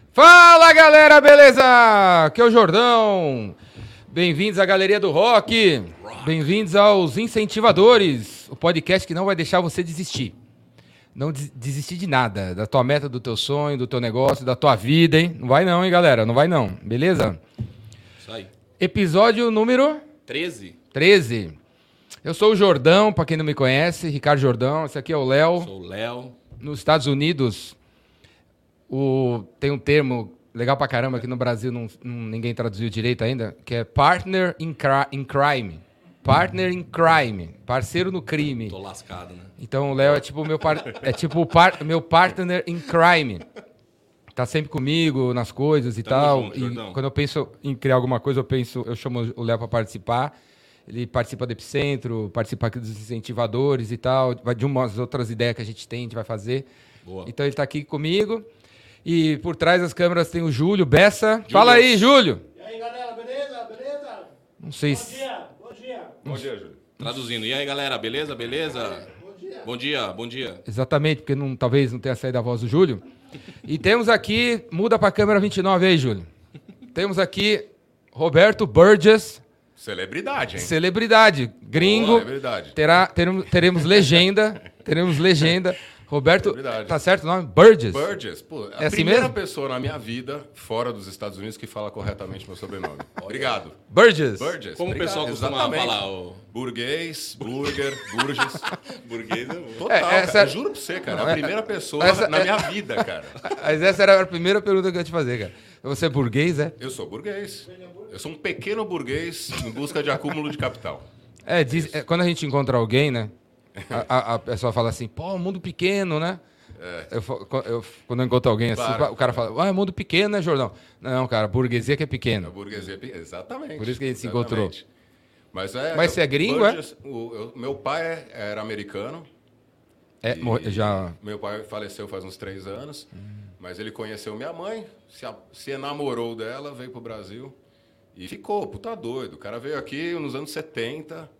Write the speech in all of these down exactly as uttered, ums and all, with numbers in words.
Fala galera, beleza? Aqui é o Jordão. Bem-vindos à Galeria do Rock. Bem-vindos aos Incentivadores, o podcast que não vai deixar você desistir. Não des- desistir de nada, da tua meta, do teu sonho, do teu negócio, da tua vida, hein? Não vai não, hein, galera? Não vai não, beleza? Isso aí. Episódio número treze. treze. Eu sou o Jordão, pra quem não me conhece, Ricardo Jordão. Esse aqui é o Léo. Sou o Léo. Nos Estados Unidos, o, tem um termo legal pra caramba que no Brasil não, não- ninguém traduziu direito ainda, que é partner in, cri- in crime. Partner in crime. Parceiro no crime. Tô lascado, né? Então o Léo é tipo o meu, par, é tipo o par, meu partner in crime. Tá sempre comigo nas coisas e Tamo tal. junto, E Jordão. quando eu penso em criar alguma coisa, eu penso, eu chamo o Léo pra participar. Ele participa do Epicentro, participa aqui dos incentivadores e tal. Vai de umas outras ideias que a gente tem, a gente vai fazer. Boa. Então ele tá aqui comigo. E por trás das câmeras tem o Júlio Bessa. Fala aí, Júlio. E aí, galera, beleza? Beleza? Não sei Bom se... dia, bom dia. Bom dia, Júlio. Traduzindo. E aí, galera, beleza? Beleza? Bom dia. Bom dia, bom dia. Exatamente, porque não, talvez não tenha saído a voz do Júlio. E temos aqui, muda pra câmera vinte e nove aí, Júlio. Temos aqui Roberto Burgess, Celebridade, hein? celebridade, gringo. Celebridade. Terá, teremos, teremos legenda, teremos legenda. Roberto, Celebridade. tá certo o nome? Burgess. Burgess, pô, a É assim primeira mesmo? pessoa na minha vida, fora dos Estados Unidos, que fala corretamente meu sobrenome. Obrigado. Burgess. Burgess. Como o obrigado. pessoal costuma Exatamente. falar o Burguês, burger, burgess. burguês? né? Total, É, essa- cara. Eu juro pra você, cara. Não, é é- a primeira pessoa essa- na é- minha vida, cara. Mas essa era a primeira pergunta que eu ia te fazer, cara. Você é burguês, é? Eu sou burguês. Eu sou um pequeno burguês em busca de acúmulo de capital. É, diz- é, quando a gente encontra alguém, né? A, a- a pessoa fala assim, pô, mundo pequeno, né? Eu, fa- co- eu- quando eu encontro alguém assim, Para. o cara fala, ah, é mundo pequeno, né, Jordão? Não, cara, burguesia que é A pequeno. burguesia, exatamente. Por isso que a gente se exatamente. Mas, é, Mas você é gringo, é? Burgess, o- eu- meu pai era americano. É, E mor- já... Meu pai faleceu faz uns três anos, mas ele conheceu minha mãe, se, a- se enamorou dela, veio pro Brasil e ficou, puta doido. O cara veio aqui nos anos setenta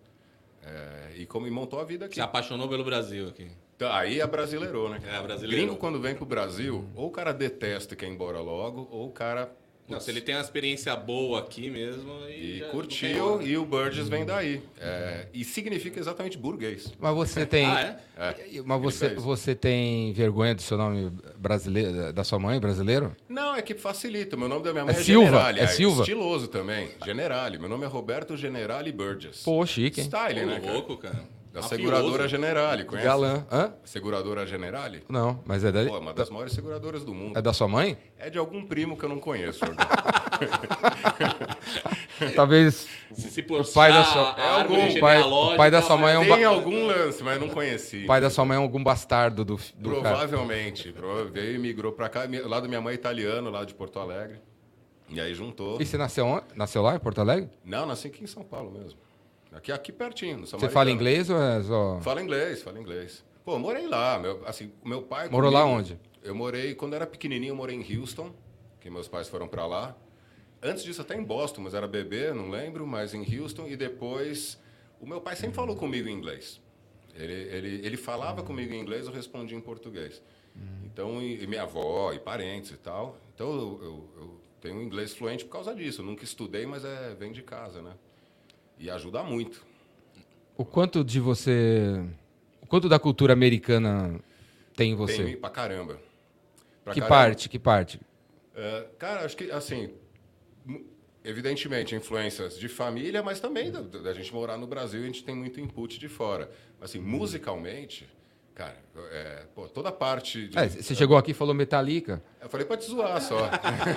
é, e, como, e montou a vida aqui. Se apaixonou pelo Brasil aqui. Tá, aí é brasileirou, né? É, brasileirou. Gringo, quando vem pro Brasil, ou o cara detesta e quer ir embora logo, ou o cara... Não, se ele tem uma experiência boa aqui mesmo... E já não curtiu, tem- e o Burgess vem daí. É, e significa exatamente burguês. Mas você tem... Ah, É. Mas você, Significa isso. você tem vergonha do seu nome brasileiro, da sua mãe, brasileiro? Não, é que facilita. Meu nome da minha mãe É é, Silva, Generali. é Silva? Estiloso também. Generali. Meu nome é Roberto Generali Burgess. Pô, chique, hein? Style, né, Ô, cara? louco, cara. Da Mafioso. seguradora Generali, conhece? Galã. Hã? Seguradora Generali? Não, mas é da, Pô, é uma das maiores seguradoras do mundo. é da sua mãe? É de algum primo que eu não conheço. Jordão. Talvez Se se puxar pai da sua- a árvore algum pai- genealógica, o pai da sua mãe é um Tem ba- algum lance, mas não conheci. o pai da sua mãe é algum bastardo do, do cara. Provavelmente. Prova- Veio e migrou pra cá. Mi- Lá da minha mãe é italiano, lá de Porto Alegre. E aí juntou. E você nasceu, onde? Nasceu lá em Porto Alegre? Não, nasci aqui em São Paulo mesmo. Aqui, aqui pertinho. no Você Samaritano. fala inglês ou é só... Fala inglês, fala inglês. Pô, eu morei lá. Meu, assim, o meu pai... Morou lá onde? Eu morei, quando eu era pequenininho, eu morei em Houston, que meus pais foram pra lá. Antes disso, até em Boston, mas era bebê, não lembro, mas em Houston. E depois, o meu pai sempre falou comigo em inglês. Ele, ele, ele falava comigo em inglês, eu respondia em português. Então, e, e minha avó, e parentes e tal. Então, eu, eu, eu tenho um inglês fluente por causa disso. Eu nunca estudei, mas é, vem de casa, né? E ajuda muito. O quanto de você... O quanto da cultura americana tem em você? Tem pra caramba. Pra Que caramba. parte, que parte? É, cara, acho que, assim, mu- evidentemente, influências de família, mas também da, da gente morar no Brasil, a gente tem muito input de fora. Assim, musicalmente, cara, é, pô, toda a parte... De, É, você chegou aqui e falou Metallica. Eu falei pra te zoar só.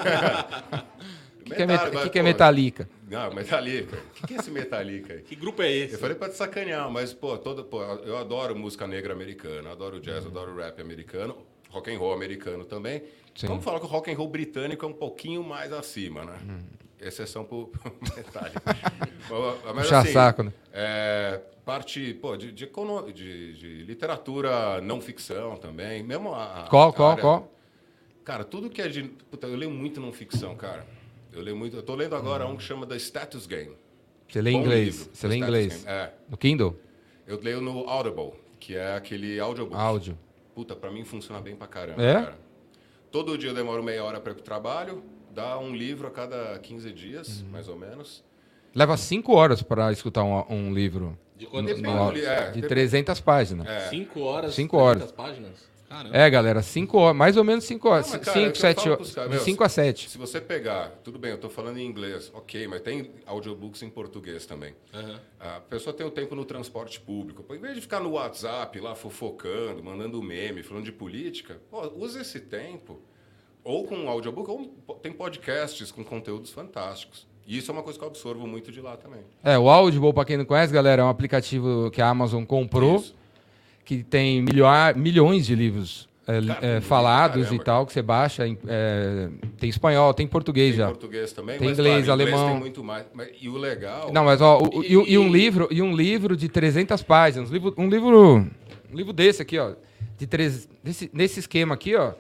O que, que, é, met... que, que é Metallica? Não, Metallica. O que, que é esse Metallica aí? Que grupo é esse? Eu falei pra te sacanear, mas, pô, toda, pô, eu adoro música negra americana, adoro jazz, adoro rap americano, rock and roll americano também. Sim. Vamos falar que o rock and roll britânico é um pouquinho mais acima, né? Exceção pro, pro Metallica. mas, mas, Puxar assim, saco, né? É, parte, pô, de, de, econo- de- de literatura não ficção também. Mesmo a, a Qual, qual, área- qual? Cara, tudo que é de... Puta, eu leio muito não ficção, cara. Eu leio muito... Eu tô lendo agora um que chama The Status Game. Você lê em Bom inglês. livro, Você The lê em Status inglês. Game. É. No Kindle? Eu leio no Audible, que é aquele audiobook. Áudio. Puta, pra mim funciona bem pra caramba, É? cara. todo dia eu demoro meia hora para ir para o trabalho, dá um livro a cada quinze dias, uhum. mais ou menos. Leva cinco horas para escutar um, um livro. De quanto no, tempo? no, é, de trezentas páginas. É. Cinco horas? Cinco horas. Páginas? Caramba. É, galera, cinco horas, mais ou menos cinco horas. Não, cara, cinco, é sete horas. De cinco a sete. Se você pegar, tudo bem, eu estou falando em inglês, ok, mas tem audiobooks em português também. Uhum. A pessoa tem o tempo no transporte público. Em vez de ficar no WhatsApp lá fofocando, mandando meme, falando de política, pô, usa esse tempo. Ou com audiobook, ou tem podcasts com conteúdos fantásticos. E isso é uma coisa que eu absorvo muito de lá também. É, o Audible, para quem não conhece, galera, é um aplicativo que a Amazon comprou, isso. que tem milha- milhões de livros é, Cara, é, falados e tal, que você baixa. É, tem espanhol, tem português tem já. Tem português também, tem mas inglês, claro, alemão. Inglês tem muito mais. Mas, e o legal... Não, mas ó, o, e, e, e, um livro, e um livro de trezentas páginas. Um livro, um livro, um livro desse aqui, ó. De treze, desse, nesse esquema aqui, ó.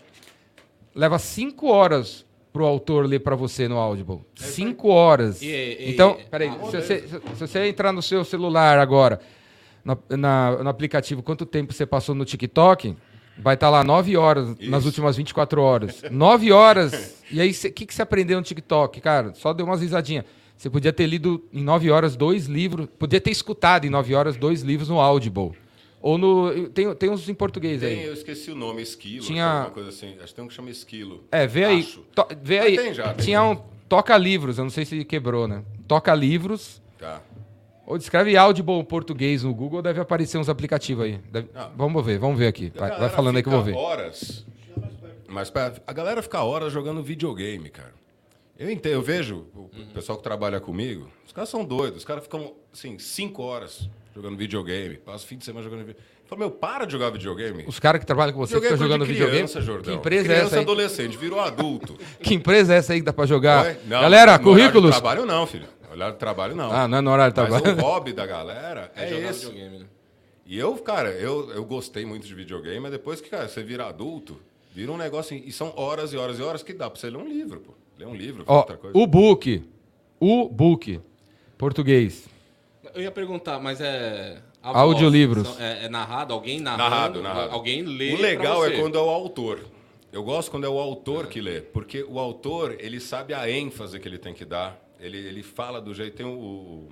Leva cinco horas pro autor ler para você no Audible. É cinco horas. E, e, então, e, peraí, ah, se, você, se você entrar no seu celular agora, no, na, no aplicativo, quanto tempo você passou no TikTok, vai estar lá nove horas Isso. nas últimas vinte e quatro horas. nove horas. E aí, o que, que você aprendeu no TikTok? Cara, só deu umas risadinhas. Você podia ter lido em nove horas dois livros, podia ter escutado em nove horas dois livros no Audible. Ou no... Tem, tem uns em português tem, aí. Eu esqueci o nome, Esquilo. Tinha... Alguma coisa assim. Acho que tem um que chama Esquilo. É, vê aí. To, vê aí. Tem já, tem Tinha já. um Toca-Livros, eu não sei se quebrou, né? Toca-Livros. Tá. Ou descreve Audible em português no Google, deve aparecer uns aplicativos aí. Deve... Vamos ver, vamos ver aqui. Vai, vai falando aí que eu vou ver. Horas. Mas pra... a galera fica horas jogando videogame, cara. Eu entendo, eu vejo o uhum. pessoal que trabalha comigo, os caras são doidos, os caras ficam, assim, cinco horas jogando videogame, passa o fim de semana jogando videogame. Eu falo, meu, para de jogar videogame. Os caras que trabalham com você ficam jogando criança, videogame? Jordão. Que empresa criança, é essa aí? adolescente, virou adulto. Que empresa é essa aí que dá pra jogar? Não, galera, no currículos... No trabalho não, filho. No horário de trabalho não. Ah, não é no horário de trabalho. Mas o hobby da galera é, é jogar esse. Videogame, né? E eu, cara, eu, eu gostei muito de videogame, mas depois que, cara, você vira adulto, vira um negócio... E são horas e horas e horas que dá pra você ler um livro, pô. Ler um livro, Ó, outra coisa. O book. O book. Português. Eu ia perguntar, mas é... Audiolivros. É, é narrado? Alguém narrando? Narrado, narrado. Alguém lê. O legal é quando é o autor. Eu gosto quando é o autor é. que lê, porque o autor, ele sabe a ênfase que ele tem que dar. Ele, ele fala do jeito... Tem o, o,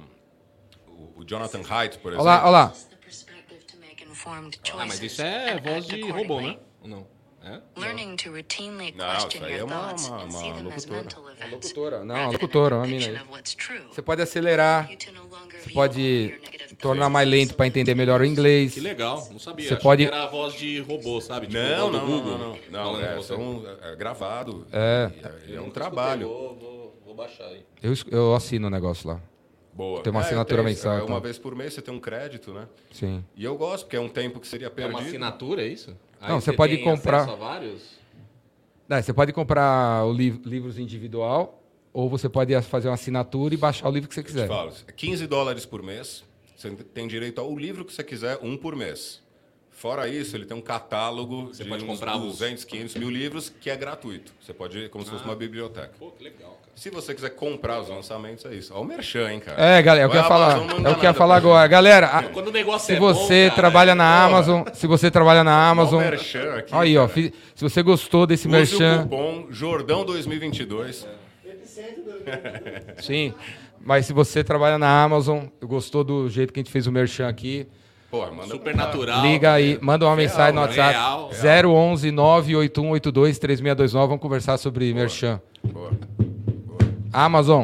o Jonathan Haidt, por exemplo. Olá, olá. Ah, mas isso é voz de robô, né? Ou não? É? Learning to routinely Não, question isso aí your é uma, thoughts uma, and see uma them as locutora. mental Uma events. locutora. Não, uma rather than locutora, a uma mina depiction aí. of what's true. Você pode acelerar, You to no longer você view pode all your negative tornar thoughts mais as lento para entender melhor o inglês. Que legal, não sabia. Você Achei pode- que era a voz de robô, sabe? Tipo, Não, voz do não, Google. não, não, não. Falando Não, é, com você. são, é gravado. É. E É, é um Eu trabalho. Vou, vou, vou baixar aí. Eu, es- eu assino o negócio lá. Boa. Tem uma É, assinatura eu tenho, mensal, é, então. Uma vez por mês você tem um crédito, né? Sim. E eu gosto, porque é um tempo que seria É perdido. uma assinatura, é isso? Aí Não, você pode tem comprar- acesso a vários? É, você pode comprar o liv- livros individual ou você pode fazer uma assinatura e baixar o livro que você Eu te quiser. falo, é quinze dólares por mês. Você tem direito ao livro que você quiser, um por mês. Fora isso, ele tem um catálogo Você de pode uns comprar os- duzentos, quinhentos mil livros que é gratuito. Você pode ir como se fosse uma biblioteca. Pô, que legal, cara. Se você quiser comprar os lançamentos, é isso. Olha o merchan, hein, cara. É, galera, eu Vai quero a falar, Amazon, não manda eu quero nada falar pra agora. Galera, a- Quando o negócio se é bom, você cara, trabalha é- na porra. Amazon, se você trabalha na Amazon, Olha o merchan aqui, aí, ó, cara. fi- se você gostou desse Use o merchan, cupom Jordão dois mil e vinte e dois. Epicentro do... sim, mas se você trabalha na Amazon, gostou do jeito que a gente fez o merchan aqui, Porra, manda Super pra- natural. liga aí, manda uma mensagem no né? WhatsApp, Real. zero onze nove oito um oito dois três seis dois nove, vamos conversar sobre merchan. Boa. Amazon.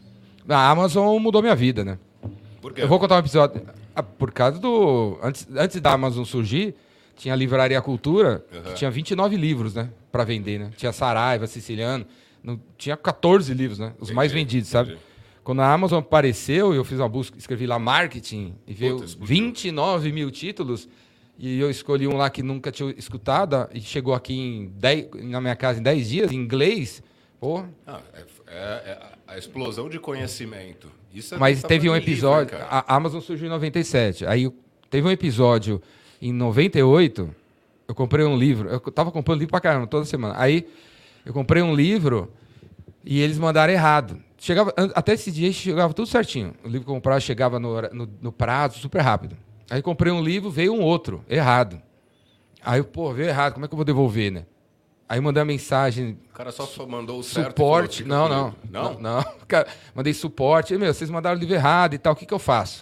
A Amazon mudou minha vida, né? Por quê? Eu vou contar um episódio. Ah, por causa do. Antes, antes da Amazon surgir, tinha a Livraria Cultura, Uhum. que tinha vinte e nove livros, né? Pra vender, né? Tinha Saraiva, Siciliano. Não, tinha quatorze livros, né? Os Entendi, mais vendidos, sabe? entendi. Quando a Amazon apareceu, eu fiz uma busca, escrevi lá marketing e veio Puta, explodiu. vinte e nove mil títulos. E eu escolhi um lá que nunca tinha escutado e chegou aqui em dez, na minha casa em dez dias, em inglês. Pô, Ah, é, é- é a explosão de conhecimento. Isso é mas do teve um tamanho de livro, episódio. hein, cara? A Amazon surgiu em noventa e sete. Aí teve um episódio em noventa e oito. Eu comprei um livro. Eu tava comprando livro pra caramba toda semana. Aí eu comprei um livro e eles mandaram errado. Chegava, an- até esse dia chegava tudo certinho. O livro que eu comprava chegava no, hora- no, no prazo, super rápido. Aí comprei um livro, veio um outro, errado. Aí, pô, veio errado, como é que eu vou devolver, né? Aí mandei uma mensagem, O cara só só mandou o certo. suporte. e falou, Não, "Fica não, comigo." não. Não. Cara, mandei suporte. E, meu, vocês mandaram o livro errado e tal, o que, que eu faço?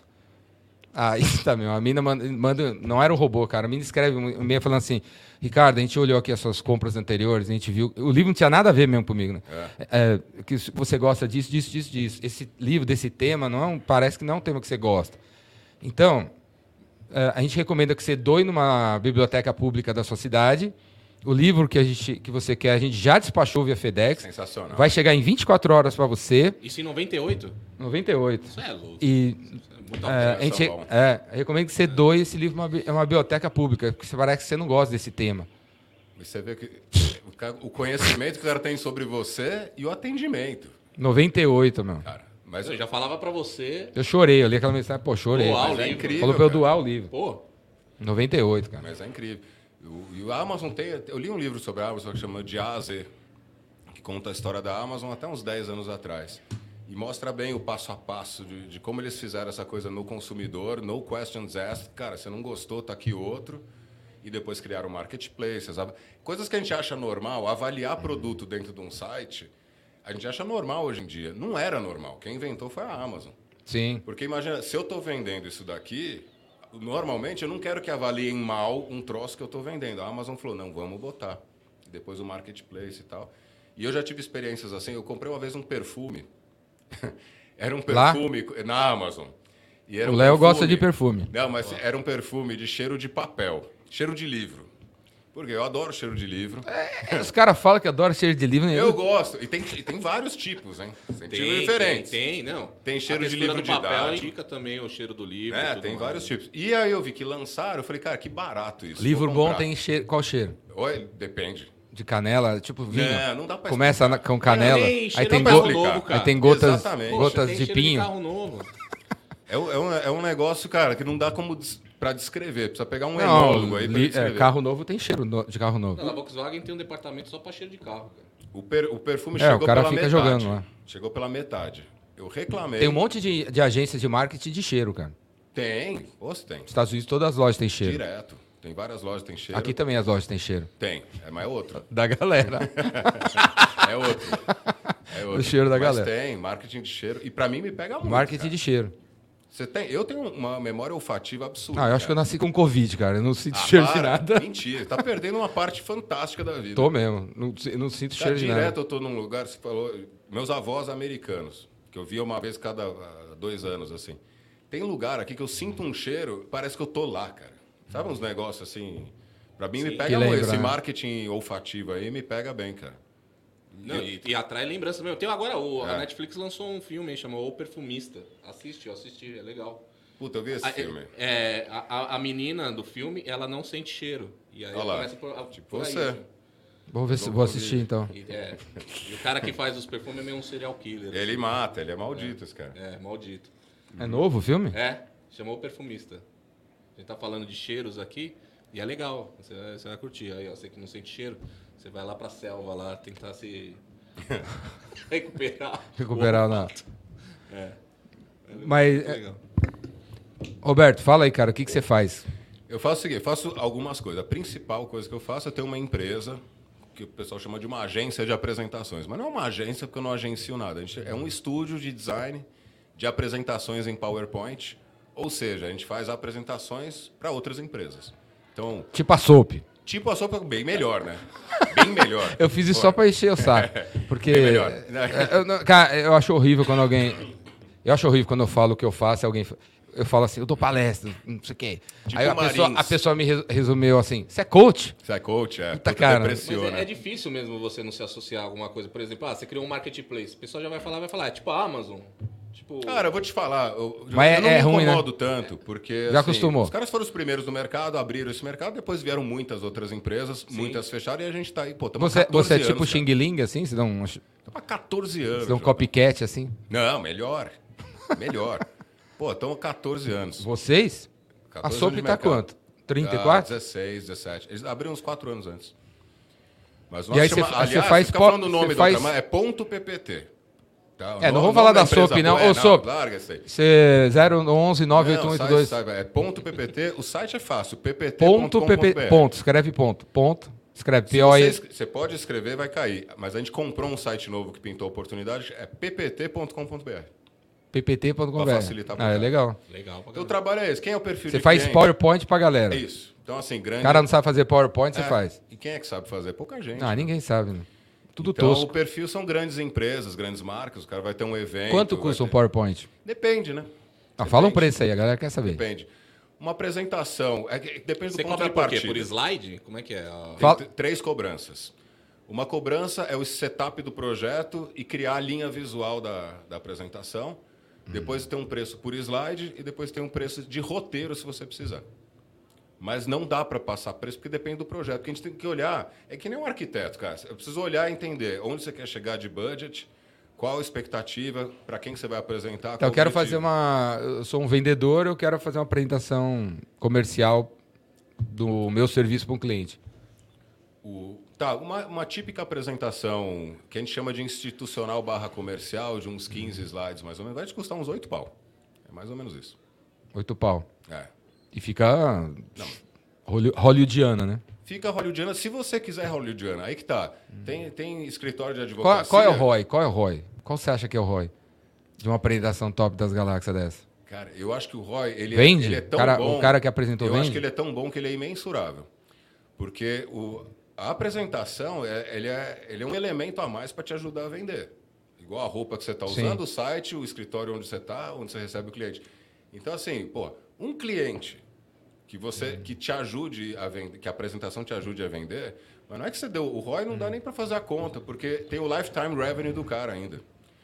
Aí tá, meu. A mina manda, manda. Não era um robô, cara. A mina escreve um e-mail falando assim: Ricardo, a gente olhou aqui as suas compras anteriores, a gente viu. O livro não tinha nada a ver mesmo comigo, né? É. É, que você gosta disso, disso, disso, disso. Esse livro, desse tema, não é um, parece que não é um tema que você gosta. Então, é, a gente recomenda que você doe numa biblioteca pública da sua cidade. O livro que, a gente, que você quer, a gente já despachou via FedEx. Sensacional. Vai chegar em vinte e quatro horas para você. Isso em noventa e oito? noventa e oito. Isso é louco. E Muita é, a gente bom. é, eu recomendo que você doe esse livro uma, é uma biblioteca pública, porque você parece que você não gosta desse tema. E você vê que o ca- o conhecimento que o cara tem sobre você e o atendimento, noventa e oito, meu. cara. Mas Eu já falava pra você Eu chorei, eu li aquela mensagem, pô, chorei. doar o mas é livro. incrível. Falou pra eu cara. doar o livro. Pô, noventa e oito, cara. Mas é incrível. O- E o Amazon tem. Eu li um livro sobre a Amazon que chama De A a Z, que conta a história da Amazon até uns dez anos atrás. E mostra bem o passo a passo de, de como eles fizeram essa coisa no consumidor, no questions asked. Cara, você não gostou, tá aqui outro. E depois criaram marketplaces. av- Coisas que a gente acha normal, avaliar produto dentro de um site, a gente acha normal hoje em dia. Não era normal. Quem inventou foi a Amazon. Sim. Porque imagina, se eu estou vendendo isso daqui, normalmente eu não quero que avaliem mal um troço que eu estou vendendo. A Amazon falou, não, vamos botar. Depois o marketplace e tal. E eu já tive experiências assim. Eu comprei uma vez um perfume. Era um Lá? perfume na Amazon. E era O um Léo perfume- gosta de perfume. Não, mas era um perfume de cheiro de papel. Cheiro de livro. Porque eu adoro cheiro de livro. É, os caras falam que adoram cheiro de livro. né? Eu gosto. E tem, e tem vários tipos, hein? Tem, tipos tem, diferentes. tem, tem, não. Tem cheiro A de textura livro do papel didático. indica também o cheiro do livro. É, tudo tem mais. vários tipos. E aí eu vi que lançaram, eu falei, cara, que barato isso. Livro vou bom comprar. tem cheiro. Qual cheiro? Oi, depende. De canela, tipo vinho. Não, não dá pra Começa na- explicar. com canela, nem aí cheiro tem, de go- carro novo, cara. aí tem gotas, Exatamente. Poxa, gotas tem de cheiro pinho. De carro novo. É, um- é, um, é um negócio, cara, que não dá como des, pra descrever. Precisa pegar um Não, enólogo aí pra li- é, descrever. carro novo tem cheiro no- de carro novo. Não, a Volkswagen tem um departamento só pra cheiro de carro, cara. O, per- o perfume É, chegou o cara pela fica metade. jogando lá. Chegou pela metade. Eu reclamei. Tem um monte de, de agências de marketing de cheiro, cara. Tem. Ou tem. Nos Estados Unidos todas as lojas têm cheiro. Direto. Tem várias lojas que tem cheiro. Aqui também as lojas têm cheiro. Tem. É, mas é outro. Da galera. É outro. É outro. O cheiro da Mas galera. tem. Marketing de cheiro. E pra mim me pega muito, Marketing cara. de cheiro. Você tem, eu tenho uma memória olfativa absurda. Ah, eu acho que eu cara. nasci com Covid, cara. Eu não sinto Ah, cheiro de para. nada. Mentira, tá perdendo uma parte fantástica da vida. Tô mesmo. Não, eu não sinto Cara, cheiro de direto nada. eu tô num lugar, você falou, meus avós americanos, que eu via uma vez cada ah, dois anos, assim. Tem lugar aqui que eu sinto um cheiro, parece que eu tô lá, cara. Sabe uns negócios assim? Pra mim me Sim. pega Que muito. lembra, Esse né? marketing olfativo aí me pega bem, cara. Não, e, e atrai lembranças mesmo. Tem agora, o, a É. Netflix lançou um filme aí, chamou O Perfumista. Assiste, eu assisti, é legal. Puta, eu vi esse A, filme. é, a, a- a menina do filme, ela não sente cheiro. E aí Olha lá, começa por, a- tipo por aí, você. assim. Vou, ver se, vou assistir então. E, é, e o cara que faz os perfumes é meio um serial killer. Ele assim. mata, ele é maldito, esse cara. É, maldito. É novo o filme? É, chamou O Perfumista. A gente tá falando de cheiros aqui e é legal. Você vai, você vai curtir. Aí, ó, você que não sente cheiro, você vai lá pra selva lá tentar se recuperar. Recuperar o na. olfato. É. Mas, É legal. Roberto, fala aí, cara, o que, que você faz? Eu faço o seguinte, faço algumas coisas. A principal coisa que eu faço é ter uma empresa, que o pessoal chama de uma agência de apresentações. Mas não é uma agência porque eu não agencio nada. A gente é um estúdio de design de apresentações em PowerPoint. Ou seja, a gente faz apresentações para outras empresas. Então, Tipo a Soap. tipo a sopa bem melhor, né? Bem melhor. Eu fiz isso só pra encher o saco. Porque. Bem melhor. É, eu não- cara, eu acho horrível quando alguém. Eu acho horrível quando eu falo o que eu faço e alguém. fa- Eu falo assim, eu dou palestra, não sei o quê. Tipo Aí a pessoa, Marins. a pessoa me res- resumiu assim: você é coach? Você é coach, é. Puta, Puta, cara. Mas depressiona. é, é difícil mesmo você não se associar a alguma coisa. Por exemplo, ah, você criou um marketplace. O pessoal já vai falar, vai falar, é tipo a Amazon. Tipo, Cara, eu vou te falar, eu, Mas eu não é- é me ruim, né? incomodo tanto, porque... Já assim, acostumou. Os caras foram os primeiros no mercado, abriram esse mercado, depois vieram muitas outras empresas, muitas fecharam, e a gente tá aí, pô, estamos Você, você é tipo Xing Ling, assim? Você dá um, você Estamos há catorze anos. dá um já. copycat, assim? Não, melhor. Melhor. Pô, estamos há catorze anos. Vocês? A catorze Soap anos de tá mercado. quanto? trinta e Ah, quatro? dezesseis, dezessete. Eles abriram uns quatro anos antes. Mas E aí chama- você- você aliás, faz fica po- falando o nome você da faz- outra, mas é ponto P P T. Tá? O É, não nome- vamos falar nome da empresa Soap, não. boa, Ô, Soap. Larga isso aí. C zero onze nove oito um Não, oito sai- dois. sai, é ponto .ppt, o site é fácil, ppt Ponto, ponto com pp, ponto br. ponto, escreve ponto. Ponto, Escreve Se P O você, I. es- você pode escrever, vai cair. Mas a gente comprou um site novo que pintou a oportunidade, é p p t ponto com ponto b r. p p t ponto com Pra facilitar pro Ah, é cara. legal. Legal pra Então o caramba. trabalho é esse. Quem é o perfil Você de faz cliente? PowerPoint pra galera. É isso. Então, assim, grande... O cara não sabe fazer PowerPoint, você É, faz. E quem é que sabe fazer? Pouca gente. Ah, ninguém sabe, né? Tudo Então, tosco. o perfil são grandes empresas, grandes marcas. O cara vai ter um evento... Quanto vai custa um ter- PowerPoint? Depende, né? Ah, fala um Depende. preço aí, a galera quer saber. Depende. Uma apresentação... É que depende Você do ponto cobra de por quê? partida. Por slide? Como é que é? a- Tem Fala- t- três cobranças. Uma cobrança é o setup do projeto e criar a linha visual da, da apresentação. Depois tem um preço por slide e depois tem um preço de roteiro, se você precisar. Mas não dá para passar preço, porque depende do projeto. O que a gente tem que olhar é que nem um arquiteto, cara. Eu preciso olhar e entender onde você quer chegar de budget, qual a expectativa, para quem que você vai apresentar. Então, qual eu quero o fazer objetivo. uma. Eu sou um vendedor, eu quero fazer uma apresentação comercial do meu serviço para um cliente. O- tá, uma, uma típica apresentação que a gente chama de institucional barra comercial, de uns quinze slides mais ou menos, vai te custar uns oito pau. É mais ou menos isso. Oito pau. É. E fica holly- hollywoodiana, né? Fica hollywoodiana, se você quiser hollywoodiana. Aí que tá. Tem, tem escritório de Qual, advocacia... qual é o R O I? Qual é o R O I? Qual você acha que é o R O I? De uma apresentação top das galáxias dessa? Cara, eu acho que o R O I, ele, é- Vende? ele é tão Cara- bom... o cara que apresentou eu vende? acho que ele é tão bom que ele é imensurável. Porque o, a apresentação, é, ele, é, ele é um elemento a mais para te ajudar a vender. Igual a roupa que você está Sim. usando, o site, o escritório onde você está, onde você recebe o cliente. Então, assim, pô, um cliente que você que te ajude a vender, que a apresentação te ajude a vender, mas não é que você deu... O R O I não dá nem para fazer a conta, porque tem o lifetime revenue do cara ainda.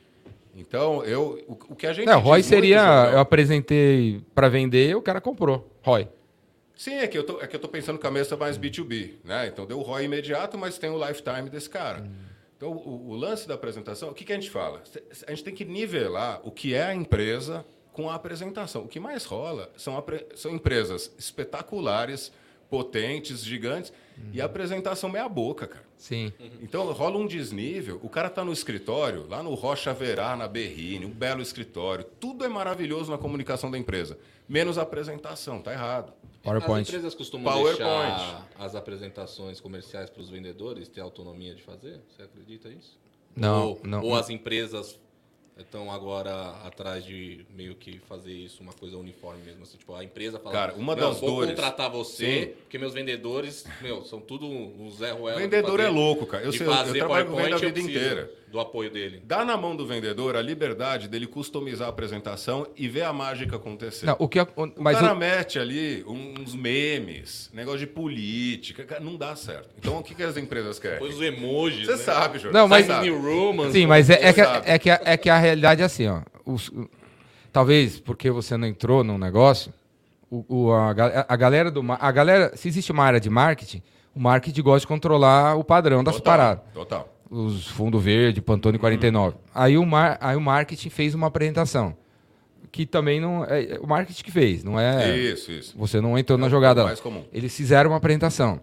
Então, eu, o, o que a gente... Não, R O I diz muito, seria. Jordão- Eu apresentei para vender e o cara comprou. R O I. Sim, é que eu tô, é que eu tô pensando com a mesa mais B dois B, né? Então deu o R O I imediato, mas tem o lifetime desse cara. Então o, o lance da apresentação, o que, que a gente fala? A gente tem que nivelar o que é a empresa com a apresentação. O que mais rola são, apre- são empresas espetaculares, potentes, gigantes, e a apresentação meia boca, cara. Sim. Então rola um desnível, o cara tá no escritório, lá no Rocha Verá, na Berrine, um belo escritório, tudo é maravilhoso na comunicação da empresa, menos a apresentação, tá errado. As PowerPoint. empresas costumam PowerPoint. deixar as apresentações comerciais para os vendedores ter autonomia de fazer? Você acredita nisso? Não, ou, não. Ou as empresas estão agora atrás de meio que fazer isso uma coisa uniforme mesmo? Assim, tipo, a empresa fala, Cara, uma "Meu, das vou dores- contratar você, Sim. porque meus vendedores, meu, são tudo um Zé Ruela. de Vendedor fazer- é louco, cara. Eu, de sei, eu, eu fazer trabalho com venda a PowerPoint, vida eu preciso inteira. do apoio dele. Dá na mão do vendedor a liberdade dele customizar a apresentação e ver a mágica acontecer. Não, o que, o- o mas cara o- mete ali uns memes, negócio de política, cara, não dá certo. Então o que, que as empresas querem? Depois os emojis, Você né? sabe, Jorge. Não, mas- Você sabe. New Romans. Sim, mas é, é, que, sabe. é, que, a- é que a realidade é assim, ó. Os- talvez porque você não entrou num negócio, o, o- a, ga- a galera do ma- a galera, se existe uma área de marketing, o marketing gosta de controlar o padrão das Total, paradas. Total. Os Fundo Verde, Pantone quarenta e nove. Aí, o mar, aí o marketing fez uma apresentação. Que também não. É, é o marketing que fez, não é. Isso, isso. Você não entrou na É o jogada. mais comum. Eles fizeram uma apresentação.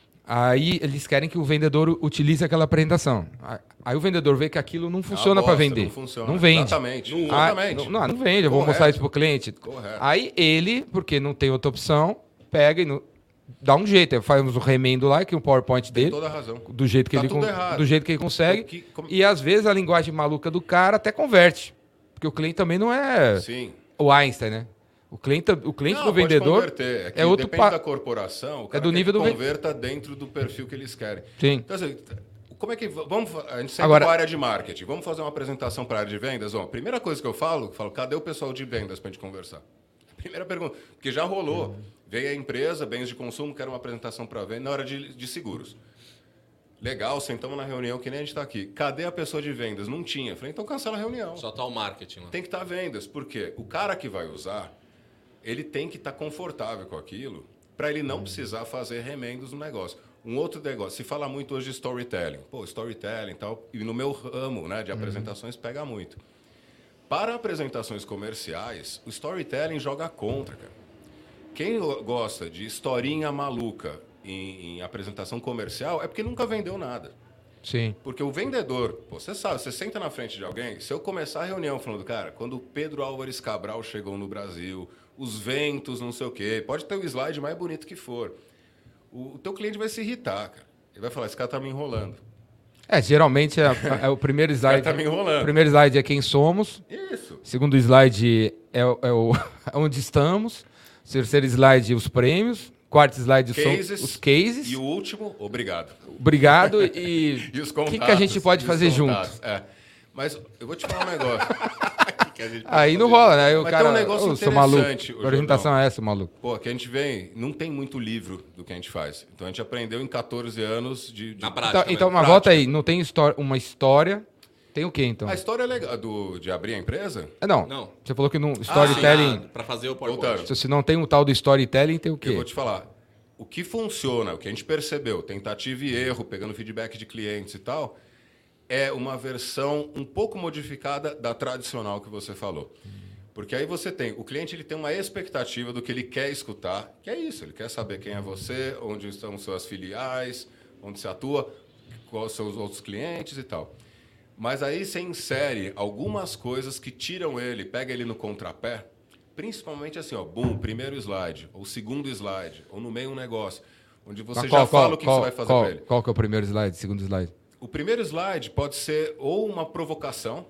Aí eles querem que o vendedor utilize aquela apresentação. Aí- Aí o vendedor vê que aquilo não funciona Ah, para bosta, vender. Não funciona. Não vende. Exatamente. Ah, Exatamente. não, não, não vende, eu vou Correto. mostrar isso pro cliente. Correto. Aí ele, porque não tem outra opção, pega e no- dá um jeito. Aí faz o remendo lá, que é o PowerPoint Tem dele, toda a razão. do jeito que, Tá ele, tudo con- errado. do jeito que ele consegue. Que- como- E às vezes a linguagem maluca do cara até converte. Porque o cliente também não é Sim. o Einstein, né? O cliente, o cliente Não, do pode vendedor converter. É, que é outro depende pa- da corporação, o cara do quer nível que do ven- converta dentro do perfil que eles querem. Sim. Então, assim, como é que... Vamos, fa- a gente sempre Agora- com a área de marketing. Vamos fazer uma apresentação para a área de vendas? Ó, primeira coisa que eu falo, eu falo, cadê o pessoal de vendas para a gente conversar? Primeira pergunta. Porque já rolou. Uhum. Veio a empresa, bens de consumo, quer uma apresentação para venda na hora de, de seguros. Legal, sentamos na reunião que nem a gente está aqui. Cadê a pessoa de vendas? Não tinha. Falei, então cancela a reunião. Só tá o marketing lá. Tem que estar vendas. Por quê? O cara que vai usar, ele tem que estar confortável com aquilo para ele não precisar fazer remendos no negócio. Um outro negócio, se fala muito hoje de storytelling. Pô, storytelling e tal, e no meu ramo, né, de apresentações pega muito. Para apresentações comerciais, o storytelling joga contra, cara. Quem gosta de historinha maluca em, em apresentação comercial é porque nunca vendeu nada. Sim. Porque o vendedor, pô, você sabe, você senta na frente de alguém, se eu começar a reunião falando, cara, quando o Pedro Álvares Cabral chegou no Brasil, os ventos, não sei o quê, pode ter o slide mais bonito que for, o, o teu cliente vai se irritar, cara. Ele vai falar, esse cara tá me enrolando. É, geralmente é, é o primeiro slide. tá me enrolando. O primeiro slide é quem somos. Isso. O segundo slide é, o- é o, onde estamos. O terceiro slide, os prêmios. O quarto slide Cases, são os cases. E o último, obrigado. Obrigado. E E os o contatos. que, que a gente pode e os fazer junto? contatos. É. Mas eu vou te falar um negócio. Que a gente pode Aí não fazer rola, junto. né? Aí o Mas cara, tem um negócio "Ô, sou maluco. interessante, ô, A apresentação Jordão. é essa, maluco. Pô, que a gente vem, não tem muito livro do que a gente faz. Então a gente aprendeu em catorze anos de... de- Na prática. Então, então né? mas prática. volta aí. Não tem histó- uma história. Tem o quê, então? A história é legal do, de abrir a empresa? É, não. Não. Você falou que no storytelling... Ah, pra fazer o PowerPoint. Voltando. Se não tem um tal do storytelling, tem o Eu quê? vou te falar. O que funciona, o que a gente percebeu, tentativa e erro, pegando feedback de clientes e tal, é uma versão um pouco modificada da tradicional que você falou. Porque aí você tem, o cliente ele tem uma expectativa do que ele quer escutar, que é isso, ele quer saber quem é você, onde estão suas filiais, onde você atua, quais são os outros clientes e tal. Mas aí você insere algumas coisas que tiram ele, pega ele no contrapé, principalmente assim, ó, boom, primeiro slide, ou segundo slide, ou no meio um negócio, onde você Mas já qual, fala qual, o que qual, você vai fazer qual, para ele. qual que é o primeiro slide, segundo slide? O primeiro slide pode ser ou uma provocação,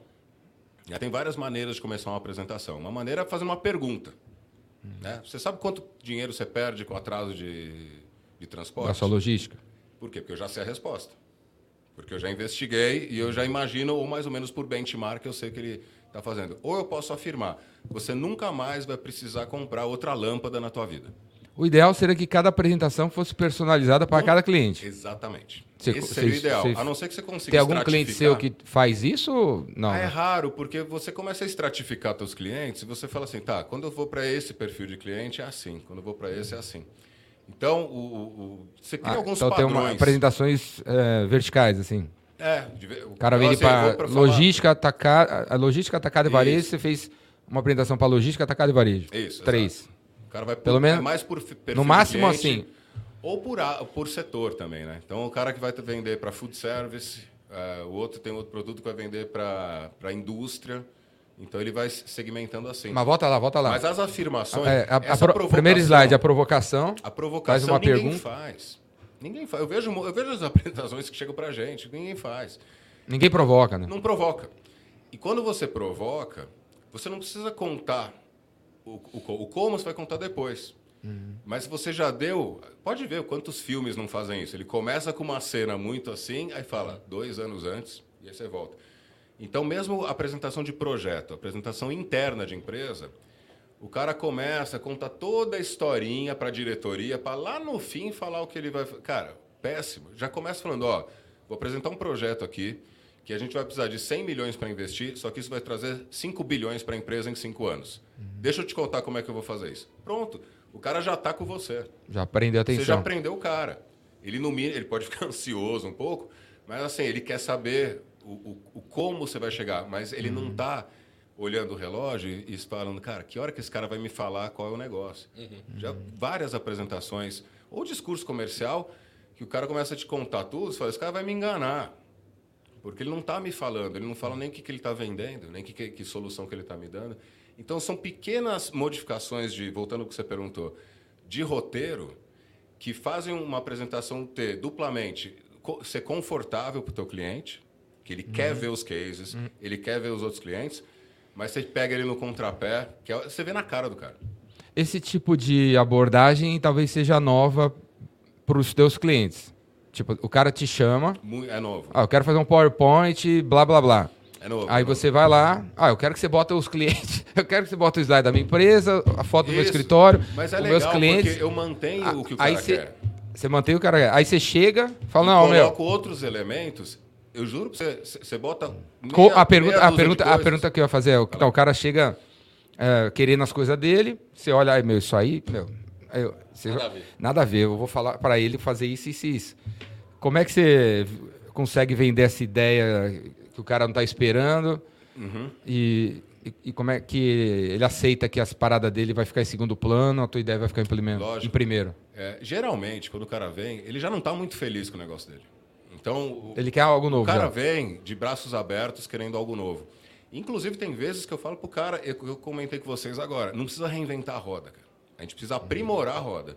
já tem várias maneiras de começar uma apresentação. Uma maneira é fazer uma pergunta. Né? Você sabe quanto dinheiro você perde com atraso de, de transporte? Da sua logística? Por quê? Porque eu já sei a resposta. Porque eu já investiguei e eu já imagino, ou mais ou menos por benchmark, eu sei o que ele está fazendo. Ou eu posso afirmar, você nunca mais vai precisar comprar outra lâmpada na tua vida. O ideal seria que cada apresentação fosse personalizada para cada cliente. Exatamente. Você- Esse seria o você- ideal. você- A não ser que você consiga Tem algum cliente seu estratificar. que faz isso? Não. Ah, é né? raro, porque você começa a estratificar seus clientes e você fala assim, tá, quando eu vou para esse perfil de cliente é assim, quando eu vou para esse é assim. Então, o, o- o- você cria Ah, alguns então tem padrões. uma, apresentações é, verticais, assim. É, de ver- O cara então, vende assim, eu vou para pra falar- logística, atacada, a logística atacada e varejo, Isso. você fez uma apresentação para logística, atacada e varejo. Isso, Três. exato. O cara vai por, Pelo menos- é mais por fi- perfil no de máximo, cliente, assim. Ou por, a- por setor também, né? Então, o cara que vai vender para food service, eh, o outro tem outro produto que vai vender para a indústria. Então, ele vai segmentando assim. Mas volta lá, volta lá. Mas as afirmações... É, a- a essa pro- provocação- primeiro slide, a provocação. A provocação Faz uma ninguém pergunta. faz. Ninguém faz. Eu vejo, mo- eu vejo as apresentações que chegam pra gente, ninguém faz. Ninguém provoca, né? Não provoca. E quando você provoca, você não precisa contar o, o, co- o como, você vai contar depois. Mas se você já deu... Pode ver quantos filmes não fazem isso. Ele começa com uma cena muito assim, aí fala, dois anos antes, e aí você volta. Então, mesmo a apresentação de projeto, a apresentação interna de empresa, o cara começa, conta toda a historinha para a diretoria, para lá no fim falar o que ele vai... Cara, péssimo. Já começa falando, ó, vou apresentar um projeto aqui, que a gente vai precisar de cem milhões para investir, só que isso vai trazer cinco bilhões para a empresa em cinco anos. Deixa eu te contar como é que eu vou fazer isso. Pronto. O cara já está com você. Já prendeu a Você já atenção. prendeu o cara. Ele, no mínimo, ele pode ficar ansioso um pouco, mas assim, ele quer saber o, o, o como você vai chegar, mas ele não está olhando o relógio e, e falando, cara, que hora que esse cara vai me falar qual é o negócio? Já várias apresentações, ou discurso comercial, que o cara começa a te contar tudo, você fala, esse cara vai me enganar. Porque ele não está me falando, ele não fala nem o que, que ele está vendendo, nem que, que, que solução que ele está me dando. Então, são pequenas modificações, de voltando ao que você perguntou, de roteiro, que fazem uma apresentação ter duplamente, co- ser confortável para o teu cliente, que ele quer ver os cases, ele quer ver os outros clientes, mas você pega ele no contrapé, que é- você vê na cara do cara. Esse tipo de abordagem talvez seja nova para os teus clientes. Tipo, o cara te chama, Mu- É novo. ah, eu quero fazer um PowerPoint, blá, blá, blá. É novo. Aí é novo. você vai lá, ah, eu quero que você bota os clientes, eu quero que você bota o slide da minha empresa, a foto do meu Isso. escritório, Mas é os legal, meus clientes. porque eu mantenho Ah, o que o aí cara você, quer. você mantém o cara. Aí você chega, fala, não, meu. Coloco outros elementos, eu juro pra você, você você bota... co- meia- a pergunta, meia a dúzia pergunta, de a coisas. pergunta que eu ia fazer é, então, o cara chega é, querendo as coisas dele, você olha, aí, meu, isso aí, meu, aí eu- você- Nada a ver. nada a ver, eu vou falar para ele fazer isso, isso e isso. Como é que você consegue vender essa ideia que o cara não está esperando Uhum. e, e, e como é que ele aceita que as paradas dele vai ficar em segundo plano, a tua ideia vai ficar em primeiro? Lógico. Em primeiro. É, geralmente, quando o cara vem, ele já não está muito feliz com o negócio dele. Então, o, Ele quer algo novo. o cara já. vem de braços abertos querendo algo novo. Inclusive, tem vezes que eu falo pro cara, eu, eu comentei com vocês agora, não precisa reinventar a roda, cara. A gente precisa aprimorar a roda.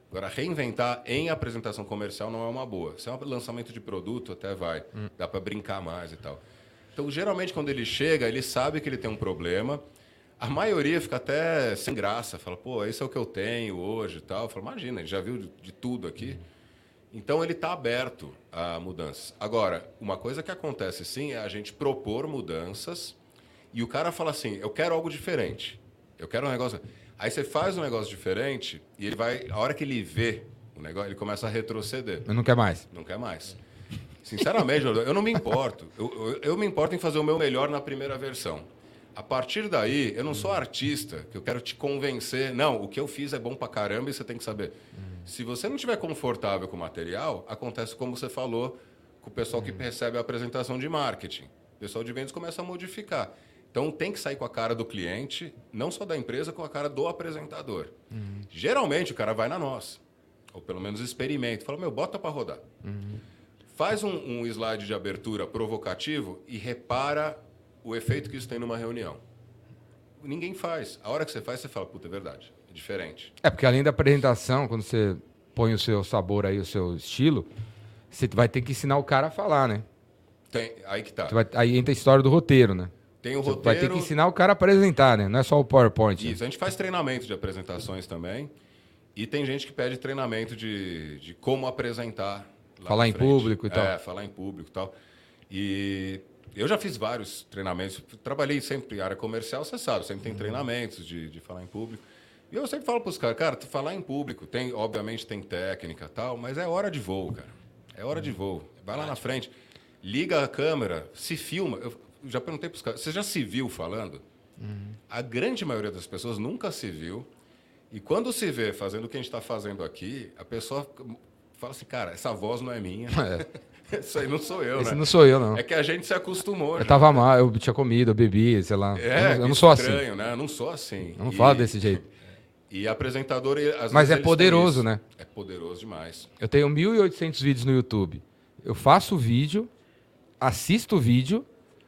Agora, reinventar em apresentação comercial não é uma boa. Se é um lançamento de produto, até vai. Hum. Dá para brincar mais e tal. Então, geralmente, quando ele chega, ele sabe que ele tem um problema. A maioria fica até sem graça. Fala, pô, esse é o que eu tenho hoje e tal. Fala, imagina, ele já viu de, de tudo aqui. Então, ele está aberto a mudanças. Agora, uma coisa que acontece, sim, é a gente propor mudanças e o cara fala assim, eu quero algo diferente. Eu quero um negócio... Aí você faz um negócio diferente e ele vai... A hora que ele vê o negócio, ele começa a retroceder. Eu não quer mais. Não quer mais. Sinceramente, eu não me importo. Eu, eu, eu me importo em fazer o meu melhor na primeira versão. A partir daí, eu não sou artista, que eu quero te convencer. Não, o que eu fiz é bom pra caramba e você tem que saber. Uhum. Se você não estiver confortável com o material, acontece como você falou com o pessoal que recebe a apresentação de marketing. O pessoal de vendas começa a modificar. Então, tem que sair com a cara do cliente, não só da empresa, com a cara do apresentador. Uhum. Geralmente, o cara vai na nossa. Ou pelo menos experimenta. Fala, meu, bota para rodar. Uhum. Faz um, um slide de abertura provocativo e repara o efeito que isso tem numa reunião. Ninguém faz. A hora que você faz, você fala, puta, é verdade. É diferente. É, porque além da apresentação, quando você põe o seu sabor aí, o seu estilo, você vai ter que ensinar o cara a falar, né? Tem, aí que tá. Vai, aí entra a história do roteiro, né? Tem o você roteiro... vai ter que ensinar o cara a apresentar, né? Não é só o PowerPoint. Isso, né? a gente faz treinamento de apresentações também. E tem gente que pede treinamento de, de como apresentar. Falar em público e tal. É, falar em público e tal. E eu já fiz vários treinamentos. Trabalhei sempre em área comercial, você sabe. Sempre tem treinamentos de, de falar em público. E eu sempre falo para os caras, cara, falar em público, tem, obviamente tem técnica e tal, mas é hora de voo, cara. É hora de voo. Vai lá na frente, liga a câmera, se filma. Eu já perguntei para os caras, você já se viu falando? Uhum. A grande maioria das pessoas nunca se viu. E quando se vê fazendo o que a gente está fazendo aqui, a pessoa fala assim, cara, essa voz não é minha. É. Isso aí não sou eu, Esse né? não sou eu, não. É que a gente se acostumou. Eu já. tava mal, eu tinha comido, eu bebi, sei lá. É, eu não, eu não sou estranho, assim. né? Eu não sou assim. Eu não e, falo desse jeito. E apresentador... Às Mas vezes, é eles poderoso, têm né? isso. É poderoso demais. Eu tenho mil e oitocentos vídeos no YouTube. Eu faço o vídeo, assisto o vídeo,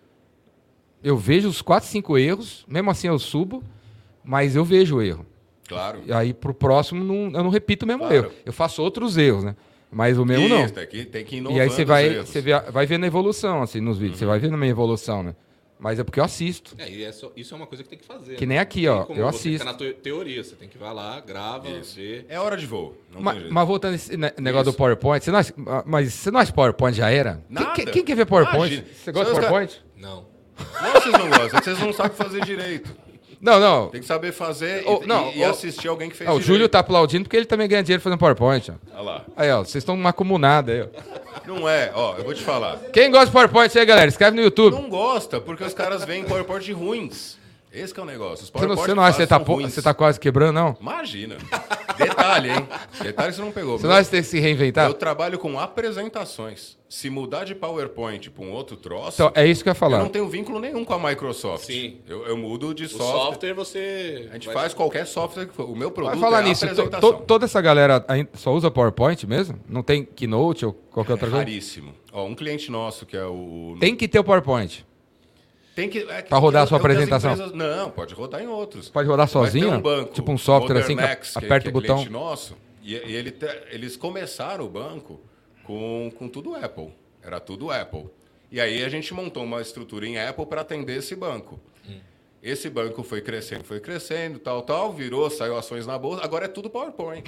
eu vejo os quatro, cinco erros, mesmo assim eu subo, mas eu vejo o erro. Claro. E aí pro próximo não, eu não repito o mesmo Claro. erro. Eu faço outros erros, né? Mas o meu Isso, não. Tem que, tem que inovar. E aí você vai, você vê, vai vendo a evolução assim nos vídeos. Uhum. Você vai vendo a minha evolução, né? Mas é porque eu assisto. É, e é só, isso é uma coisa que tem que fazer. Que né? nem aqui, Tem ó. como Eu você assisto. ficar na te- teoria, você tem que ir lá, grava, vê. É hora de voo. Não Ma, tem jeito. mas voltando esse ne- negócio Isso. do PowerPoint, você não acha, mas você não acha que PowerPoint já era? Nada. Quem, quem quer ver PowerPoint? Imagina. Você gosta de Só os PowerPoint? Não. Não, vocês não gostam. É que vocês não sabem fazer direito. Não, não. Tem que saber fazer Oh, e, não, e oh, assistir alguém que fez Ah, o direito. Júlio tá aplaudindo porque ele também ganha dinheiro fazendo PowerPoint. Ó. Olha lá. Aí, ó, vocês estão uma comunada aí, ó. Não é. Ó, eu vou te falar. Quem gosta de PowerPoint aí, galera? Escreve no YouTube. Não gosta, porque os caras veem PowerPoint ruins. Esse que é o negócio. Os Você não, PowerPoint você não acha que você tá, são po- ruins. você tá quase quebrando, não? Imagina. Detalhe, hein? Detalhe que você não pegou. Você não acha que tem que se reinventar? Eu trabalho com apresentações. Se mudar de PowerPoint para um outro troço, Então, é isso que eu ia eu falar. não tenho vínculo nenhum com a Microsoft. Sim. Eu, eu mudo de O software. software você... A gente vai- faz qualquer software que for. O meu produto Vai falar é nisso, to- apresentação. to- toda essa galera ainda só usa PowerPoint mesmo? Não tem Keynote ou qualquer É outra coisa? raríssimo. Ó, um cliente nosso que é o... Tem que ter o PowerPoint. Tem que, é, Pra rodar é- a sua é o que as apresentação? empresas- Não, pode rodar em outros. Pode rodar Vai ter sozinho? um banco, Tipo um software assim, que Modernex, que, aperta que é o botão. cliente nosso, e, e ele te- eles começaram o banco com, com tudo Apple. Era tudo Apple. E aí a gente montou uma estrutura em Apple para atender esse banco. Hum. Esse banco foi crescendo, foi crescendo, tal, tal, virou, saiu ações na bolsa, agora é tudo PowerPoint.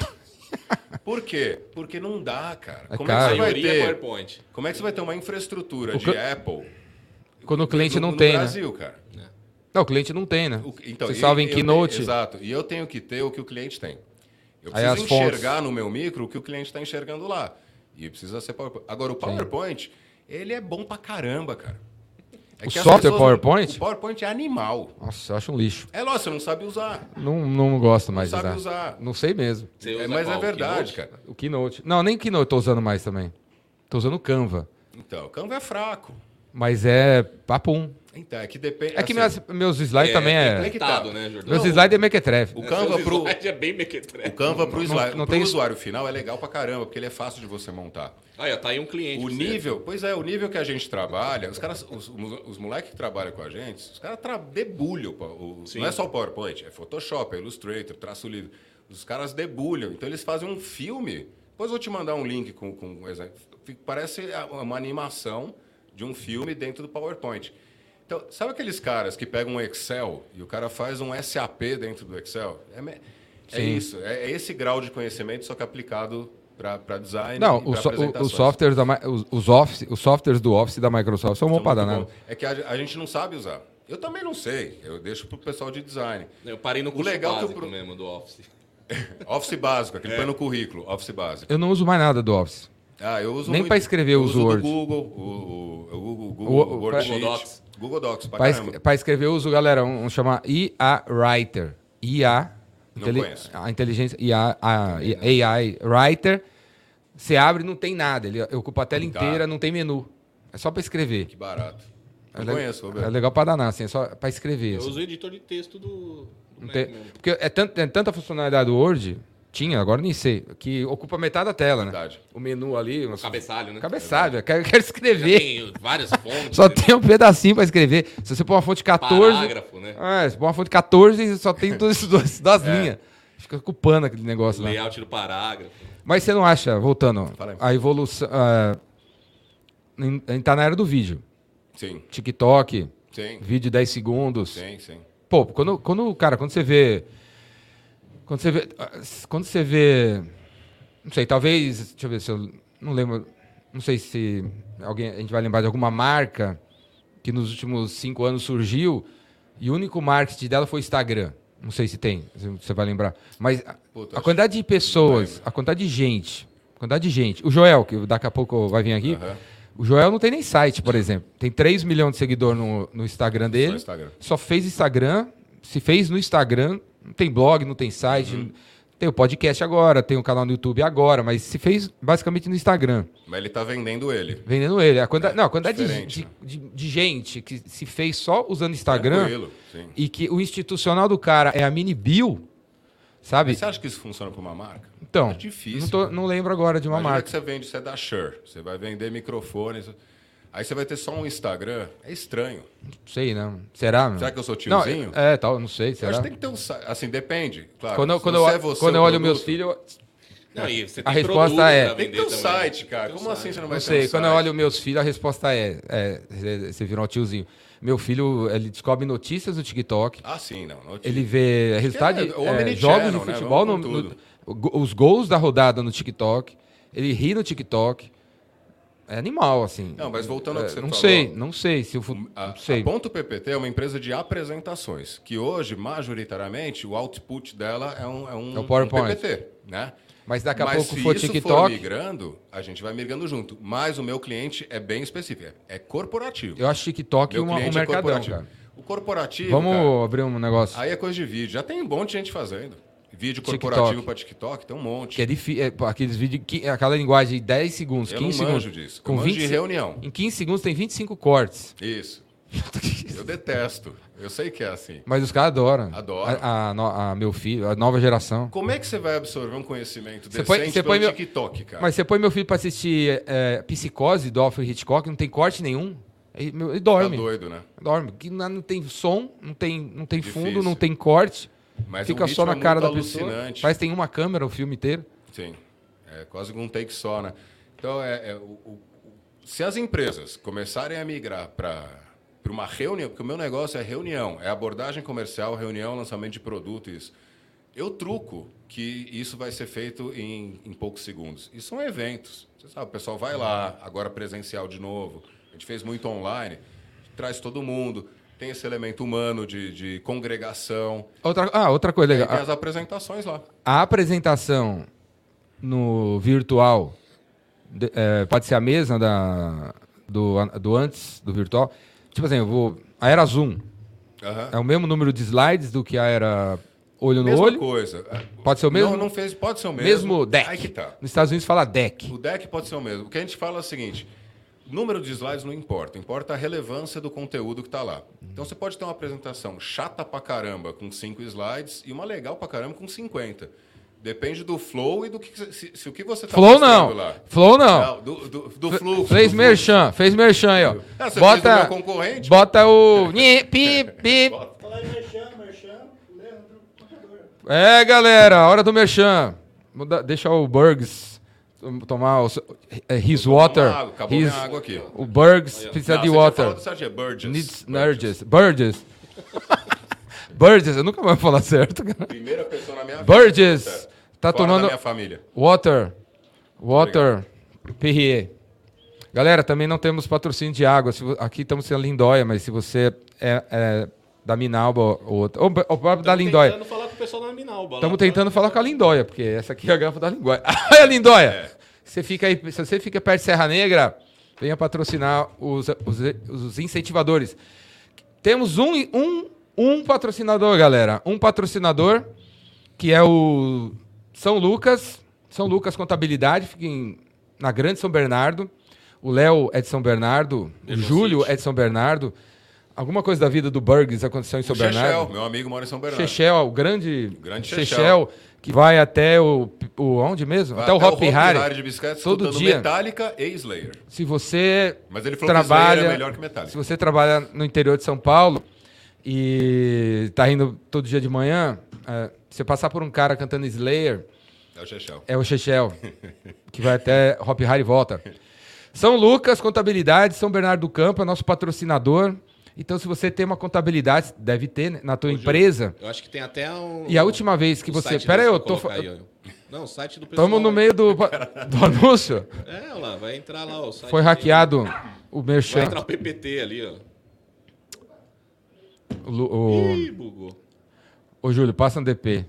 Por quê? Porque não dá, cara. É Como caro. é A que você vai maioria é ter? PowerPoint. Como é que você vai ter uma infraestrutura O de que- Apple Quando o cliente no, não no tem, Brasil, cara? né? Não, o cliente não tem, né? O- então, Você e- salva em eu Keynote. tenho- exato. E eu tenho que ter o que o cliente tem. Eu Aí preciso as fontes. enxergar no meu micro o que o cliente está enxergando lá. E precisa ser PowerPoint. Agora, o PowerPoint, ele é bom pra caramba, cara. É O que as software pessoas- PowerPoint? O PowerPoint é animal. Nossa, eu acho um lixo. É lógico, você não sabe usar. Não, não gosto mais Não de sabe usar. usar. Não sei mesmo. Você É, usa mas qual? é verdade, Keynote? cara. O Keynote. Não, nem Keynote eu tô usando mais também. Tô usando o Canva. Então, o Canva é fraco. Mas é papum. Então, é que depende... É que assim, meus, meus slides também é é... que Conectado, tá. né, Jordão? Meus slides é mequetrefe. O Canva Seu pro... slide é bem mequetrefe. O Canva pro, Não- usuário, não pro tem- usuário final é legal pra caramba, porque ele é fácil de você montar. Aí, ó, tá aí um cliente. O pra você. nível, pois é, o nível que a gente trabalha, os caras, os, os moleques que trabalham com a gente, os caras tra- debulham. pô, o- Sim. não é só o PowerPoint, é Photoshop, é Illustrator, traço livre. Os caras debulham. Então eles fazem um filme. Depois eu vou te mandar um link com, com um exemplo. Parece uma animação de um filme dentro do PowerPoint. Então, sabe aqueles caras que pegam um Excel e o cara faz um S A P dentro do Excel? É, me- é isso. É, é esse grau de conhecimento, só que aplicado para design Não, e o para so- o- apresentações. os, softwares da, Mi- os, os, office, os softwares do Office da Microsoft são bons São para muito danado. bons. É que a, a gente não sabe usar. Eu também não sei. Eu deixo pro pessoal de design. Eu parei no curso legal que o básico pro- mesmo do Office. Office básico, aquele põe no currículo. Office básico. Eu não uso mais nada do Office. Ah, eu uso Nem muito. pra escrever eu eu uso uso Word. do Google, o, o, o Google, O- Google o- Worksheet. Google Docs. Google Docs, pra Para caramba. escrever eu uso, galera, um, um chama I A Writer. I A, Não inteli- conheço. a inteligência, I A, a, A I Writer. Você abre e não tem nada. Ele ocupa a tela Tá. inteira, não tem menu. É só para escrever. Que barato. É, Não le- conheço, vou ver. é legal para danar, assim, é só para escrever. Eu assim. uso o editor de texto do, do Não Mac tem- mesmo. porque é, tant- é tanta funcionalidade do Word, tinha, agora nem sei, que ocupa metade da tela, né? Verdade. O menu ali. O cabeçalho, né? Cabeçalho, eu quero, eu quero Já escrever. tem várias fontes. Só entendeu? tem um pedacinho para escrever. Se você pôr uma fonte catorze. Parágrafo, né? É, se pôr uma fonte catorze, só tem todas as duas, duas É. linhas. Fica ocupando aquele negócio lá. Layout do parágrafo. Mas você não acha, voltando, Fala aí. a evolução. ah, em- a gente tá na era do vídeo. Sim, TikTok, sim, vídeo dez segundos. sim, sim. Pô, quando, quando, cara, quando você vê. Quando você vê. ah, Quando você vê. Não sei, talvez. Deixa eu ver se eu. Não lembro. Não sei se alguém, a gente vai lembrar de alguma marca que nos últimos cinco anos surgiu e o único marketing dela foi o Instagram. Não sei se tem, se você vai lembrar. Mas a, Puta, a acho quantidade de pessoas, a quantidade de gente, a quantidade de gente. O Joel, que daqui a pouco vai vir aqui, Aham. o Joel não tem nem site, por exemplo. Tem três milhões de seguidores no, no Instagram dele. Instagram. Só fez Instagram, se fez no Instagram, não tem blog, não tem site, Uhum. tem o podcast agora, tem o canal no YouTube agora, mas se fez basicamente no Instagram, Mas ele tá vendendo ele. vendendo ele. A quantidade, não, a quantidade de, diferente, de, de- de gente que se fez só usando Instagram Tranquilo, sim. e que o institucional do cara é a mini bio, sabe? Mas você acha que isso funciona para uma marca? Então, é difícil, não, tô- né? não lembro agora de uma Imagina marca. que você vende, você é da Shure, você vai vender microfones, aí você vai ter só um Instagram. É estranho. Não sei, não. Será? meu? Será que eu sou Não, tiozinho? é, tal, não sei, Eu será? acho que tem que ter um site. Assim, depende. Claro. Quando, eu- Se quando, eu, você é você, quando eu o olho meus produto, filhos, Não, e você A tem resposta produto é- pra Tem que vender ter um também. site, cara. Tem um Como site. assim você não não vai ter sei, um quando eu site? olho meus filhos, a resposta é, é, você virou um tiozinho. Meu filho, ele descobre notícias no TikTok, Ah, sim, não. notícia. ele vê resultado é de o é, Omnichannel, jogos de né? futebol, Vamos no, com no- tudo. go- os gols da rodada no TikTok, ele ri no TikTok. É animal, assim. Não, mas voltando ao É, que você não falou. sei, não sei se o futuro. A, Não sei. a Ponto P P T é uma empresa de apresentações, que hoje, majoritariamente, o output dela é um, é um, É o PowerPoint. um P P T, né? Mas daqui a Mas pouco se for isso for TikTok. migrando, a gente vai migrando junto. Mas o meu cliente é bem específico, é- é corporativo. Eu acho TikTok Meu uma, um cliente é mercadão, corporativo. cara. O corporativo, Vamos cara, abrir um negócio. aí é coisa de vídeo. Já tem um monte de gente fazendo. Vídeo TikTok. corporativo para TikTok, tem um monte. Que é difícil. É, pô, aqueles vídeos. que- Aquela linguagem de dez segundos, Eu quinze não segundos. manjo disso. Com Eu manjo vinte de se- reunião. Em quinze segundos tem vinte e cinco cortes. Isso. Eu detesto. Eu sei que é assim. Mas os caras adoram. Adoram. A, a no- a meu filho, a nova geração. Como é que você vai absorver um conhecimento Você decente põe- você pelo põe meu- TikTok, cara? Mas você põe meu filho pra assistir é, Psicose do Alfred Hitchcock, não tem corte nenhum. Ele, meu, ele Tá dorme. doido, né? Dorme. Que não, não tem som, não tem, não tem fundo, Difícil. não tem corte. Mas Fica o só ritmo na é cara da muito pessoa. alucinante. Parece que tem uma câmera o filme inteiro. Sim. É quase um take só, né? Então, é, é, o- o- se as empresas começarem a migrar para uma reunião, porque o meu negócio é reunião, é abordagem comercial, reunião, lançamento de produto, isso. Eu truco que isso vai ser feito em, em poucos segundos. E são eventos. Você sabe, o pessoal vai lá, agora presencial de novo. A gente fez muito online, traz todo mundo. Tem esse elemento humano de, de congregação. Outra, ah, outra coisa Aí legal. tem as apresentações lá. A apresentação no virtual de- é, pode ser a mesma da, do, an- do antes do virtual. Tipo assim, eu vou. A era Zoom Aham. é o mesmo número de slides do que a era olho no Mesma olho. coisa. Pode ser o mesmo? Não, não fez, pode ser o mesmo. Mesmo deck. Aí que tá. Nos Estados Unidos fala deck. O deck pode ser o mesmo. O que a gente fala é o seguinte: número de slides não importa, importa a relevância do conteúdo que está lá. Então você pode ter uma apresentação chata pra caramba com cinco slides e uma legal pra caramba com cinquenta. Depende do flow e do que se, se o que você está Flow não. lá. Flow não. Não, do, do, do fluxo. Fez do merchan, fez merchan aí, ó. Ah, você fez do bota, meu concorrente? bota o. Nhe, pi, pi. Falar em merchan, merchan, Leandro Contador. É, galera, hora do merchan. Muda- Deixa o Burgs tomar o seu- é, his water. Uma água, acabou His- minha água aqui. O Burgs precisa Não, de você tinha water. falado certo, é Burgess. Needs Burgess. Burgess. Burgess. Burgess, eu nunca vou falar certo, cara. Primeira pessoa na minha vida. Burgess. Certo. Tá Fora tomando da minha família. water. Water. Perrier. Galera, também não temos patrocínio de água. Se vo- Aqui estamos sem a Lindóia, mas se você é, é da Minalba ou outra. Ou o próprio da Lindóia. tentando falar com o pessoal da Minalba. Estamos lá. tentando falar com a Lindóia, porque essa aqui é a garrafa da Lindóia. Ah, a Lindóia! Você fica aí, se você fica perto de Serra Negra, venha patrocinar os, os, os incentivadores. Temos um, um, um patrocinador, galera. Um patrocinador, que é o São Lucas. São Lucas Contabilidade, fica em, na Grande São Bernardo. O Léo é de São Bernardo. O Mesmo Júlio sítio. é de São Bernardo. Alguma coisa da vida do Burgs aconteceu em São O Bernardo. Chechel, meu amigo mora em São Bernardo. Chechel, o grande, Grande Chechel, Chechel. que vai até o, o onde mesmo? Vai até o Hop Harry. Harry de bicicleta, todo escutando dia. Metallica e Slayer. Se você Mas ele falou que trabalha, Slayer é melhor que Metallica. se você trabalha no interior de São Paulo e tá indo todo dia de manhã, é, você passar por um cara cantando Slayer, É o Chechel. é o Chechel, que vai até Hop Harry e volta. São Lucas Contabilidade, São Bernardo do Campo, é nosso patrocinador. Então, se você tem uma contabilidade, deve ter né, na tua Ô, Júlio, empresa. Eu acho que tem até um. E a última vez que o você... site Pera aí, deles eu pra tô... colocar aí, ó. Não, o site do pessoal. Estamos no meio do, do anúncio. É, olha lá, vai entrar lá o site. Foi dele. hackeado o Vai merchan. entrar o P P T ali, ó. O, Lu- o, Ih, bugou. Ô, Júlio, passa no D P.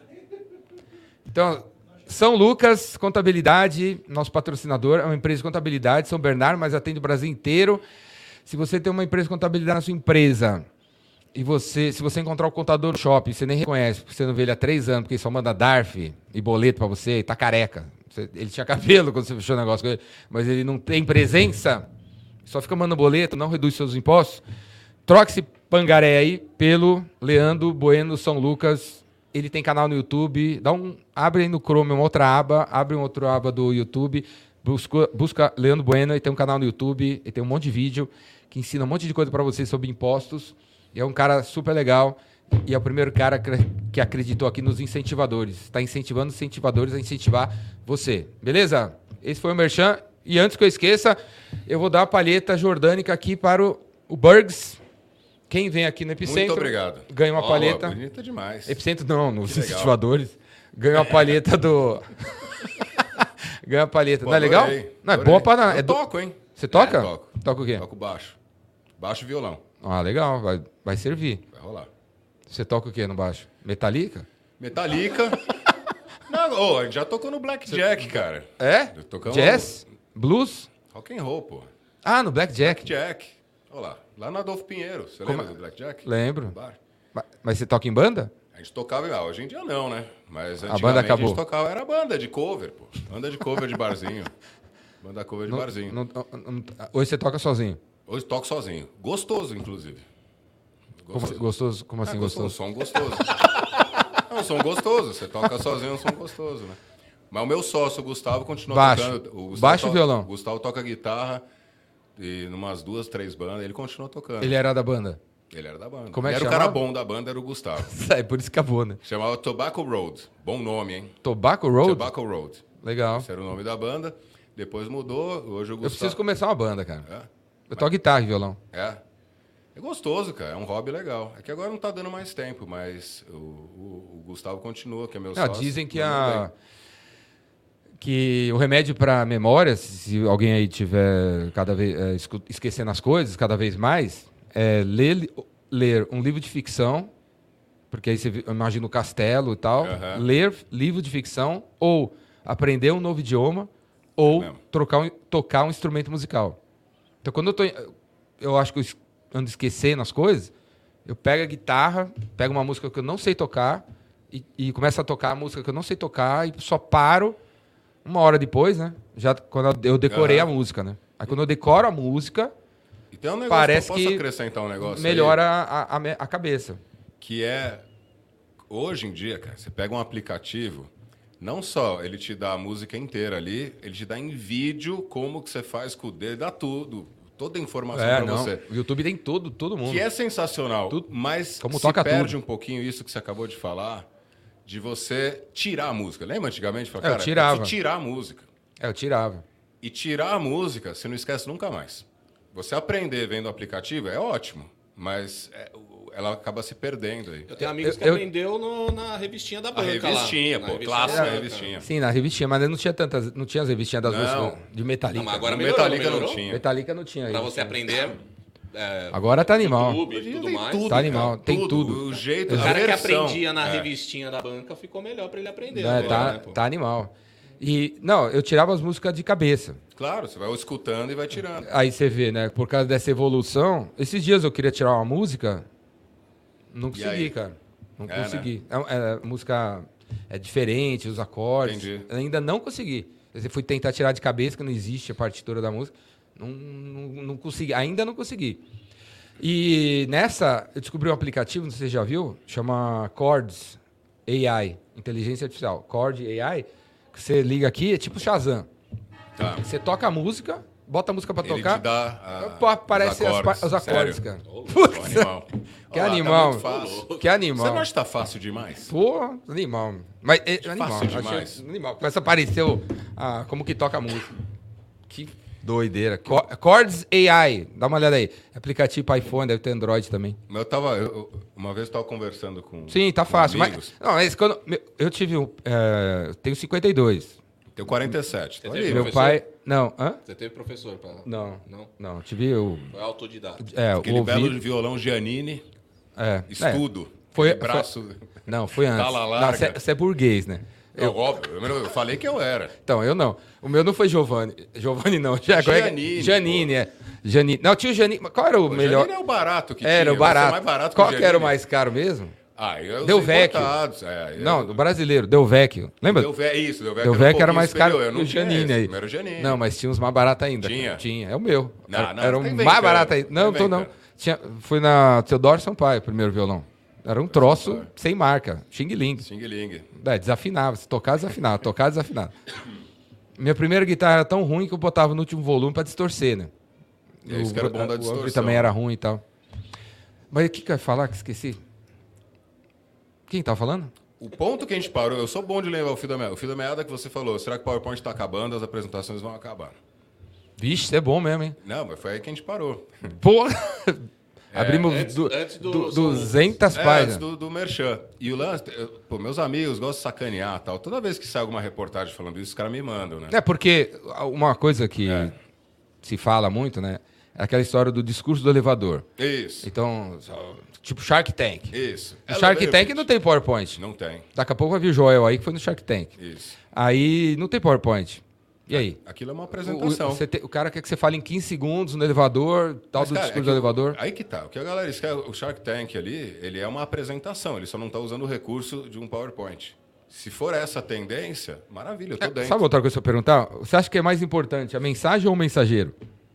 Então, São Lucas Contabilidade, nosso patrocinador, é uma empresa de contabilidade, São Bernardo, mas atende o Brasil inteiro. Se você tem uma empresa de contabilidade na sua empresa e você, se você encontrar o contador no shopping, você nem reconhece, porque você não vê ele há três anos, porque ele só manda D A R F e boleto pra você, e tá careca. Você- ele tinha cabelo quando você fechou o negócio com ele, mas ele não tem presença, só fica mandando boleto, não reduz seus impostos. Troque esse pangaré aí pelo Leandro Bueno São Lucas. Ele tem canal no YouTube. Dá um, abre aí no Chrome uma outra aba, abre uma outra aba do YouTube, busca, busca Leandro Bueno e tem um canal no YouTube, e tem um monte de vídeo que ensina um monte de coisa para vocês sobre impostos. E é um cara super legal e é o primeiro cara que- que acreditou aqui nos incentivadores. Está incentivando os incentivadores a incentivar você. Beleza? Esse foi o merchan. E antes que eu esqueça, eu vou dar a palheta jordânica aqui para o, o Burgs. Quem vem aqui no Epicentro Muito obrigado. ganha uma Ó, palheta. bonita demais. Epicentro não, nos Que legal. incentivadores. Ganha uma palheta do... ganha uma palheta. Pô, não é legal? adorei, Não, é adorei. boa para... Eu É do... toco, hein? Você toca? É, toco. Toca o quê? Toco baixo. Baixo e violão. Ah, legal. Vai, vai servir. Vai rolar. Você toca o quê no baixo? Metallica? Metallica. Não, ô, a gente já tocou no Blackjack, cara. É? Tocamos Jazz? Blues? Rock and roll, pô. Ah, no Blackjack. Jack. Olha lá. Lá na Adolfo Pinheiro. Você Como lembra é? do Blackjack? Lembro. No bar. Ma- Mas você toca em banda? A gente tocava... Ah, hoje em dia não, né? Mas banda antigamente a, acabou. gente tocava... Era banda de cover, pô. Banda de cover de barzinho. Banda cover de Não- barzinho. não- não- não- hoje você toca sozinho. Hoje toco sozinho. Gostoso, inclusive. Como assim, gostoso? Como assim Ah, gostoso? Som gostoso. É um som gostoso. Você toca sozinho, é um som gostoso, né? Mas o meu sócio, o Gustavo, continua Baixo. tocando. O Gustavo Baixo to- ou violão? O Gustavo toca guitarra e numas duas, três bandas, ele continua tocando. Ele era da banda. Ele era da banda. Como é Ele que era o cara chamava? bom da banda, era o Gustavo. É por isso que acabou, né? Chamava Tobacco Road. Bom nome, hein? Tobacco Road? Tobacco Road. Legal. Esse era o nome da banda. Depois mudou. Hoje o Eu Gustavo... preciso começar uma banda, cara. É? Eu toco guitarra e violão. É. É gostoso, cara. É um hobby legal. É que agora não tá dando mais tempo, mas o, o- o Gustavo continua, que é meu Não, sócio. dizem que manda a bem. que o remédio para memória, se alguém aí tiver cada vez é, escu- esquecendo as coisas cada vez mais, é ler, ler um livro de ficção, porque aí você vi- imagina o castelo e tal, Aham. ler livro de ficção ou aprender um novo idioma ou mesmo. trocar um, tocar um instrumento musical. Então quando eu tô em- eu acho que eu es- ando esquecendo as coisas, eu pego a guitarra, pego uma música que eu não sei tocar e, e começo a tocar a música que eu não sei tocar e só paro uma hora depois, né? Já quando eu decorei Aham. a música, né? Aí quando eu decoro a música, E tem um negócio parece que eu posso que acrescentar um negócio aí, melhora a, a, me- a cabeça. que é hoje em dia, cara, você pega um aplicativo, não só ele te dá a música inteira ali, ele te dá em vídeo como que você faz com o dedo, dá tudo, toda a informação É, pra não. você. O YouTube tem tudo, todo mundo. Que é sensacional, Tudo- mas como se toca perde tudo. um pouquinho isso que você acabou de falar, de você tirar a música. Lembra antigamente? Falava, É, eu cara, tirava. preciso tirar a música. É, eu tirava. E tirar a música, você não esquece nunca mais. Você aprender vendo o aplicativo é ótimo, mas é, o- ela acaba se perdendo aí. Eu tenho amigos Eu- que eu- aprendeu no- na revistinha da A banca revistinha, lá. pô, Na clássica da banca. revistinha. Sim, na revistinha, mas não tinha tantas, não tinha as revistinhas das Não. músicas de Metallica. Não, mas agora No melhorou, Metallica não melhorou? tinha. Metallica não tinha. Pra revistinha. você aprender... é, Agora tá animal. YouTube e Hoje tudo tem mais. tudo, Tá animal, cara, tem tudo. O jeito, O a cara que versão. aprendia na É. revistinha da banca ficou melhor pra ele aprender. É, agora, tá, né, pô? tá animal. E, não, eu tirava as músicas de cabeça. Claro, você vai escutando e vai tirando. Aí você vê, né? Por causa dessa evolução. Esses dias eu queria tirar uma música, não consegui, aí? cara. Não É, consegui. É, é, música é diferente, os acordes. Entendi. Ainda não consegui. Eu fui tentar tirar de cabeça, que não existe a partitura da música. Não, não, não consegui. Ainda não consegui. E nessa, eu descobri um aplicativo, não sei se você já viu, chama Chords A I, Inteligência Artificial. Chord A I, que você liga aqui, é tipo Shazam. Tá. Você toca a música, bota a música pra Ele tocar. te dá a- Pô, aparece os as pa- acordes, os acordes, sério. cara. Ô, Putz, animal. que Ó lá, animal. Tá muito fácil. que Você animal. não acha que tá fácil demais? Pô, animal. Mas, é, animal. Fácil achei demais. Animal. Começa a aparecer o- a- como que toca a música. Que doideira. Co- Chords A I, dá uma olhada aí. Aplicativo para iPhone, deve ter Android também. Eu tava. eu- eu- uma vez eu tava conversando com. Sim, tá com fácil. Mas, amigos. não, mas quando, meu- eu tive um. É, tenho cinquenta e dois. Tenho quarenta e sete. Tô Você ali. teve Meu professor? pai. Não, hã? Você teve professor pra... Não. Não? Não, tive o. Foi autodidata. É, o Aquele belo ouvido. violão Giannini, É, estudo. Foi- aquele braço. Não, foi antes. Tala Não, larga. Você é- você é burguês, né? Eu, óbvio, eu, eu falei que eu era. Então, eu não. O meu não foi Giovanni. Giovanni não. Já- como é que- Giannini, Janine, é. Janine. Não, tinha o Janine. Mas qual era o, O melhor? Giannini é o barato que Era tinha. o barato. Vai ser mais barato Qual que, que era o Giannini. mais caro mesmo? Ah, eu Deu os Vecchio. importados, É, eu- Não, do brasileiro. Deu Vecchio. Lembra? Deu Ve- Isso, Deu Vecchio Deu era, um Vecchio era pouquinho mais caro superior, eu que não o tinha Janine esse, aí. Não era o Janine. Não, mas tinha uns mais baratos ainda. Tinha? cara. Tinha. É o meu. Não, era não, era você um tá mais inventando. barato ainda. Não, Tá tô não. inventando. Tinha, fui na Teodoro Sampaio, primeiro violão. Era um troço sem marca. Xing Ling. Xing Ling. É, desafinava. Se tocar, desafinava. Tocar, desafinava. Minha primeira guitarra era tão ruim que eu botava no último volume pra distorcer, né? É isso que era bom da o ampli distorção. também era ruim e tal. Mas o que que eu ia falar que esqueci? Quem tava falando? O ponto que a gente parou, eu sou bom de lembrar o fio da meada. O fio da meada que você falou, será que o PowerPoint está acabando, as apresentações vão acabar? Vixe, isso é bom mesmo, hein? Não, mas foi aí que a gente parou. Pô! Abrimos antes- du- antes do- du- são- duzentas É, páginas. antes do, do Merchan. E o lance, eu- pô, meus amigos gostam de sacanear e tal. Toda vez que sai alguma reportagem falando isso, os caras me mandam, né? É porque uma coisa que É. se fala muito, né? É aquela história do discurso do elevador. Isso, Então, só- tipo Shark Tank. isso. O Shark Tank não tem PowerPoint. Não tem, Daqui a pouco vai vir o Joel aí que foi no Shark Tank. isso. Aí não tem PowerPoint. E aí? Aquilo é uma O, apresentação. o- você tem- o cara quer que você fale em quinze segundos no elevador, tal Mas, do cara, discurso é do que o- elevador. Aí que tá. O que a galera esquece, o Shark Tank ali, ele é uma apresentação. Ele só não tá usando o recurso de um PowerPoint. Se for essa a tendência, maravilha, eu tô É, dentro. sabe outra coisa que eu perguntar? Você acha que é mais importante a mensagem ou o mensageiro?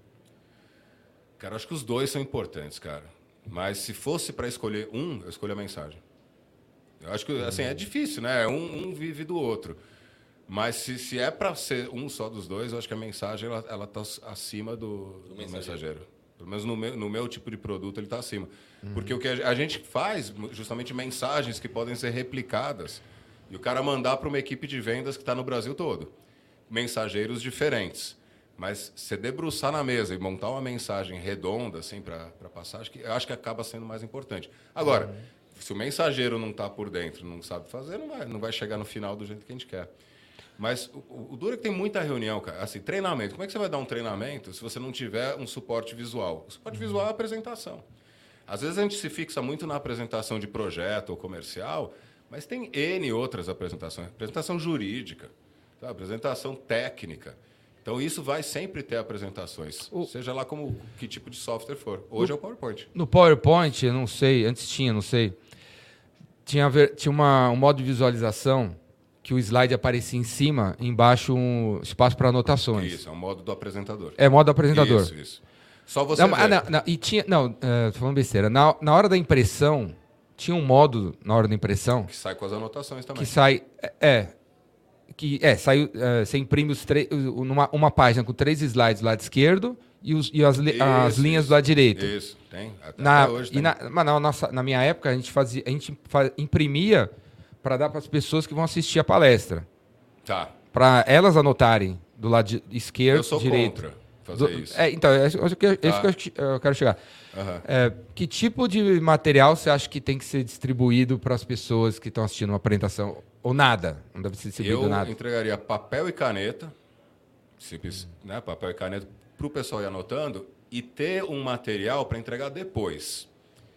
Cara, eu acho que os dois são importantes, cara. Mas se fosse para escolher um, eu escolho a mensagem. Eu acho que, assim, é difícil, né? Um, um vive do outro. Mas se, se é para ser um só dos dois, eu acho que a mensagem ela, ela tá acima do, do mensageiro. mensageiro. Pelo menos no meu, no meu tipo de produto, ele está acima. Porque o que a, a gente faz, justamente mensagens que podem ser replicadas e o cara mandar para uma equipe de vendas que está no Brasil todo. Mensageiros diferentes. Mas se debruçar na mesa e montar uma mensagem redonda assim para passar, acho que, eu acho que acaba sendo mais importante. Agora, se o mensageiro não está por dentro, não sabe fazer, não vai, não vai chegar no final do jeito que a gente quer. Mas o, o, o duro é que tem muita reunião, cara. Assim, treinamento. Como é que você vai dar um treinamento se você não tiver um suporte visual? O suporte visual é a apresentação. Às vezes a gente se fixa muito na apresentação de projeto ou comercial, mas tem N outras apresentações. Apresentação jurídica, tá? Apresentação técnica. Então, isso vai sempre ter apresentações, O- seja lá como que tipo de software for. Hoje é o PowerPoint. No PowerPoint, eu não sei, antes tinha, não sei. Tinha, ver- tinha uma, um modo de visualização que o slide aparecia em cima, embaixo um espaço para anotações. Isso, é o modo do apresentador. É modo apresentador. Isso, isso. Só você Não, vê. ah, não, não, e tinha, não, é, tô falando besteira. Na, na hora da impressão, tinha um modo na hora da impressão Que sai com as anotações também. que sai, é, é, que é, saiu, é, você imprime os três, numa uma página com três slides do lado esquerdo e, os, e as, li- as Isso, linhas isso. do lado direito. Isso, tem. Até Na, hoje e tem. na, mas na, nossa, na minha época, a gente, fazia, a gente fa- imprimia para dar para as pessoas que vão assistir a palestra. Tá. Para elas anotarem do lado de- esquerdo, Eu sou direito. contra fazer Do- isso. É, então, é isso que, é Tá. isso que eu che- eu quero chegar. Aham. É, que tipo de material você acha que tem que ser distribuído para as pessoas que estão assistindo uma apresentação? Ou nada? Não deve ser distribuído Eu nada. entregaria papel e caneta, simples, né? Papel e caneta para o pessoal ir anotando e ter um material para entregar depois.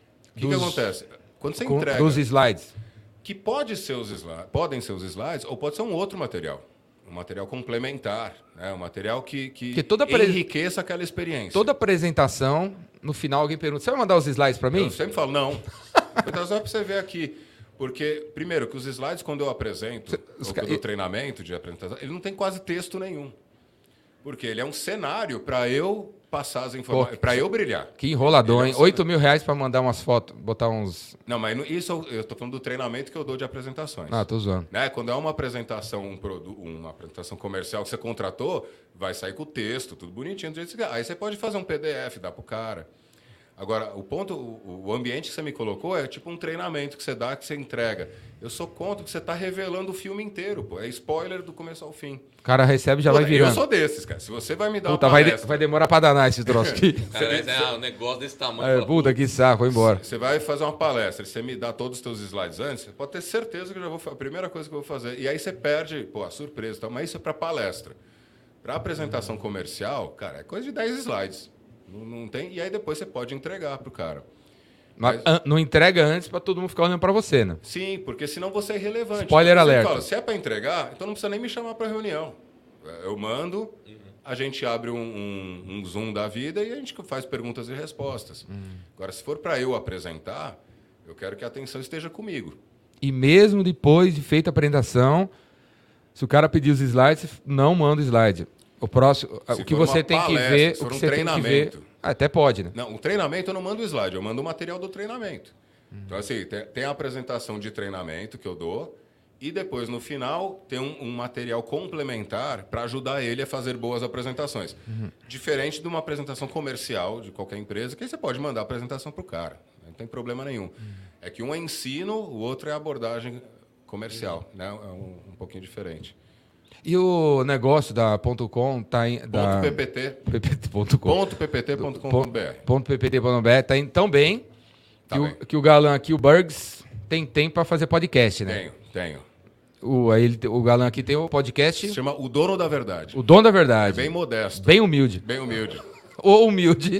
O que, que Dos- acontece? Quando você Com- entrega, dos slides. que pode ser os slides, podem ser os slides ou pode ser um outro material, um material complementar, né? Um material que, que, Que toda apre- enriqueça aquela experiência. Toda apresentação, no final alguém pergunta, você vai mandar os slides para mim? Eu sempre falo, não. Então, só para você ver aqui. Porque, primeiro, que os slides, quando eu apresento, os ou ca- quando eu treinamento de apresentação, ele não tem quase texto nenhum. Porque ele é um cenário para eu passar as informações, Pô, para eu brilhar. Que enrolador, Ele hein? é um oito mil reais para mandar umas fotos, botar uns... Não, mas não- isso eu- eu estou falando do treinamento que eu dou de apresentações. Ah, tô zoando. Né? Quando é uma apresentação, um produ- uma apresentação comercial que você contratou, vai sair com o texto, tudo bonitinho. Do jeito que você quer. Aí você pode fazer um P D F, dá pro cara. Agora, o ponto, o, o ambiente que você me colocou é tipo um treinamento que você dá, que você entrega. Eu sou contra que você está revelando o filme inteiro, pô. É spoiler do começo ao fim. O cara recebe e já Pô, vai virando. Eu sou desses, cara. Se você vai me dar Puta, uma vai, palestra, de- vai demorar para danar esse troço aqui. Cara, mas é um negócio desse tamanho. É, fala, puta, que saco, vou embora. você vai fazer uma palestra e você me dá todos os teus slides antes, você pode ter certeza que eu já vou fa- a primeira coisa que eu vou fazer. E aí você perde, pô, a surpresa e tal. Mas isso é para palestra. Para apresentação comercial, cara, é coisa de dez slides. Não, não tem, e aí depois você pode entregar pro cara. Mas, an- não entrega antes para todo mundo ficar olhando para você, né? Sim, porque senão você é irrelevante. Spoiler Então, você alerta. fala, se é para entregar, então não precisa nem me chamar para reunião. Eu mando, a gente abre um, um- um Zoom da vida e a gente faz perguntas e respostas. Agora, se for para eu apresentar, eu quero que a atenção esteja comigo. E mesmo depois de feita a apresentação, se o cara pedir os slides, você não manda o slide. O próximo, Se o que for você uma tem que palestra, ver, se o for que um você tem que ver, treinamento. ah, até pode, né? Não, o treinamento eu não mando o slide, eu mando o material do treinamento. Então, assim, tem, tem a apresentação de treinamento que eu dou e depois, no final, tem um, um material complementar para ajudar ele a fazer boas apresentações. Diferente de uma apresentação comercial de qualquer empresa, que aí você pode mandar a apresentação para o cara. Não tem problema nenhum. É que um é ensino, o outro é abordagem comercial. Né? É um, um pouquinho diferente. E o negócio da ponto .com tá em... Da... Ponto .ppt. ppt ponto com. Ponto ppt ponto com ponto br. Ponto ppt ponto br tá indo tão bem que, Tá o, bem. que o galã aqui, o Bergs, tem tempo para fazer podcast, né? Tenho, tenho. O, aí ele, o galã aqui tem o podcast, Se chama O Dono da Verdade. o dono da verdade. É bem modesto. Bem humilde. Bem humilde. Ou humilde.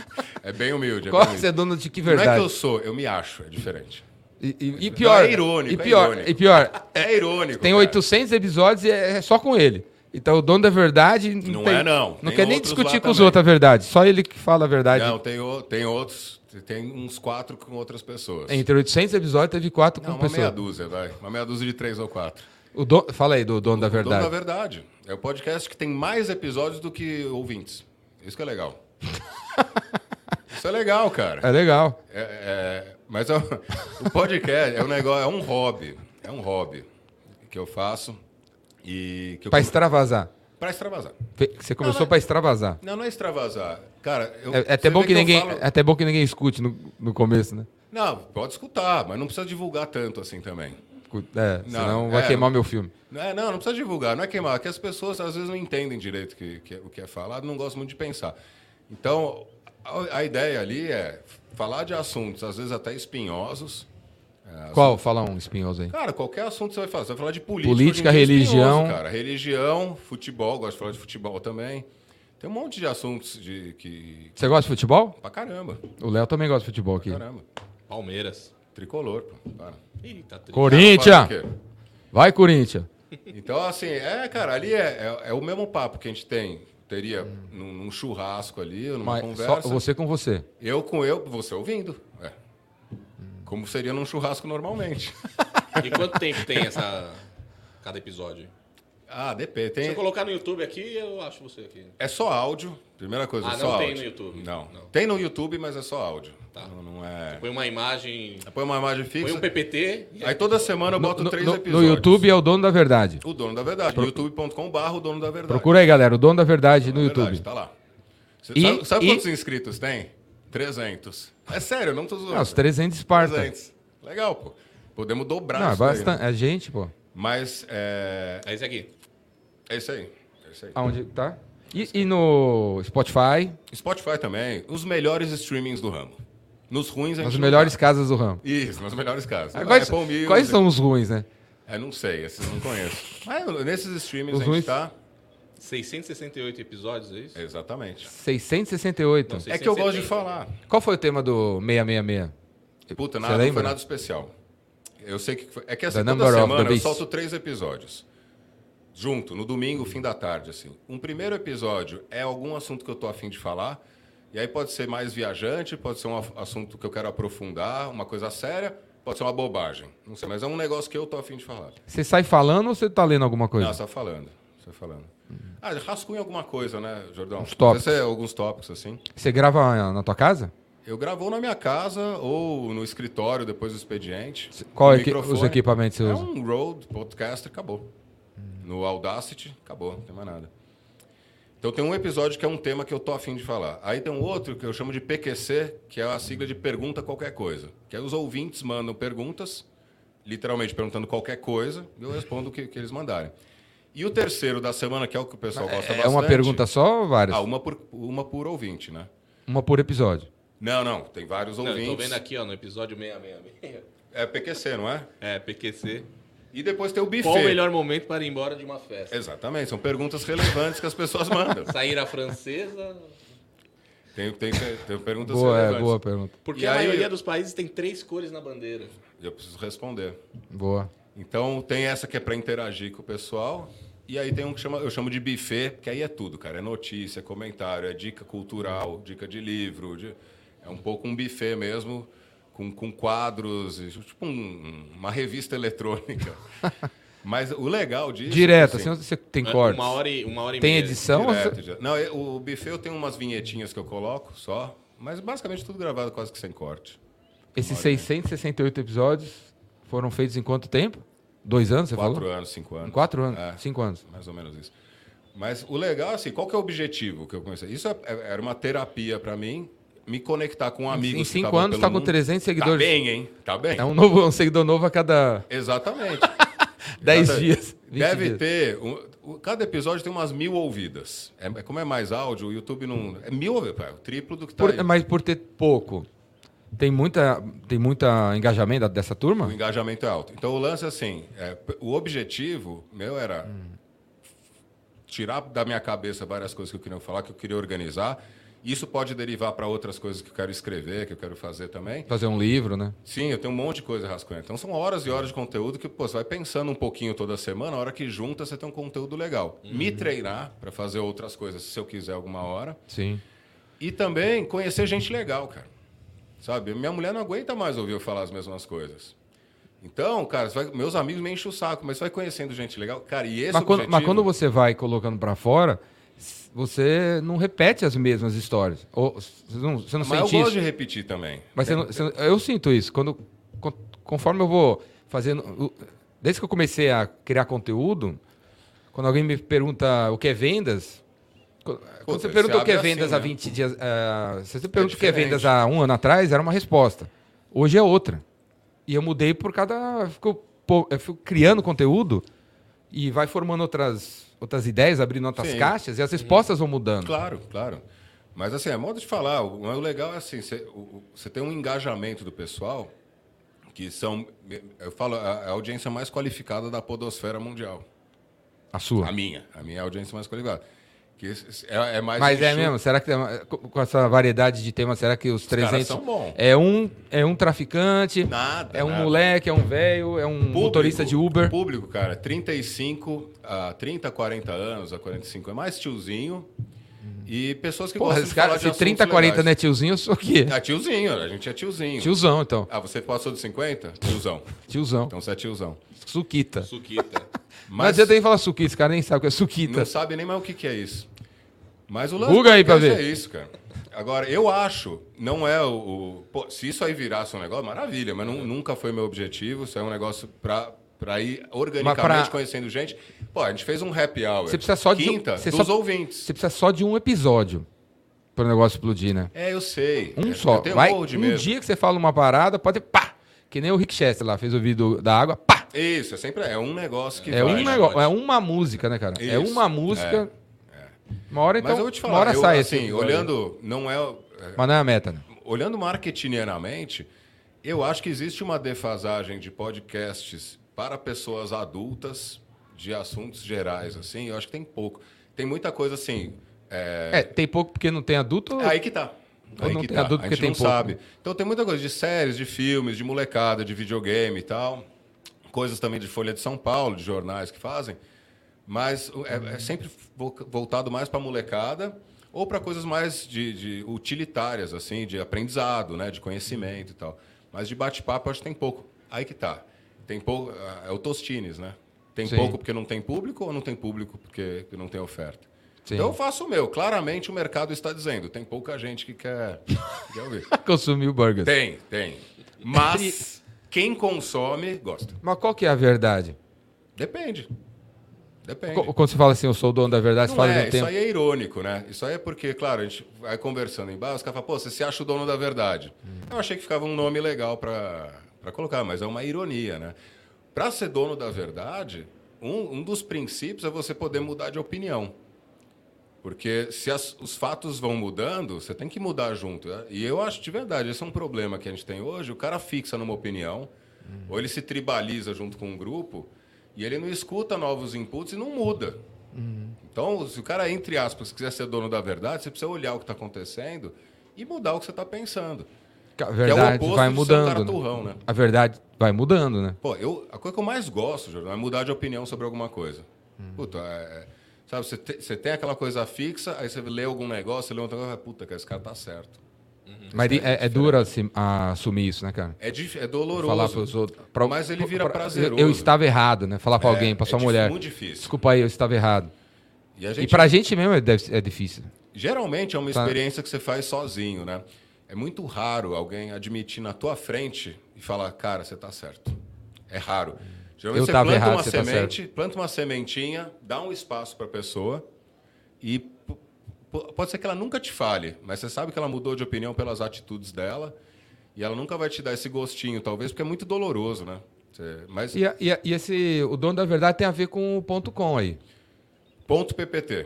É bem humilde. É Qual bem você é humilde. dono de que Não é verdade? que eu sou, eu me acho, é diferente. E, e- e pior. Não, é irônico, E é pior, irônico. e pior. É irônico. Tem cara. oitocentos episódios e é é só com ele. Então o dono da verdade Não tem- é, não. Não Tem quer nem outros discutir lá com os também. outros a verdade. Só ele que fala a verdade. Não, tem, o- tem outros, tem uns quatro com outras pessoas. Entre oitocentos episódios teve quatro Não, com uma meia pessoas. dúzia, vai. Uma meia dúzia de três ou quatro. O don... Fala aí do dono da O Dono verdade. da Verdade. É o podcast que tem mais episódios do que ouvintes. Isso que é legal. Isso é legal, cara. É legal. É, é, mas é um- o podcast é um negócio, é um hobby. É um hobby que eu faço e que eu Pra extravasar. Pra extravasar. Fe- Você começou Não, não- pra extravasar. Não, não é extravasar. Cara, eu, É, é até você bom vê que eu ninguém, falo- é até bom que ninguém escute no, no começo, né? Não, pode escutar, mas não precisa divulgar tanto assim também. É, Não, senão vai é, queimar meu filme. Não, é, não, não precisa divulgar, não é queimar. É que as pessoas às vezes não entendem direito que, que- o que é falado, não gostam muito de pensar. Então, a, a ideia ali é falar de assuntos, às vezes até espinhosos. É, Qual? Fala um espinhoso aí. Cara, qualquer assunto você vai falar. Você vai falar de política. Política, hoje em dia é religião. espinhoso, cara. Religião, futebol, gosto de falar de futebol também. Tem um monte de assuntos de que. Você gosta de futebol? Pra caramba. O Léo também gosta de futebol aqui. Caramba. Palmeiras. Tricolor, pô. Para. Ih, tá triste. Corinthians! Fala o quê? Vai, Corinthians! Então, assim, é, cara, ali é, é, é o mesmo papo que a gente tem. Teria num, num churrasco ali, numa Mas conversa. só você com você. Eu com eu, você ouvindo. É. Como seria num churrasco normalmente. E quanto tempo tem essa cada episódio? Ah, depende. Se Tem, eu colocar no YouTube aqui, eu acho você aqui. é só áudio. Primeira coisa, Ah, é só não tem áudio. no YouTube? Não. Não. Tem no YouTube, mas é só áudio. Tá. Não, não é. Põe uma imagem, Põe uma imagem fixa. põe um P P T. e Aí toda semana eu boto No, três no- episódios. no YouTube é o dono da verdade. O Dono da Verdade. youtube ponto com barra o Dono da Verdade. Procura aí, galera. O dono da verdade no Dono da YouTube. Verdade, tá lá. Cê E- sabe sabe e- quantos inscritos tem? trezentos. É sério, eu não tô zoando. Ah, os trezentos Esparta. trezentos. Legal, pô. Podemos dobrar Não, é isso daí, bastante. né? É gente, pô. Mas é... É esse aqui. é isso aí. É isso aí. Aonde tá? E, e no Spotify, Spotify também, os melhores streamings do ramo. Nos ruins a gente nas não melhores tá. casas do ramo. Isso, nas melhores casas. Ah, Quais, Apple Music. quais são os ruins, né? É, não sei, esses eu não conheço. Mas nesses streamings Os a gente ruins- tá... seiscentos e sessenta e oito episódios, é isso? Exatamente. seiscentos e sessenta e oito. Não, sei. É que eu gosto de seiscentos e falar. Qual foi o tema do seiscentos e sessenta e seis? Puta, Você nada, não lembra? foi nada especial. Eu sei que foi... É que assim, The toda Number of semana the eu Beast. solto três episódios. Junto, no domingo, fim da tarde, assim. Um primeiro episódio é algum assunto que eu tô afim de falar. E aí pode ser mais viajante, pode ser um af- assunto que eu quero aprofundar, uma coisa séria, pode ser uma bobagem. Não sei, mas é um negócio que eu tô afim de falar. Você sai falando ou você tá lendo alguma coisa? Não, você tá falando. Você tá falando. Ah, rascunha alguma coisa, né, Jordão? Uns tópicos. Às vezes é alguns tópicos, assim. Você grava na tua casa? Eu gravo ou na minha casa ou no escritório depois do expediente. Qual Com é que- microfone. os equipamentos você é usa? um Rode Podcaster, acabou. No Audacity, acabou, não tem mais nada. Então tem um episódio que é um tema que eu tô afim de falar. Aí tem um outro que eu chamo de P Q C, que é a sigla de Pergunta Qualquer Coisa. Que aí os ouvintes mandam perguntas, literalmente perguntando qualquer coisa, e eu respondo o que, que eles mandarem. E o terceiro da semana, que é o que o pessoal gosta É bastante... uma pergunta só ou várias? Ah, uma por, uma por ouvinte, né? Uma por episódio. Não, não, tem vários Não, eu ouvintes. tô vendo aqui, ó, no episódio seiscentos e sessenta e seis. É P Q C, não é? É, P Q C. E depois tem o buffet. Qual o melhor momento para ir embora de uma festa? Exatamente, são perguntas relevantes que as pessoas mandam. Sair a francesa... Tem, tem, tem perguntas Boa, é, relevantes. boa pergunta. Porque E a aí- maioria dos países tem três cores na bandeira. E eu preciso responder. Boa. Então tem essa que é para interagir com o pessoal. E aí tem um que chama, eu chamo de buffet, que aí é tudo, cara. É notícia, é comentário, é dica cultural, dica de livro. de- É um pouco um buffet mesmo, com, com quadros, e tipo um- uma revista eletrônica. Mas o legal disso... Direto, assim, assim, você tem cortes. Uma hora e, uma hora e Tem meia. edição? ou Direto, você- direto. Não, é- o buffet eu tenho umas vinhetinhas que eu coloco só, mas basicamente tudo gravado quase que sem corte. Esses Uma hora, seiscentos e sessenta e oito episódios foram feitos em quanto tempo? Dois anos, você Quatro falou? anos, cinco anos. Em quatro anos? É. Cinco anos. Mais ou menos isso. Mas o legal, assim, qual que é o objetivo que eu comecei? Isso é- é- era uma terapia para mim, me conectar com amigos Em que cinco estavam anos pelo tá com mundo. trezentos seguidores. Tá bem, hein? Tá bem. É um, novo, um seguidor novo a cada Exatamente. dez Exatamente. dias. vinte Deve dias. ter... um- o- cada episódio tem umas mil ouvidas. É, é- como é mais áudio, o YouTube não... É mil ouvidas, é o triplo do que tá Por- aí. mas por ter pouco, tem muita, tem muita engajamento da- dessa O turma? engajamento é alto. Então o lance, assim, é, p- o objetivo meu era tirar da minha cabeça várias coisas que eu queria falar, que eu queria organizar. Isso pode derivar para outras coisas que eu quero escrever, que eu quero fazer também. Fazer um livro, né? Sim, eu tenho um monte de coisa rascunhando. Então são horas e horas de conteúdo que pô, você vai pensando um pouquinho toda semana, a hora que junta você tem um conteúdo legal. Me treinar para fazer outras coisas, se eu quiser alguma hora. Sim. E também conhecer gente legal, cara. Sabe? Minha mulher não aguenta mais ouvir eu falar as mesmas coisas. Então, cara, você vai- meus amigos me enchem o saco, mas você vai conhecendo gente legal. Cara, e esse Mas quando, objetivo... mas quando você vai colocando pra fora, s- você não repete as mesmas histórias. Ou, você não, você não Mas eu sente gosto isso? de repetir também. Mas você não- você não- eu sinto isso. Quando, con- conforme eu vou fazendo. o- Desde que eu comecei a criar conteúdo, quando alguém me pergunta o que é vendas. Quando quando você você pergunta o que é abre assim, vendas há né? vinte dias. ah, se você pergunta o que é diferente. vendas há um ano atrás, era uma resposta. Hoje é outra. E eu mudei por cada. Eu fico, pô, eu fico criando conteúdo e vai formando outras, outras ideias, abrindo outras Sim. caixas e as respostas vão mudando. Claro, claro. Mas assim, é modo de falar. O, o legal é assim, você, o- o- você tem um engajamento do pessoal que são, eu falo, a, a audiência mais qualificada da podosfera mundial. A sua. A minha. A minha é a audiência mais qualificada. Que é, é mais Mas é enxuto. mesmo? Será que com com essa variedade de temas, será que os caras trezentos são bons. é um é um traficante, Nada, é um nada. moleque, é um velho, é um Público- motorista de Uber? Público, cara, trinta e cinco a trinta, quarenta anos, a quarenta e cinco é mais tiozinho. E pessoas que Porra, gostam esse de cara, falar de se assuntos trinta, quarenta não é legais. tiozinho, eu sou o quê? É tiozinho, a gente é tiozinho. Tiozão, então. Ah, você passou de cinquenta? Tiozão. Tiozão. Então você é tiozão. Suquita. Suquita. Não Mas adianta nem falar suquita, esse cara nem sabe o que é suquita. não sabe nem mais o que, que é isso. Mas o lance Buga aí do pra podcast ver. é isso, cara. Agora, eu acho, não é o... o- pô, se isso aí virasse um negócio, maravilha, mas nu- nunca foi meu objetivo. Isso é um negócio pra, pra ir organicamente Mas pra- conhecendo gente. Pô, a gente fez um happy hour. Você precisa só de um- Quinta, você dos só- ouvintes. Você precisa só de um episódio para o negócio explodir, né? É, eu sei. Um Eu só. tenho Vai, morro de um medo. dia que você fala uma parada, pode pá, Que nem o Rick Chester lá, fez o vídeo da água, pá! Isso, é sempre é um negócio que É vai. um negócio, é uma música, né, cara? É Isso, uma música. Uma hora então, Mas eu vou te uma hora falar, eu, sai assim, esse. olhando, não é, é, Mas não é a meta, né? olhando marketingianamente, eu acho que existe uma defasagem de podcasts para pessoas adultas de assuntos gerais, assim, eu acho que tem pouco. Tem muita coisa assim. É, É, tem pouco porque não tem adulto. é aí que tá. Ou Aí não que tem tá. adulto A porque gente tem não pouco, sabe. né? Então tem muita coisa de séries, de filmes, de molecada, de videogame e tal. Coisas também de Folha de São Paulo, de jornais que fazem. Mas é, é sempre vo- voltado mais para molecada ou para coisas mais de, de utilitárias, assim, de aprendizado, né, de conhecimento e tal. Mas de bate-papo, acho que tem pouco. Aí que tá. Tem pouco. É o Tostines, né? Tem Sim. pouco porque não tem público ou não tem público porque não tem oferta? Sim. Então eu faço o meu. Claramente o mercado está dizendo. Tem pouca gente que quer, que quer ouvir. Consumiu burgers. Tem, tem. Mas quem consome, gosta. Mas qual que é a verdade? Depende. Depende. Co- Quando você fala assim, eu sou o dono da verdade, você Não fala é, de um isso tempo. aí é irônico, né? Isso aí é porque, claro, a gente vai conversando em bar, os caras falam, pô, você se acha o dono da verdade. Eu achei que ficava um nome legal pra, pra colocar, mas é uma ironia, né? Pra ser dono da verdade, um, um dos princípios é você poder mudar de opinião. Porque se as- os fatos vão mudando, você tem que mudar junto. Né? E eu acho de verdade, esse é um problema que a gente tem hoje. O cara fixa numa opinião, ou ele se tribaliza junto com um grupo, e ele não escuta novos inputs e não muda. Então, se o cara, entre aspas, quiser ser dono da verdade, você precisa olhar o que está acontecendo e mudar o que você está pensando. A Que é o verdade oposto vai de ser um mudando. cara né? turrão, né? A verdade vai mudando, né? Pô, eu, a coisa que eu mais gosto, Jordan, é mudar de opinião sobre alguma coisa. Puta, é, sabe, você, te- você tem aquela coisa fixa, aí você lê algum negócio, você lê outro negócio, puta, cara, esse cara tá certo. Mas é, é duro assim, a- assumir isso, né, cara? É, dif- é doloroso. Falar pros outros. pra- Mas ele vira pra- prazeroso. Eu, eu estava errado, né? Falar pra É, alguém, pra é sua dif- mulher. muito difícil. Desculpa aí, eu estava errado. E, a E gente, pra gente mesmo é, deve- é difícil. geralmente é uma Tá. experiência que você faz sozinho, né? É muito raro alguém admitir na tua frente e falar, cara, você tá certo. É raro. Geralmente Eu você tava planta errado, uma você tá semente, planta uma sementinha, dá um espaço para a pessoa e p- p- pode ser que ela nunca te fale, mas você sabe que ela mudou de opinião pelas atitudes dela e ela nunca vai te dar esse gostinho, talvez, porque é muito doloroso, né? Você- mas E, a- e, a- e esse, o dono da verdade tem a ver com o ponto .com aí. ponto .ppt.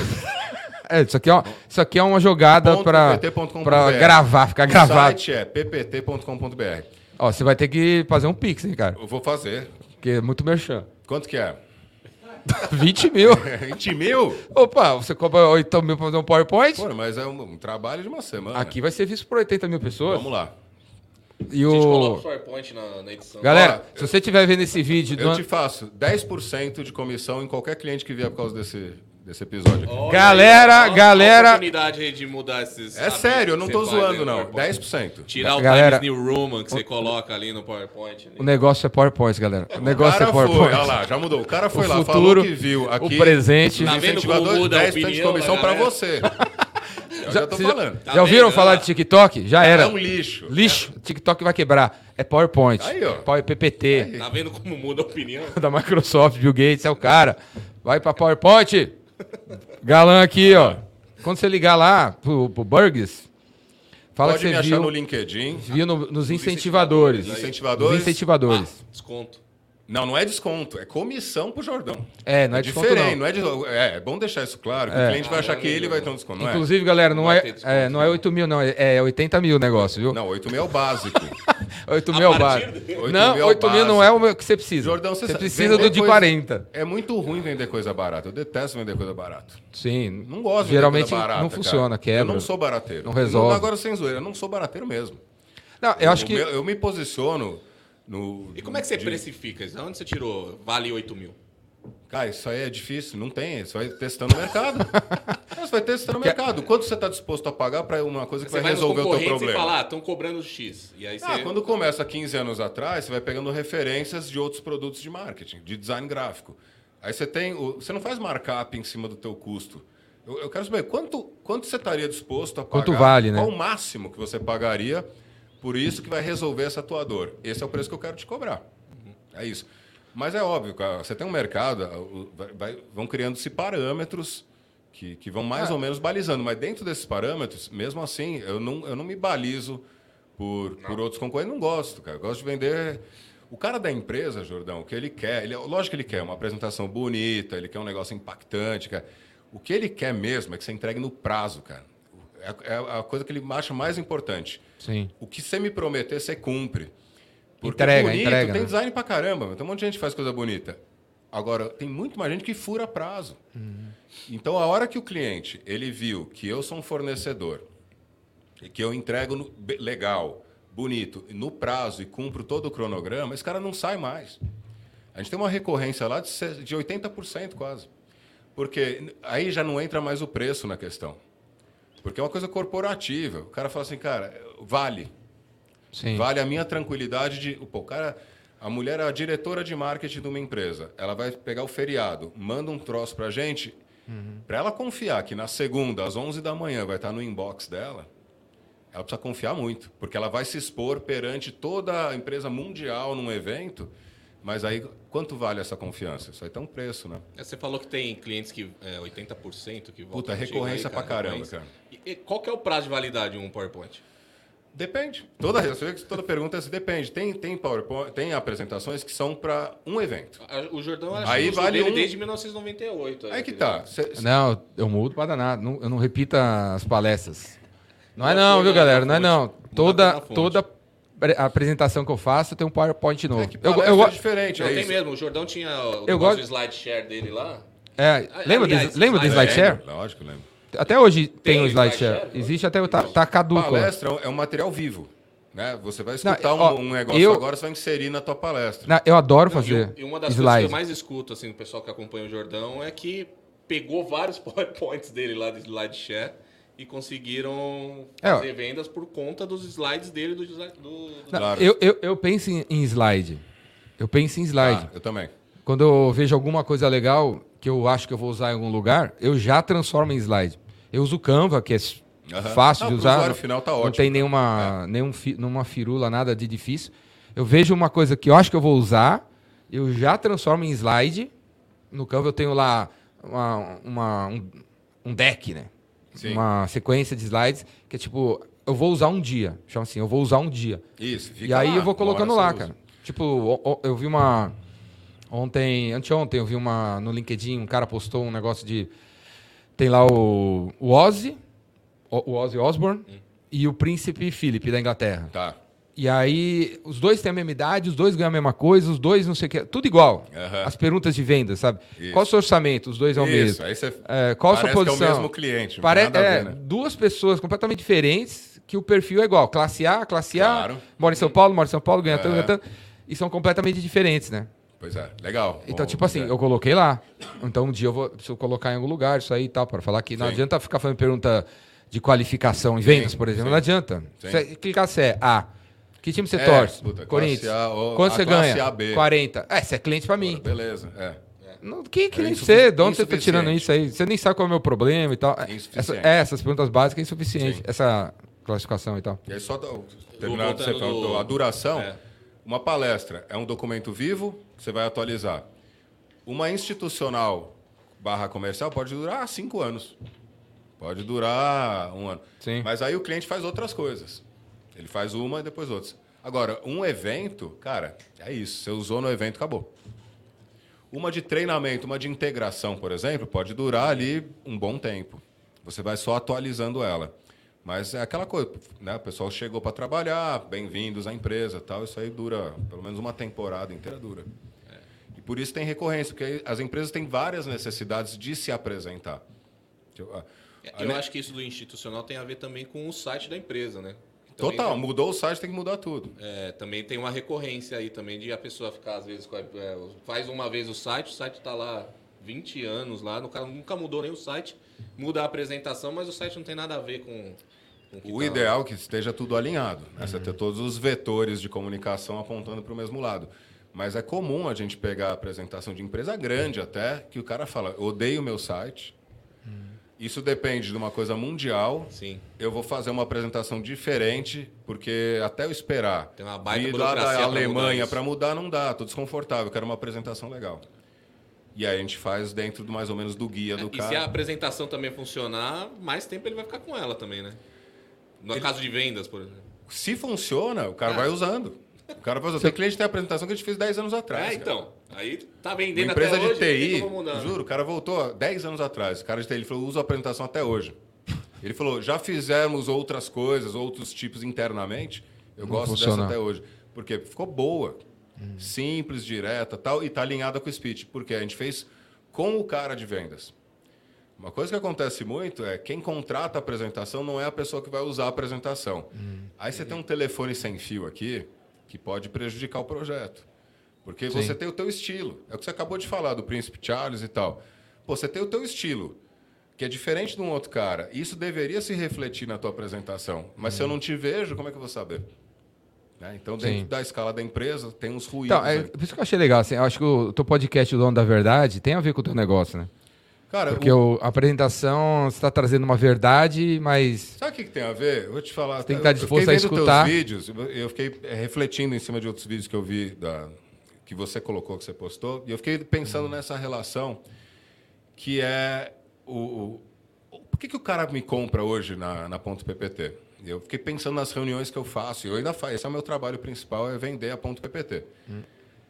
É, isso aqui é, uma- isso aqui é uma jogada Ponto pra, pp ponto com pra ponto br. gravar, ficar O gravado. site é p p t ponto com ponto b r. Ó, você vai ter que fazer um pix, hein, cara? Eu vou fazer. Porque é muito merchan. Quanto que é? vinte mil. vinte mil? Opa, você cobra oito mil pra fazer um PowerPoint? Pô, mas é um, um trabalho de uma semana. Aqui vai ser visto por oitenta mil pessoas. Vamos lá. E A gente coloca o o... PowerPoint na, na edição. Galera, Ó, se você estiver vendo esse vídeo... do Eu ano- te faço dez por cento de comissão em qualquer cliente que vier por causa desse, desse episódio aqui. Olha Galera, aí, ó, galera- a oportunidade aí de mudar esses... É sério, eu não que tô você faz aí zoando, no não. PowerPoint. dez por cento. Tirar o Galera- Times New Roman que você coloca ali no PowerPoint. ali. O negócio é PowerPoint, galera. O O negócio cara é foi, PowerPoint. olha lá, já mudou. O cara foi O lá, futuro, falou que viu aqui. o presente. Tá Os vendo como incentivadores, muda a dez por cento de opinião comissão da pra galera? você. Eu Já, já tô você falando. já, Tá já ouviram vendo? falar Olha de lá. TikTok? Já era. É um lixo. Lixo. TikTok vai quebrar. É PowerPoint. Aí, ó. Power- P P T. Tá vendo como muda a opinião? Da Microsoft, Bill Gates, é o cara. Vai pra PowerPoint. Galã aqui, ó. Quando você ligar lá pro, pro Burgers, fala Pode que me você achar viu, no LinkedIn. viu no- nos incentivadores. Incentivadores. Os incentivadores. Desconto. Não, não é desconto. É comissão pro Jordão. É, não é desconto, diferente. não. Não é, de- é, é bom deixar isso claro, que É. o cliente vai achar que ele vai ter um desconto. Não é? Inclusive, galera, não Não vai é, ter desconto, é, não é oito mil, não. É, é oitenta mil o negócio, viu? Não, oito mil é o básico. oito mil é o partir básico. de- oito Não, mil é o oito mil não básico. é o meu que você precisa. Jordão, você você sabe, precisa vender do de coisa- quarenta. É muito ruim vender coisa barata. Eu detesto vender coisa barata. Sim. Não gosto de Geralmente vender coisa barata, não cara. funciona, quebra. Eu não sou barateiro. Não resolve. Não, agora sem zoeira, eu não sou barateiro mesmo. Não, eu acho O que... meu- eu me posiciono no... E como é que você de- precifica? De onde você tirou? Vale oito mil. Cara, isso aí é difícil, não tem. Você vai testando o mercado. É, você vai testando o mercado. Quanto você está disposto a pagar para uma coisa que Você vai vai nos resolver o teu concorrentes e problema? fala, ah, estão cobrando X. E aí você... Ah, quando começa quinze anos atrás, você vai pegando referências de outros produtos de marketing, de design gráfico. Aí você tem, o- você não faz markup em cima do teu custo. Eu, eu quero saber quanto, quanto você estaria disposto a pagar? Quanto vale, né? Qual o máximo que você pagaria por isso que vai resolver essa tua dor? Esse é o preço que eu quero te cobrar. É isso. Mas é óbvio, cara, você tem um mercado, o- vai- vai- vão criando-se parâmetros que, que vão mais Ah. ou menos balizando. Mas dentro desses parâmetros, mesmo assim, eu não, eu não me balizo por, por outros concorrentes. Não gosto, cara. Eu gosto de vender... O cara da empresa, Jordão, o que ele quer... Ele, lógico que ele quer uma apresentação bonita, ele quer um negócio impactante, cara. O que ele quer mesmo é que você entregue no prazo, cara. É, é a coisa que ele acha mais importante. Sim. O que você me prometer, você cumpre. Porque Entrega, bonito, entrega, tem né? design pra caramba. Tem um monte de gente que faz coisa bonita. Agora, tem muito mais gente que fura prazo. Uhum. Então, a hora que o cliente ele viu que eu sou um fornecedor e que eu entrego no, legal, bonito, no prazo e cumpro todo o cronograma, esse cara não sai mais. A gente tem uma recorrência lá de, de oitenta por cento quase. Porque aí já não entra mais o preço na questão. Porque é uma coisa corporativa. O cara fala assim, cara, vale. Sim. Vale a minha tranquilidade de... Pô, o cara, a mulher é a diretora de marketing de uma empresa. Ela vai pegar o feriado, manda um troço pra gente, uhum. Para ela confiar que na segunda, às onze da manhã, vai estar no inbox dela, ela precisa confiar muito. Porque ela vai se expor perante toda a empresa mundial num evento. Mas aí, quanto vale essa confiança? Isso aí tem um preço, né? Você falou que tem clientes que é oitenta por cento que voltam. Puta, recorrência aí, cara, pra caramba, recorrência. Cara. E, e qual que é o prazo de validade de um PowerPoint? Depende. Toda, toda pergunta é se depende. Tem, tem PowerPoint, tem apresentações que são para um evento. O Jordão acho aí que vale dele um... desde mil novecentos e noventa e oito. Aí, aí que tá. Cê, cê... Não, eu mudo para danar. Não, eu não repito as palestras. Não é não, viu, galera? Não é não. Toda, toda a apresentação que eu faço tem um PowerPoint novo. É que eu, eu, é diferente. Não, é tem isso. mesmo. O Jordão tinha o eu gosto... slide share dele lá. É, lembra, Aliás, do, lembra do slide share? Lembro, lógico, lembro. Até hoje tem, tem o slide share. share. Existe até o tá, tá caduco. Palestra é um material vivo. Né? Você vai escutar não, ó, um, um negócio eu, agora, você vai inserir na tua palestra. Não, eu adoro fazer não, E uma das slide. coisas que eu mais escuto, assim, do pessoal que acompanha o Jordão, é que pegou vários PowerPoints dele lá de SlideShare e conseguiram fazer é, vendas por conta dos slides dele. Do, do, do... Não, claro. eu, eu, eu penso em, em slide. Eu penso em slide. Ah, eu também. Quando eu vejo alguma coisa legal que eu acho que eu vou usar em algum lugar, eu já transformo em slide. Eu uso o Canva, que é... Uhum. Fácil não, de usar, não, final tá não ótimo, tem nenhuma, é. nenhum fi, nenhuma firula, nada de difícil. Eu vejo uma coisa que eu acho que eu vou usar, eu já transformo em slide. No Canva eu tenho lá uma, uma, um, um deck, né? Sim. Uma sequência de slides que é tipo, eu vou usar um dia. Chama assim, eu vou usar um dia. Isso, fica E aí lá, eu vou colocando lá, cara. Tipo, eu vi uma... Ontem, anteontem, eu vi uma no LinkedIn, um cara postou um negócio de... Tem lá o, o Ozzy, o Ozzy Osbourne hum. e o Príncipe Philip da Inglaterra. Tá. E aí, os dois têm a mesma idade, os dois ganham a mesma coisa, os dois não sei o que, tudo igual. Uhum. As perguntas de venda, sabe? Isso. Qual o seu orçamento? Os dois é o Isso. mesmo. Aí você é, qual a sua posição? Que é o mesmo cliente. Não Pare... tem nada a ver, é, né? Duas pessoas completamente diferentes que o perfil é igual. Classe A, classe claro. A, mora em São Paulo, mora em São Paulo, ganha uhum. tanto, ganha tanto. E são completamente diferentes, né? Pois é, legal. Então, Bom, tipo assim, é. eu coloquei lá. Então, um dia eu vou preciso colocar em algum lugar isso aí e tal, para falar que não Sim. adianta ficar fazendo pergunta de qualificação em vendas, sim, por exemplo. Sim. Não adianta. Você clicar se é A. Que time você é, torce? Puta, Corinthians. A, ou, Quanto você ganha? A, B. quarenta. É, você é cliente pra mim. Porra, beleza, é. Não, que cliente é você? De onde você tá tirando isso aí? Você nem sabe qual é o meu problema e tal. Essa, é, essas perguntas básicas é insuficiente. Sim. Essa classificação e tal. E aí só terminando você falando, do... a duração, é. Uma palestra é um documento vivo que você vai atualizar. Uma institucional barra comercial pode durar cinco anos. Pode durar um ano. Sim. Mas aí o cliente faz outras coisas. Ele faz uma e depois outras. Agora, um evento, cara, é isso. Você usou no evento, acabou. Uma de treinamento, uma de integração, por exemplo, pode durar ali um bom tempo. Você vai só atualizando ela. Mas é aquela coisa, né? O pessoal chegou para trabalhar, bem-vindos à empresa, tal. Isso aí dura, pelo menos uma temporada inteira dura. É. E por isso tem recorrência, porque as empresas têm várias necessidades de se apresentar. Eu, eu acho que isso do institucional tem a ver também com o site da empresa, né? Total, tem, mudou o site, tem que mudar tudo. É, também tem uma recorrência aí também de a pessoa ficar, às vezes, é, faz uma vez o site, o site está lá vinte anos lá, no cara nunca mudou nem o site, muda a apresentação, mas o site não tem nada a ver com... com o que o tá ideal lá. é que esteja tudo alinhado, né? Uhum. Você ter todos os vetores de comunicação apontando para o mesmo lado. Mas é comum a gente pegar a apresentação de empresa grande até, que o cara fala, odeio o meu site. Isso depende de uma coisa mundial. Sim. Eu vou fazer uma apresentação diferente, porque até eu esperar tem uma baita vir lá da Alemanha para mudar, mudar, não dá. Estou desconfortável, eu quero uma apresentação legal. E aí a gente faz dentro do mais ou menos do guia do e cara. E se a apresentação também funcionar, mais tempo ele vai ficar com ela também, né? No ele... caso de vendas, por exemplo. Se funciona, o cara vai usando. O cara vai usando. Tem cliente que tem apresentação que a gente fez dez anos atrás. É, cara. então. Aí tá Uma vendendo empresa até de hoje, T não tem I, como mudar. juro, o cara voltou dez anos atrás. O cara de T I ele falou, usa a apresentação até hoje. Ele falou, já fizemos outras coisas, outros tipos internamente. Eu Não gosto funciona. dessa até hoje. Porque ficou boa. Hum. Simples, direta tal. E tá alinhada com o speech. Porque a gente fez com o cara de vendas. Uma coisa que acontece muito é quem contrata a apresentação não é a pessoa que vai usar a apresentação. Hum. Aí você tem um telefone sem fio aqui que pode prejudicar o projeto. Porque Sim. você tem o teu estilo. É o que você acabou de falar do Príncipe Charles e tal. Pô, você tem o teu estilo, que é diferente de um outro cara. Isso deveria se refletir na tua apresentação. Mas hum. se eu não te vejo, como é que eu vou saber? Né? Então, dentro Sim. da escala da empresa, tem uns ruídos. Então, é, aí. por isso que eu achei legal. Assim, eu acho que o teu podcast, o Dono da Verdade, tem a ver com o teu negócio, né? Cara, Porque o... o, a apresentação, você está trazendo uma verdade, mas... Sabe o que, que tem a ver? Eu vou te falar. Você tem que estar disposto eu a fiquei vendo escutar. teus vídeos, eu fiquei refletindo em cima de outros vídeos que eu vi, da, que você colocou, que você postou, e eu fiquei pensando Hum. nessa relação que é o... o por que, que o cara me compra hoje na, na Ponto P P T? Eu fiquei pensando nas reuniões que eu faço, e eu ainda faço. Esse é o meu trabalho principal, é vender a Ponto P P T. Hum.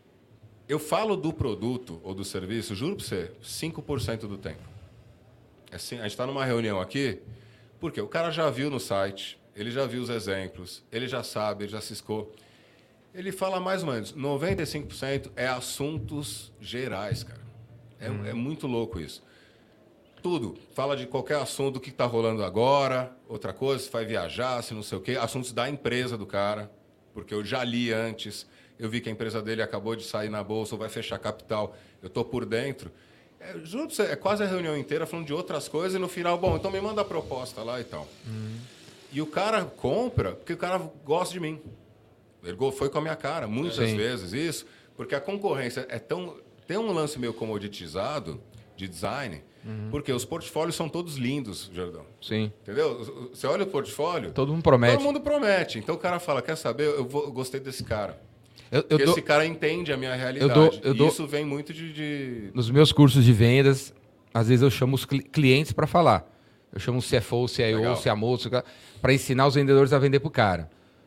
Eu falo do produto ou do serviço, juro para você, cinco por cento do tempo. Assim, a gente está numa reunião aqui, porque o cara já viu no site, ele já viu os exemplos, ele já sabe, ele já ciscou. Ele fala mais ou menos, noventa e cinco por cento é assuntos gerais, cara. É, hum. é muito louco isso. Tudo. Fala de qualquer assunto, o que está rolando agora, outra coisa, se vai viajar, se não sei o quê. Assuntos da empresa do cara, porque eu já li antes, eu vi que a empresa dele acabou de sair na bolsa, ou vai fechar capital, eu estou por dentro. É, juro pra você, é quase a reunião inteira falando de outras coisas e no final, bom, então me manda a proposta lá e tal. Uhum. E o cara compra porque o cara gosta de mim. Ele foi com a minha cara, muitas Sim. vezes isso, porque a concorrência é tão... Tem um lance meio comoditizado de design, uhum. porque os portfólios são todos lindos, Jordão. Sim. Entendeu? Você olha o portfólio... Todo mundo promete. Todo mundo promete. Então o cara fala, quer saber, eu, vou, eu gostei desse cara. Eu, eu dou, esse cara entende a minha realidade. Eu dou, eu e dou, isso vem muito de, de... Nos meus cursos de vendas, às vezes eu chamo os clientes para falar. Eu chamo o C F O, o C I O, Legal. o C M O, para ensinar os vendedores a vender para o cara.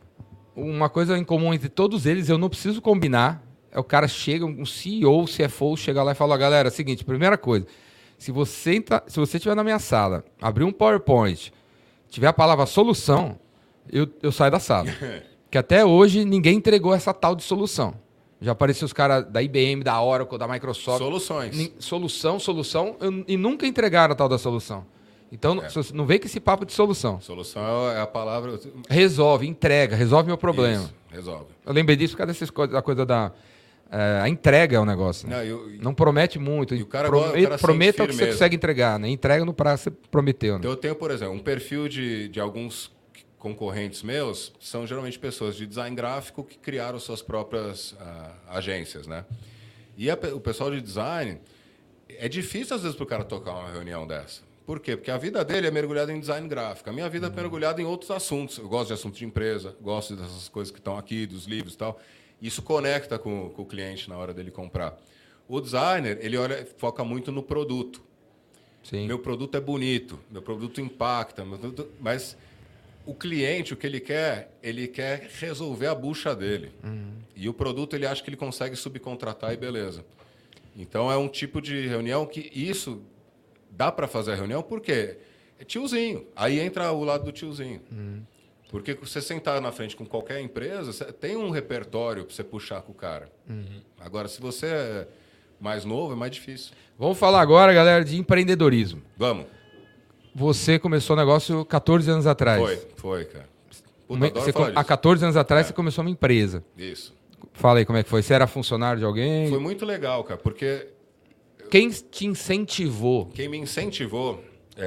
Uma coisa em comum entre todos eles, eu não preciso combinar. É o cara chega, um C E O, C F O, chega lá e fala, galera, é o seguinte, primeira coisa, se você tá, se você estiver na minha sala, abrir um PowerPoint, tiver a palavra solução, eu, eu saio da sala. Que até hoje ninguém entregou essa tal de solução. Já apareceu os caras da I B M, da Oracle, da Microsoft. Soluções. Ni, solução, solução, eu, e nunca entregaram a tal da solução. Então, é. não vem com esse papo de solução. Solução é a palavra... Resolve, entrega, resolve meu problema. Isso, resolve. Eu lembrei disso por causa dessas coisas, da coisa da... É, a entrega é o negócio. Né? Não, eu, não promete muito. E o cara, Prome, o cara prometa o que você consegue entregar. Né? Entrega no prazo que você prometeu. Né? Então, eu tenho, por exemplo, um perfil de, de alguns concorrentes meus, são geralmente pessoas de design gráfico que criaram suas próprias uh, agências. Né? E a, o pessoal de design, é difícil às vezes para o cara tocar uma reunião dessa. Por quê? Porque a vida dele é mergulhada em design gráfico. A minha vida é mergulhada em outros assuntos. Eu gosto de assuntos de empresa, gosto dessas coisas que estão aqui, dos livros e tal. Isso conecta com, com o cliente na hora dele comprar. O designer, ele olha, foca muito no produto. Sim. Meu produto é bonito, meu produto impacta, meu produto, mas o cliente, o que ele quer, ele quer resolver a bucha dele. Uhum. E o produto, ele acha que ele consegue subcontratar e beleza. Então, é um tipo de reunião que isso dá para fazer a reunião porque é tiozinho. Aí entra o lado do tiozinho. Uhum. Porque você sentar na frente com qualquer empresa, você tem um repertório para você puxar com o cara. Uhum. Agora, se você é mais novo, é mais difícil. Vamos falar agora, galera, de empreendedorismo. Vamos. Você começou o negócio catorze anos atrás. Foi, foi, cara. Puta, você, há catorze anos atrás, é. Você começou uma empresa. Isso. Fala aí como é que foi. Você era funcionário de alguém? Foi muito legal, cara, porque... Quem te incentivou? Quem me incentivou...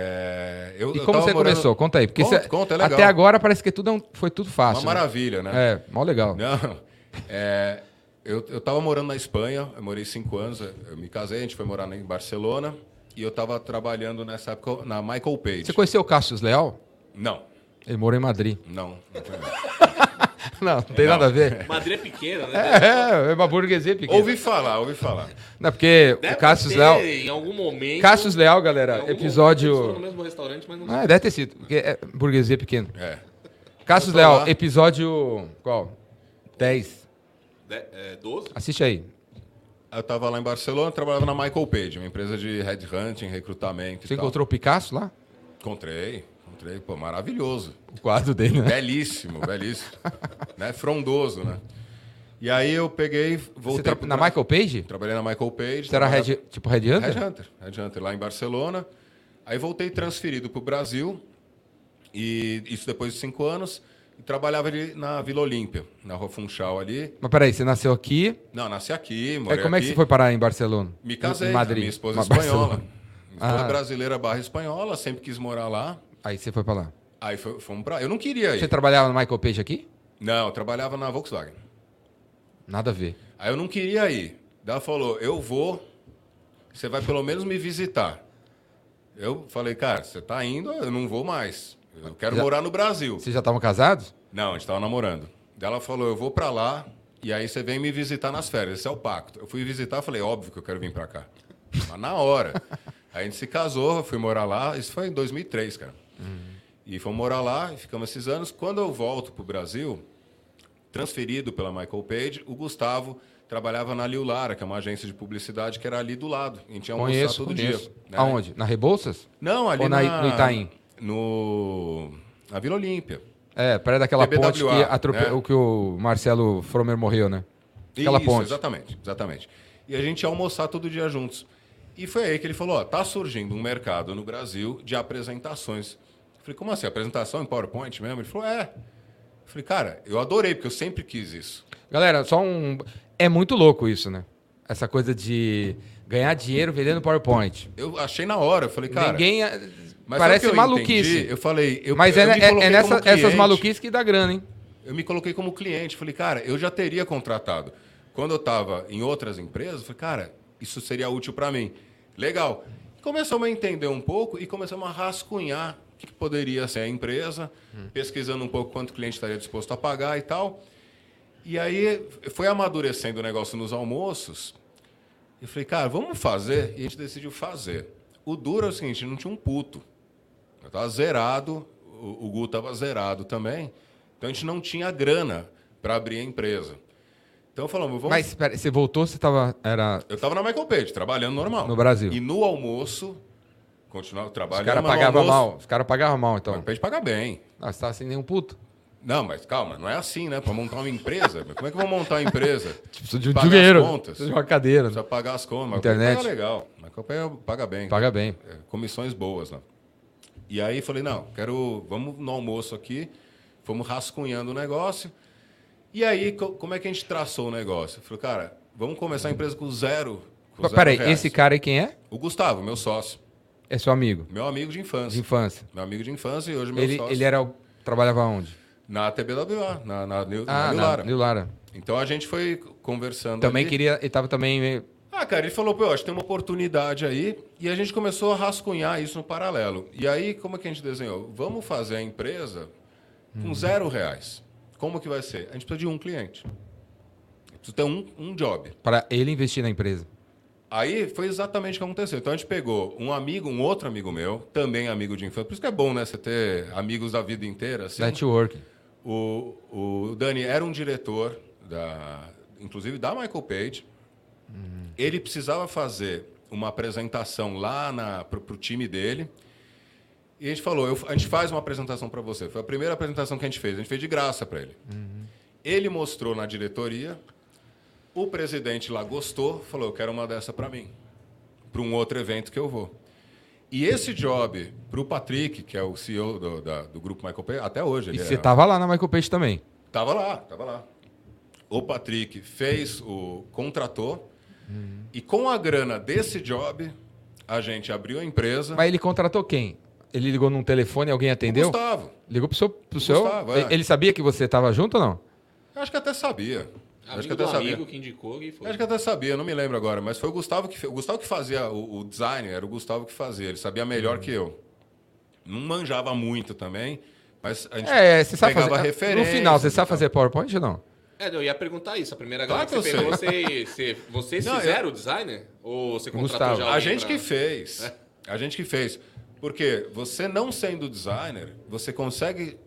É, eu, e como você morando... começou? Conta aí. Porque conta, cê, conta, é legal. Até agora parece que tudo é um, foi tudo fácil. Uma né? maravilha, né? É, mó legal. Não, é, eu estava morando na Espanha, eu morei cinco anos, eu me casei, a gente foi morar em Barcelona e eu estava trabalhando nessa época na Michael Page. Você conheceu o Cassius Leal? Não. Ele morou em Madrid. Não, não foi Não, não tem não. nada a ver. Madrid é pequena, né? É, é uma burguesia pequena. Ouvi falar, ouvi falar. Não, porque deve o Cassius ter, Leal... em algum momento... Cassius Leal, galera, episódio... Momento, no mesmo restaurante, mas não ah, deve ter sido, porque é burguesia pequena. É. Cassius Eu tô Leal, lá. episódio qual? dez. De, é, doze? Assiste aí. Eu tava lá em Barcelona, trabalhava na Michael Page, uma empresa de headhunting, recrutamento e Você tal. encontrou o Picasso lá? Encontrei, encontrei. Pô, maravilhoso. O quadro dele, né? Belíssimo, belíssimo. né? Frondoso, né? E aí eu peguei, Você voltei tra... pro Na Bra- Michael Page? Trabalhei na Michael Page. Você era trabalhava- head... tipo Red Hunter? Headhunter, Headhunter, lá em Barcelona. Aí voltei transferido para o Brasil, e isso depois de cinco anos, e trabalhava ali na Vila Olímpia, na Rua Funchal ali. Mas peraí, você nasceu aqui. Não, nasci aqui, Aí morei como é aqui. que você foi parar em Barcelona? Me casei, Em com a Madrid. minha esposa Ma- espanhola. Barcelona. Minha esposa Ah. brasileira barra espanhola, sempre quis morar lá. Aí você foi pra lá. Aí foi- fomos pra... Eu não queria ir. Você trabalhava no Michael Page aqui? Não, eu trabalhava na Volkswagen. Nada a ver. Aí eu não queria ir. Daí ela falou, eu vou, você vai pelo menos me visitar. Eu falei, cara, você tá indo, eu não vou mais. Eu quero Já- morar no Brasil. Vocês já estavam casados? Não, a gente tava namorando. Daí ela falou, eu vou pra lá e aí você vem me visitar nas férias. Esse é o pacto. Eu fui visitar, falei, óbvio que eu quero vir pra cá. Mas na hora. Aí a gente se casou, eu fui morar lá. Isso foi em dois mil e três, cara. E fomos morar lá e ficamos esses anos. Quando eu volto pro Brasil, transferido pela Michael Page, o Gustavo trabalhava na Liu Lara, que é uma agência de publicidade que era ali do lado. A gente ia almoçar Conheço, todo conheço. dia. né? Aonde? Na Rebouças? Não, ali Ou na- na, no Itaim? No, na Vila Olímpia. É, perto daquela B B ponte W A, que, atrope... né? o que o Marcelo Fromer morreu, né? Aquela Isso, ponte. exatamente, exatamente. E a gente ia almoçar todo dia juntos. E foi aí que ele falou, ó, tá surgindo um mercado no Brasil de apresentações. Eu falei, como assim? Apresentação em PowerPoint mesmo? Ele falou, é. Eu falei, cara, eu adorei, porque eu sempre quis isso. Galera, só um... É muito louco isso, né? Essa coisa de ganhar dinheiro vendendo PowerPoint. Eu achei na hora, eu falei, cara... Ninguém... mas Parece sabe o que eu maluquice. entendi? Eu falei... Eu, Mas eu é, me é, coloquei é nessa, como essas cliente. maluquices que dá grana, hein? Eu me coloquei como cliente. Falei, cara, eu já teria contratado. Quando eu estava em outras empresas, falei, cara, isso seria útil para mim. Legal. Começamos a entender um pouco e começamos a rascunhar o que poderia ser a empresa, hum. pesquisando um pouco quanto o cliente estaria disposto a pagar e tal. E aí foi amadurecendo o negócio nos almoços. Eu falei, cara, vamos fazer? E a gente decidiu fazer. O duro é o seguinte, não tinha um puto. Eu estava zerado, o, o Gu estava zerado também. Então a gente não tinha grana para abrir a empresa. Então falamos, vamos... Mas pera, você voltou, você tava... Era... Eu estava na Michael Page, trabalhando normal. No Brasil. E no almoço, continuava Os trabalhando. caras mas no pagavam almoço, mal. Os caras pagavam mal, então. A Michael Page paga bem. Ah, você tava sem nenhum puto. Não, mas calma, não é assim, né? Para montar uma empresa. Como é que eu vou montar uma empresa? Precisa de um Pagar dinheiro. as contas. Precisa de uma cadeira. Precisa pagar as contas. Mas Internet. paga legal. Michael Page paga bem. Paga bem. É, comissões boas, né? E aí falei, não, quero... Vamos no almoço aqui. Fomos rascunhando o negócio. E aí, co- como é que a gente traçou o negócio? Eu falei, cara, vamos começar a empresa com zero. Com Mas zero peraí, reais. esse cara aí quem é? O Gustavo, meu sócio. É seu amigo. Meu amigo de infância. De infância. Meu amigo de infância e hoje meu Ele, sócio. ele era o... Trabalhava onde? Na T B W A, na, na, New- Ah, na New na Lara. New Lara. Então a gente foi conversando Também ali. queria... Ele tava também... meio- Ah, cara, ele falou, pô, eu acho que tem uma oportunidade aí. E a gente começou a rascunhar isso no paralelo. E aí, como é que a gente desenhou? Vamos fazer a empresa com zero reais. Como que vai ser? A gente precisa de um cliente. Precisa ter um, um job. Para ele investir na empresa. Aí foi exatamente o que aconteceu. Então a gente pegou um amigo, um outro amigo meu, também amigo de infância. Por isso que é bom, né? Você ter amigos da vida inteira. Assim. Networking. O, o Dani era um diretor, da, inclusive da Michael Page. Uhum. Ele precisava fazer uma apresentação lá para o time dele. E a gente falou, eu, a gente faz uma apresentação para você. Foi a primeira apresentação que a gente fez. A gente fez de graça para ele. Uhum. Ele mostrou na diretoria. O presidente lá gostou, falou, eu quero uma dessa para mim. Para um outro evento que eu vou. E esse job, para o Patrick, que é o C E O do, da, do grupo Michael Page, até hoje. E ele você é, tava lá na Michael Page também. Tava lá, tava lá. O Patrick fez o... contratou. Uhum. E com a grana desse job, a gente abriu a empresa. Mas ele contratou quem? Ele ligou num telefone e alguém atendeu? O Gustavo. Ligou pro seu... Pro O seu... Gustavo, é. Ele sabia que você tava junto ou não? Eu acho que até sabia. Amigo acho que do até sabia. amigo que indicou e foi. Acho que até sabia, não me lembro agora. Mas foi o Gustavo que, fe... o Gustavo que fazia o, o design, era o Gustavo que fazia. Ele sabia melhor uhum. que eu. Não manjava muito também, mas a gente é, você sabe pegava fazer... referência. No final, você sabe fazer PowerPoint ou não? É, eu ia perguntar isso. A primeira Claro galera que, que você eu pegou, você, você, vocês Não, fizeram eu- o designer? Ou você contratou Gustavo. já A alguém gente pra- que fez. É. A gente que fez. Porque você não sendo designer, você consegue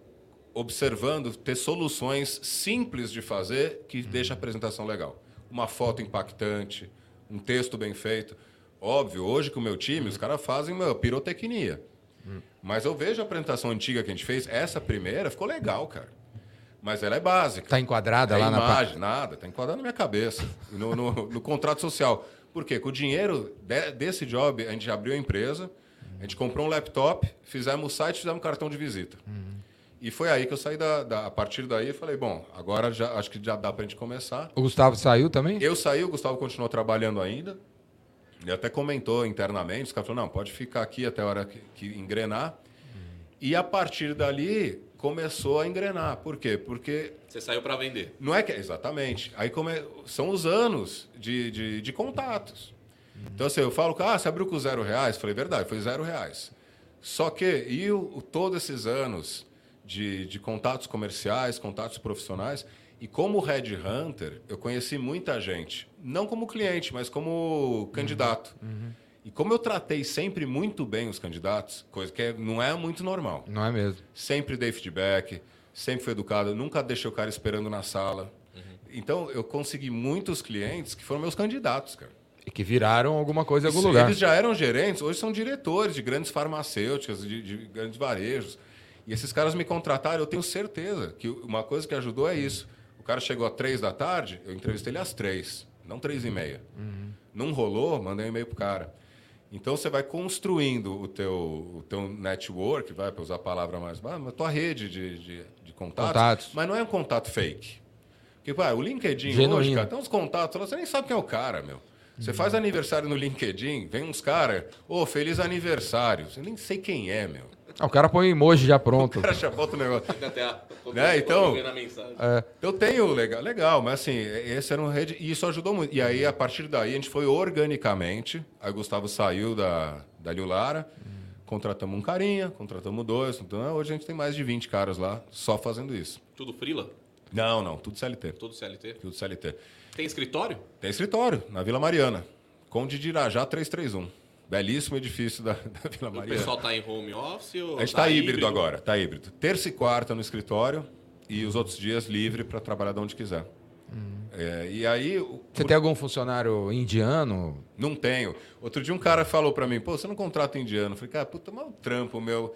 observando ter soluções simples de fazer que Uhum. deixa a apresentação legal. Uma foto impactante, um texto bem feito. Óbvio, hoje com o meu time, os caras fazem meu, pirotecnia. Mas eu vejo a apresentação antiga que a gente fez, essa primeira ficou legal, cara. Mas ela é básica. Tá enquadrada é lá na imagem, nada, tá enquadrado na minha cabeça, no, no, no contrato social. Por quê? Com o dinheiro de, desse job, a gente abriu a empresa, a gente comprou um laptop, fizemos o site, fizemos um cartão de visita. Uhum. E foi aí que eu saí da, da... A partir daí, eu falei, bom, agora já, acho que já dá pra gente começar. O Gustavo saiu também? Eu saí, o Gustavo continuou trabalhando ainda. Ele até comentou internamente, os caras falaram, não, pode ficar aqui até a hora que, que engrenar. Uhum. E a partir dali, começou a engrenar. Por quê? Porque... Você saiu para vender. Não é que... Exatamente. Aí come... são os anos de, de, de contatos. Uhum. Então, assim, eu falo, ah, você abriu com zero reais? Falei, verdade, foi zero reais. Só que, e o, o, todos esses anos de, de contatos comerciais, contatos profissionais... E como headhunter, eu conheci muita gente. Não como cliente, mas como candidato. Uhum. Uhum. E como eu tratei sempre muito bem os candidatos, coisa que não é muito normal. Não é mesmo. Sempre dei feedback, sempre fui educado, nunca deixei o cara esperando na sala. Uhum. Então, eu consegui muitos clientes que foram meus candidatos, cara. E que viraram alguma coisa em algum Isso, lugar. Eles já eram gerentes, hoje são diretores de grandes farmacêuticas, de, de grandes varejos. E esses caras me contrataram, eu tenho certeza que uma coisa que ajudou é isso. O cara chegou às três da tarde, eu entrevistei ele às três, não três e meia. Uhum. Não rolou, mandei um e-mail pro cara. Então, você vai construindo o teu, o teu network, vai para usar a palavra mais... a tua rede de, de, de contatos, contatos, mas não é um contato fake. Porque, pá, o LinkedIn genuíno. Hoje, cara, tem uns contatos, você nem sabe quem é o cara, meu. Você uhum. faz aniversário no LinkedIn, vem uns caras, ô, oh, feliz aniversário. Você nem sei quem é, meu. Ah, o cara põe emoji já pronto. O cara já bota o negócio. Até a, né? Então, é. eu tenho legal, legal, mas assim, esse era um rede e isso ajudou muito. E aí, a partir daí, a gente foi organicamente. Aí o Gustavo saiu da, da Liulara, hum. contratamos um carinha, contratamos dois. Então, hoje a gente tem mais de vinte caras lá só fazendo isso. Tudo freela? Não, não, tudo C L T. Tudo C L T? Tudo C L T. Tem escritório? Tem escritório, na Vila Mariana. Conde de Irajá trezentos e trinta e um. Belíssimo edifício da, da Vila Mariana. O pessoal está em home office ou a gente está tá híbrido, híbrido agora, está híbrido. Terça e quarta no escritório e os outros dias livre para trabalhar de onde quiser. Hum. É, e aí... Você por... tem algum funcionário indiano? Não tenho. Outro dia um cara falou para mim, pô, você não contrata indiano? Eu falei, cara, puta, mal trampo, meu.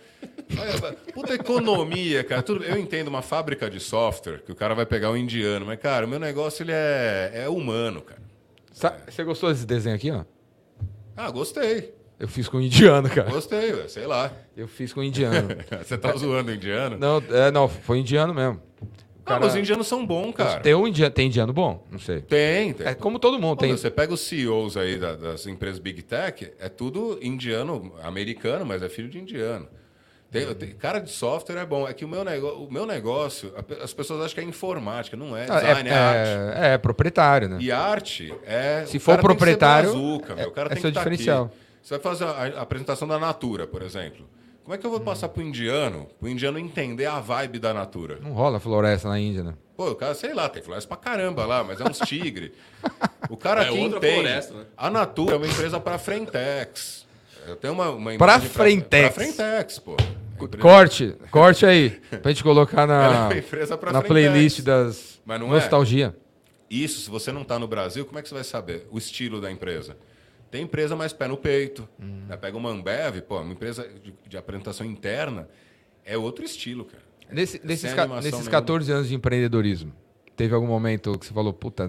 Puta economia, cara. Tudo... Eu entendo uma fábrica de software que o cara vai pegar um indiano, mas, cara, o meu negócio ele é, é humano, cara. Sa- é. Você gostou desse desenho aqui, ó? Ah, gostei. Eu fiz com indiano, cara. Gostei, sei lá. Eu fiz com indiano. Você tá zoando o indiano? Não, é, não, foi indiano mesmo. Cara... Ah, mas os indianos são bons, cara. Tem, um indiano, tem indiano bom? Não sei. Tem, tem. É como todo mundo. Pô, tem. Você pega os C E Os aí das, das empresas Big Tech, é tudo indiano, americano, mas é filho de indiano. Tem, tem, cara de software é bom. É que o meu, nego, o meu negócio, as pessoas acham que é informática, não é. Design é, é, é arte. É, é proprietário, né? E arte é... Se for proprietário, bazuca, meu. O cara é, tem é seu que diferencial. Aqui. Você vai fazer a, a apresentação da Natura, por exemplo. Como é que eu vou hum. passar pro indiano, pro indiano entender a vibe da Natura? Não rola floresta na Índia, né? Pô, o cara, sei lá, tem floresta pra caramba lá, mas é uns tigre. O cara aqui é entende. Floresta, né? A Natura é uma empresa para Frentex. Eu tenho uma, uma Pra Frentex. Pra Frentex, pô. Empresa... Corte, corte aí. Pra gente colocar na, é uma empresa pra na playlist das mas não nostalgia. É. Isso, se você não tá no Brasil, como é que você vai saber o estilo da empresa? Tem empresa mais pé no peito. Hum. Né? Pega uma Ambev, pô, uma empresa de, de apresentação interna, é outro estilo, cara. Nesse, nesses ca, nesses catorze anos de empreendedorismo, teve algum momento que você falou, puta,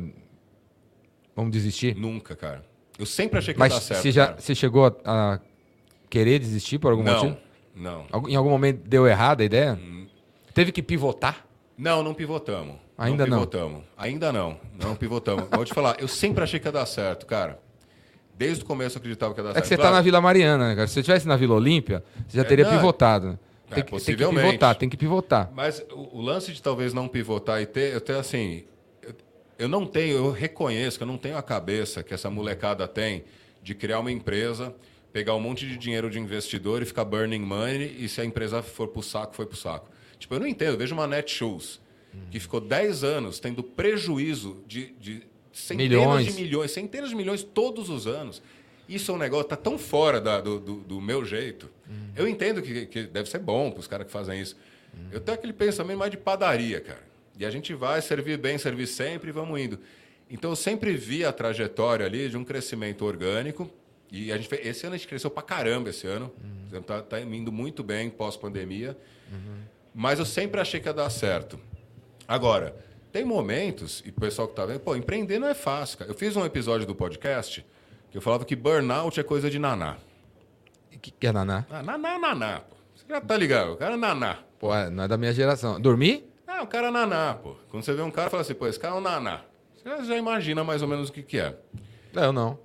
vamos desistir? Nunca, cara. Eu sempre achei que Mas ia dar certo. Você, já, você chegou a, a querer desistir por algum não, motivo? Não. Em algum momento deu errado a ideia? Hum. Teve que pivotar? Não, não pivotamos. Ainda não? Pivotamos. Não. Ainda não. Não pivotamos. Vou te falar, eu sempre achei que ia dar certo, cara. Desde o começo eu acreditava que ia dar é certo. É que você claro. tá na Vila Mariana, né, cara? Se você estivesse na Vila Olímpia, você já teria é, não, pivotado. Né? Tem, é, que, possivelmente. tem que pivotar, tem que pivotar. Mas o, o lance de talvez não pivotar e ter... Eu tenho assim... Eu, eu não tenho... Eu reconheço que eu não tenho a cabeça que essa molecada tem de criar uma empresa, pegar um monte de dinheiro de investidor e ficar burning money e se a empresa for pro saco, foi pro saco. Tipo, eu não entendo. Eu vejo uma Netshoes hum. que ficou dez anos tendo prejuízo de... de centenas milhões. de milhões, centenas de milhões todos os anos. Isso é um negócio que está tão fora da, do, do, do meu jeito. Uhum. Eu entendo que, que deve ser bom para os caras que fazem isso. Eu tenho aquele pensamento mais de padaria, cara. E a gente vai servir bem, servir sempre e vamos indo. Então, eu sempre vi a trajetória ali de um crescimento orgânico. E a gente fez, esse ano a gente cresceu pra caramba, esse ano. Uhum. Tá, tá indo muito bem pós-pandemia. Uhum. Mas eu sempre achei que ia dar certo. Agora, tem momentos, e o pessoal que tá vendo, pô, empreender não é fácil, cara. Eu fiz um episódio do podcast que eu falava que burnout é coisa de naná. O que, que é naná? Ah, naná, naná, pô. Você já tá ligado? O cara é naná. Pô, é, não é da minha geração. Dormir? Ah, o cara é naná, pô. Quando você vê um cara, fala assim, pô, esse cara é um naná. Você já imagina mais ou menos o que que é. Eu não.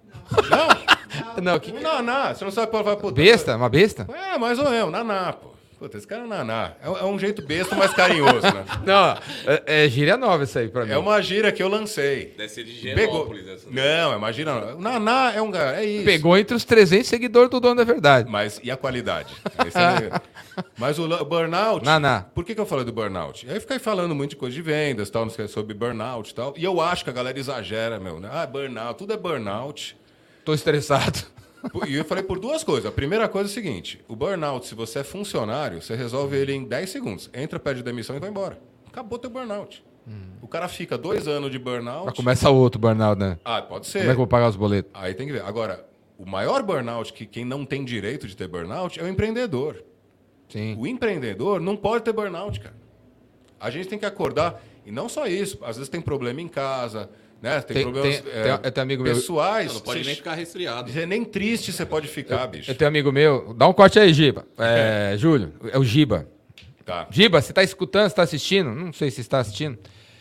Não? Não, que... Um naná. Você não sabe qual vai... Pô, Besta? Uma besta? É, mais ou menos. Naná, pô. Puta, esse cara é naná. É, é um jeito besta, mas carinhoso, né? Não, é, é gíria nova isso aí pra mim. É uma gíria que eu lancei. Deve ser de Pegou. Genópolis. Essa. Não, é uma gíria não. O naná é um cara... É isso. Pegou entre os trezentos seguidores do Dono da Verdade. Mas e a qualidade? Aí você- Mas o la- burnout... Naná. Por que, que eu falei do burnout? Aí eu fiquei falando muito de coisa de vendas, tal, não sei, sobre burnout e tal. E eu acho que a galera exagera, meu. Né? Ah, burnout. Tudo é burnout. Tô estressado. E eu falei por duas coisas. A primeira coisa é o seguinte. O burnout, se você é funcionário, você resolve ele em dez segundos. Entra, pede demissão e vai embora. Acabou teu burnout. Hum. O cara fica dois anos de burnout... Mas começa outro burnout, né? Ah, pode ser. Como é que eu vou pagar os boletos? Aí tem que ver. Agora, o maior burnout, que quem não tem direito de ter burnout, é o empreendedor. Sim. O empreendedor não pode ter burnout, cara. A gente tem que acordar. E não só isso. Às vezes tem problema em casa, né? Tem, Tem- problemas tem- é, tem- tem amigo meu- pessoais. Não, não pode Você- nem ficar resfriado. você nem triste você pode ficar, bicho. Eu tenho um amigo meu... Dá um corte aí, Giba. É, Júlio, é o Giba. Tá. Giba, você tá escutando, você tá assistindo? Não sei se está assistindo.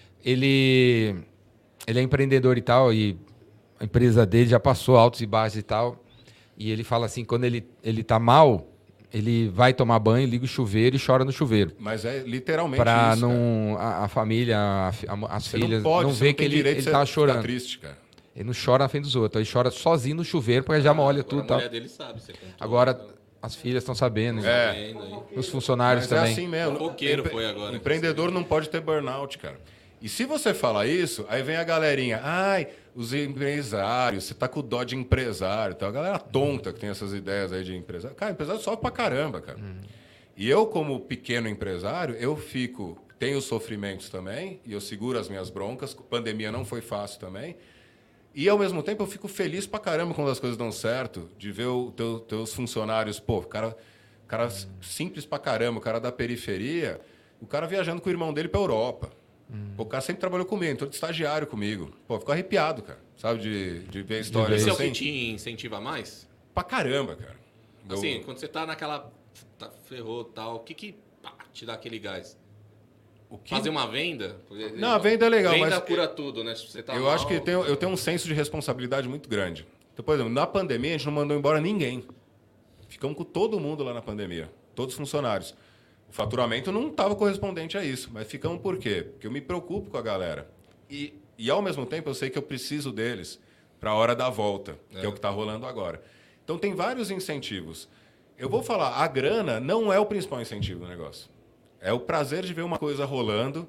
Ele, ele é empreendedor e tal, e a empresa dele já passou altos e baixos e tal. E ele fala assim, quando ele, ele tá mal, ele vai tomar banho, liga o chuveiro e chora no chuveiro. Mas é literalmente Pra isso, cara. não... A, a família, a fi- a- as Você filhas, não, pode, não você vê não que tem ele, direito ele de tá você chorando. ficar triste, cara. Ele não chora na frente dos outros. Ele chora sozinho no chuveiro, porque já molha tudo e A tal. mulher dele sabe. Você contou, Agora, né? as filhas estão sabendo. É. Vendo aí. Os funcionários Mas é também. assim mesmo. Fofoqueiro Empre- foi agora. Empreendedor não pode ter burnout, cara. E se você fala isso, aí vem a galerinha. Ai, os empresários, você tá com dó de empresário. Tá? A galera tonta que tem essas ideias aí de empresário. Cara, empresário sofre pra caramba, cara. Hum. E eu, como pequeno empresário, eu fico... Tenho sofrimentos também, e eu seguro as minhas broncas. Pandemia não foi fácil também. E, ao mesmo tempo, eu fico feliz pra caramba quando as coisas dão certo, de ver os teu, teus funcionários, pô, cara, cara simples pra caramba, o cara da periferia, o cara viajando com o irmão dele pra Europa. Pô, o cara sempre trabalhou comigo, entrou de estagiário comigo. Pô, eu fico arrepiado, cara, sabe, de, de ver histórias Esse é o assim. que te incentiva mais? Pra caramba, cara. Eu- Assim, quando você tá naquela... Tá, ferrou e tal, o que que pá, te dá aquele gás? o que... Fazer uma venda? Não, a venda é legal, Venda mas cura tudo, né? Se você tá eu mal, acho que eu tenho, eu tenho um senso de responsabilidade muito grande. Então, por exemplo, na pandemia, a gente não mandou embora ninguém. Ficamos com todo mundo lá na pandemia, todos os funcionários. O faturamento não estava correspondente a isso, mas ficamos por quê? Porque eu me preocupo com a galera. E, e ao mesmo tempo, eu sei que eu preciso deles para a hora da volta, que é, é o que está rolando agora. Então, tem vários incentivos. Eu vou falar, a grana não é o principal incentivo do negócio. É o prazer de ver uma coisa rolando